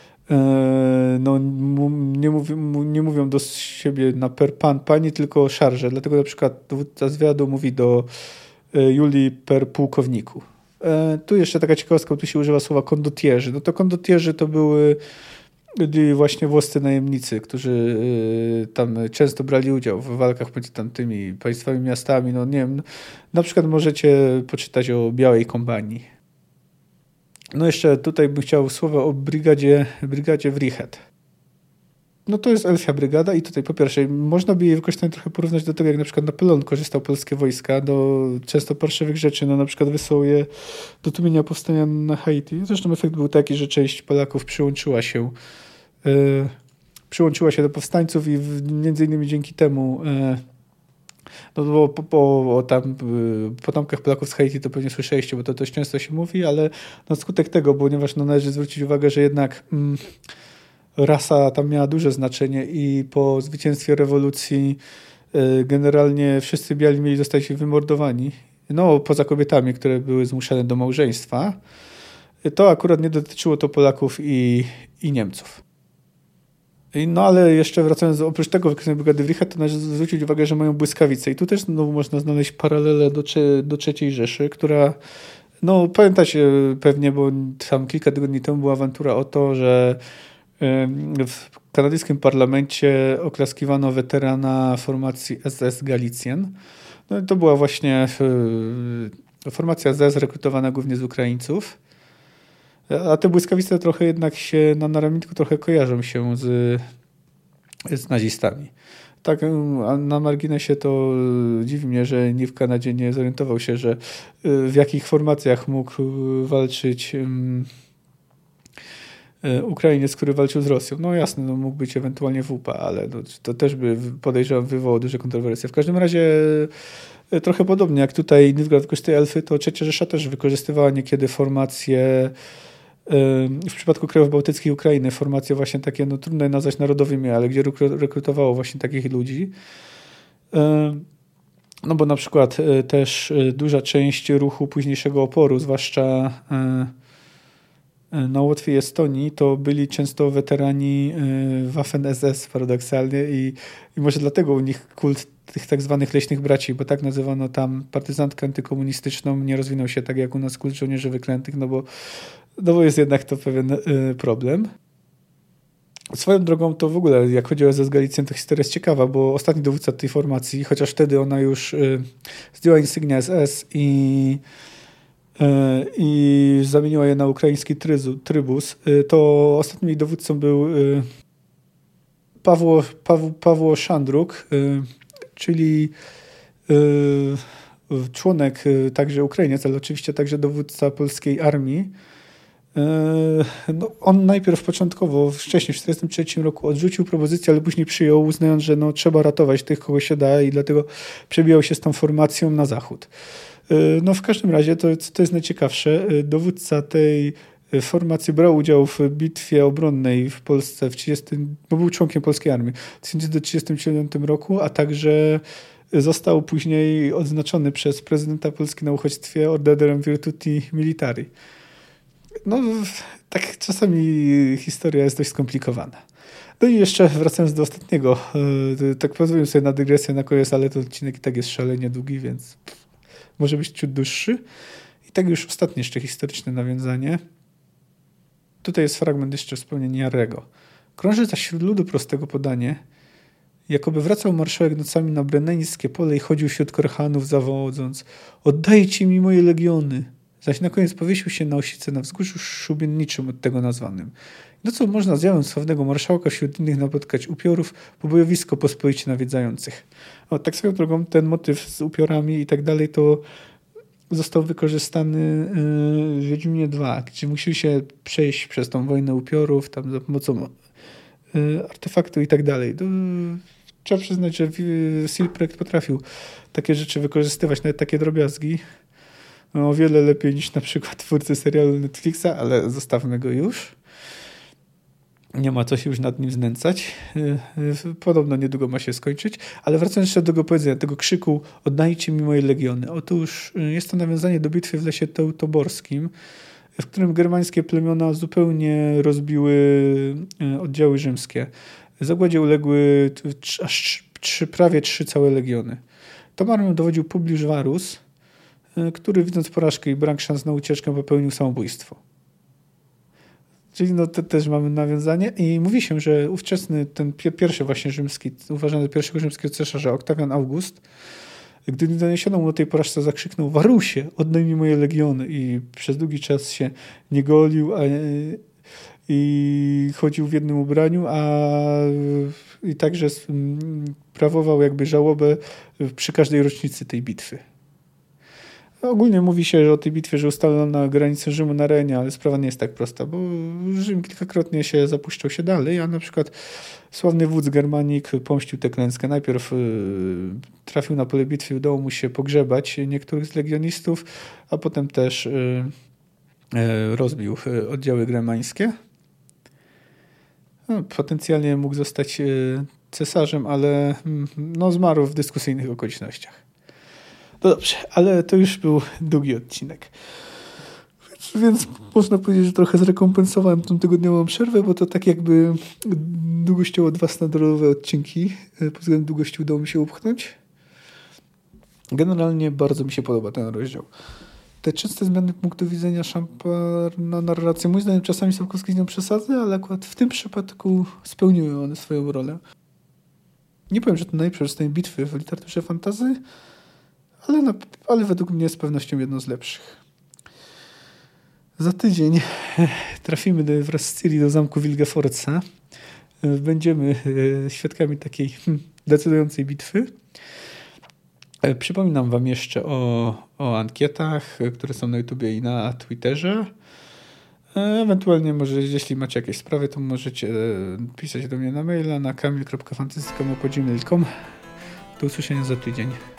nie mówią do siebie na per pan, pani, tylko szarże. Dlatego na przykład dowódca zwiadu mówi do Julii per pułkowniku. Tu jeszcze taka ciekawostka, tu się używa słowa kondotierzy. To kondotierzy to były właśnie włoscy najemnicy, którzy tam często brali udział w walkach między tamtymi państwami, miastami. Nie wiem, na przykład możecie poczytać o Białej Kompanii. Jeszcze tutaj bym chciał słowo o brygadzie Wrichet. To jest elfia brygada i tutaj po pierwsze można by jej wykorzystać trochę porównać do tego, jak na przykład Napoleon korzystał polskie wojska do często parszywych rzeczy. Na przykład wysłał je do tłumienia powstania na Haiti. Zresztą efekt był taki, że część Polaków przyłączyła się do powstańców i między innymi dzięki temu o potomkach Polaków z Haiti to pewnie słyszeliście, bo to dość często się mówi, ale na skutek tego, ponieważ należy zwrócić uwagę, że jednak rasa tam miała duże znaczenie i po zwycięstwie rewolucji generalnie wszyscy biali mieli zostać wymordowani. Poza kobietami, które były zmuszane do małżeństwa. To akurat nie dotyczyło to Polaków i Niemców. Ale jeszcze wracając, oprócz tego wykreślenia brygady Wrichet, to należy zwrócić uwagę, że mają błyskawice. I tu też można znaleźć paralelę do III Rzeszy, która, pamiętacie pewnie, bo tam kilka tygodni temu była awantura o to, że w kanadyjskim parlamencie oklaskiwano weterana formacji SS Galicjan. To była właśnie formacja SS rekrutowana głównie z Ukraińców. A te błyskawice trochę jednak się na ramienniku trochę kojarzą się z nazistami. Tak, na marginesie to dziwi mnie, że nikt w Kanadzie nie zorientował się, że w jakich formacjach mógł walczyć Ukrainiec, który walczył z Rosją. Jasne, mógł być ewentualnie WUPA, ale to też by, podejrzewam, wywołało duże kontrowersje. W każdym razie trochę podobnie jak tutaj Nilfgaard wykorzystuje elfy, to III Rzesza też wykorzystywała niekiedy formacje w przypadku krajów bałtyckich i Ukrainy formacje właśnie takie, no trudno je nazwać narodowymi, ale gdzie rekrutowało właśnie takich ludzi. No bo na przykład też duża część ruchu późniejszego oporu, zwłaszcza na Łotwie i Estonii, to byli często weterani Waffen-SS paradoksalnie i może dlatego u nich kult tych tak zwanych leśnych braci, bo tak nazywano tam partyzantkę antykomunistyczną, nie rozwinął się tak jak u nas kult żołnierzy wyklętych, no bo jest jednak to pewien problem. Swoją drogą to w ogóle, jak chodzi o SS Galicjan, to historia jest ciekawa, bo ostatni dowódca tej formacji, chociaż wtedy ona już zdjęła insygnia SS i zamieniła je na ukraiński trybus, to ostatnim jej dowódcą był Pawło Szandruk, czyli członek także Ukrainiec, ale oczywiście także dowódca polskiej armii. No, on najpierw początkowo, wcześniej w 1943 roku odrzucił propozycję, ale później przyjął, uznając, że no, trzeba ratować tych, kogo się da i dlatego przebijał się z tą formacją na zachód. No w każdym razie, to jest najciekawsze, dowódca tej formacji brał udział w bitwie obronnej w Polsce bo był członkiem polskiej armii w 1939 roku, a także został później odznaczony przez prezydenta Polski na uchodźstwie Orderem Virtuti Militari. No tak czasami historia jest dość skomplikowana. No i jeszcze wracając do ostatniego, tak pozwolę sobie na dygresję na koniec, ale to odcinek i tak jest szalenie długi, więc może być ciut dłuższy. I tak już ostatnie jeszcze historyczne nawiązanie. Tutaj jest fragment jeszcze wspomnienia Jarego. Krąży zaś wśród ludu prostego podanie, jakoby wracał marszałek nocami na brenneńskie pole i chodził wśród korchanów zawodząc: oddajcie mi moje legiony. Zaś na koniec powiesił się na osice na wzgórzu szubienniczym od tego nazwanym. No co można zjawem sławnego marszałka wśród innych napotkać upiorów, pobojowisko pospolicie nawiedzających. Tak swoją drogą ten motyw z upiorami i tak dalej to został wykorzystany w Wiedźminie 2, gdzie musieli się przejść przez tą wojnę upiorów, tam za pomocą artefaktu i tak dalej. Trzeba przyznać, że CD Projekt potrafił takie rzeczy wykorzystywać, nawet takie drobiazgi. No, o wiele lepiej niż na przykład twórcy serialu Netflixa, ale zostawmy go już. Nie ma co się już nad nim znęcać. Podobno niedługo ma się skończyć. Ale wracając jeszcze do tego powiedzenia, tego krzyku: oddajcie mi moje legiony. Otóż jest to nawiązanie do bitwy w lesie Teutoborskim, w którym germańskie plemiona zupełnie rozbiły oddziały rzymskie. Zagładzie uległy prawie 3 całe legiony. Tą armią dowodził Publiusz Varus, który widząc porażkę i brak szans na ucieczkę popełnił samobójstwo. Czyli no to też mamy nawiązanie i mówi się, że ówczesny, ten pierwszy właśnie rzymski, uważany za pierwszego rzymskiego cesarza, Oktawian August, gdy nie doniesiono mu o tej porażce, zakrzyknął: Warusie, oddaj mi moje legiony, i przez długi czas się nie golił i chodził w jednym ubraniu, i także prawował jakby żałobę przy każdej rocznicy tej bitwy. Ogólnie mówi się, że o tej bitwie, że ustalono na granicę Rzymu na Renie, ale sprawa nie jest tak prosta, bo Rzym kilkakrotnie zapuszczał się dalej, a na przykład sławny wódz Germanik pomścił tę klęskę. Najpierw trafił na pole bitwy, udało mu się pogrzebać niektórych z legionistów, a potem też rozbił oddziały germańskie. No, potencjalnie mógł zostać cesarzem, ale zmarł w dyskusyjnych okolicznościach. No dobrze, ale to już był długi odcinek. Więc można powiedzieć, że trochę zrekompensowałem tą tygodniową przerwę, bo to tak jakby długościowo 2 standardowe odcinki pod względem długości udało mi się upchnąć. Generalnie bardzo mi się podoba ten rozdział. Te częste zmiany punktu widzenia Szamparna narracji, moim zdaniem czasami Sapkowski z nią przesadza, ale akurat w tym przypadku spełniły one swoją rolę. Nie powiem, że to najlepsze bitwy w literaturze fantasy, ale według mnie z pewnością jedno z lepszych. Za tydzień trafimy wraz z Ciri do zamku Wilgefortza. Będziemy świadkami takiej decydującej bitwy. Przypominam wam jeszcze o ankietach, które są na YouTubie i na Twitterze. Ewentualnie może, jeśli macie jakieś sprawy, to możecie pisać do mnie na maila na kamil.fantastyka@gmail.com. Do usłyszenia za tydzień.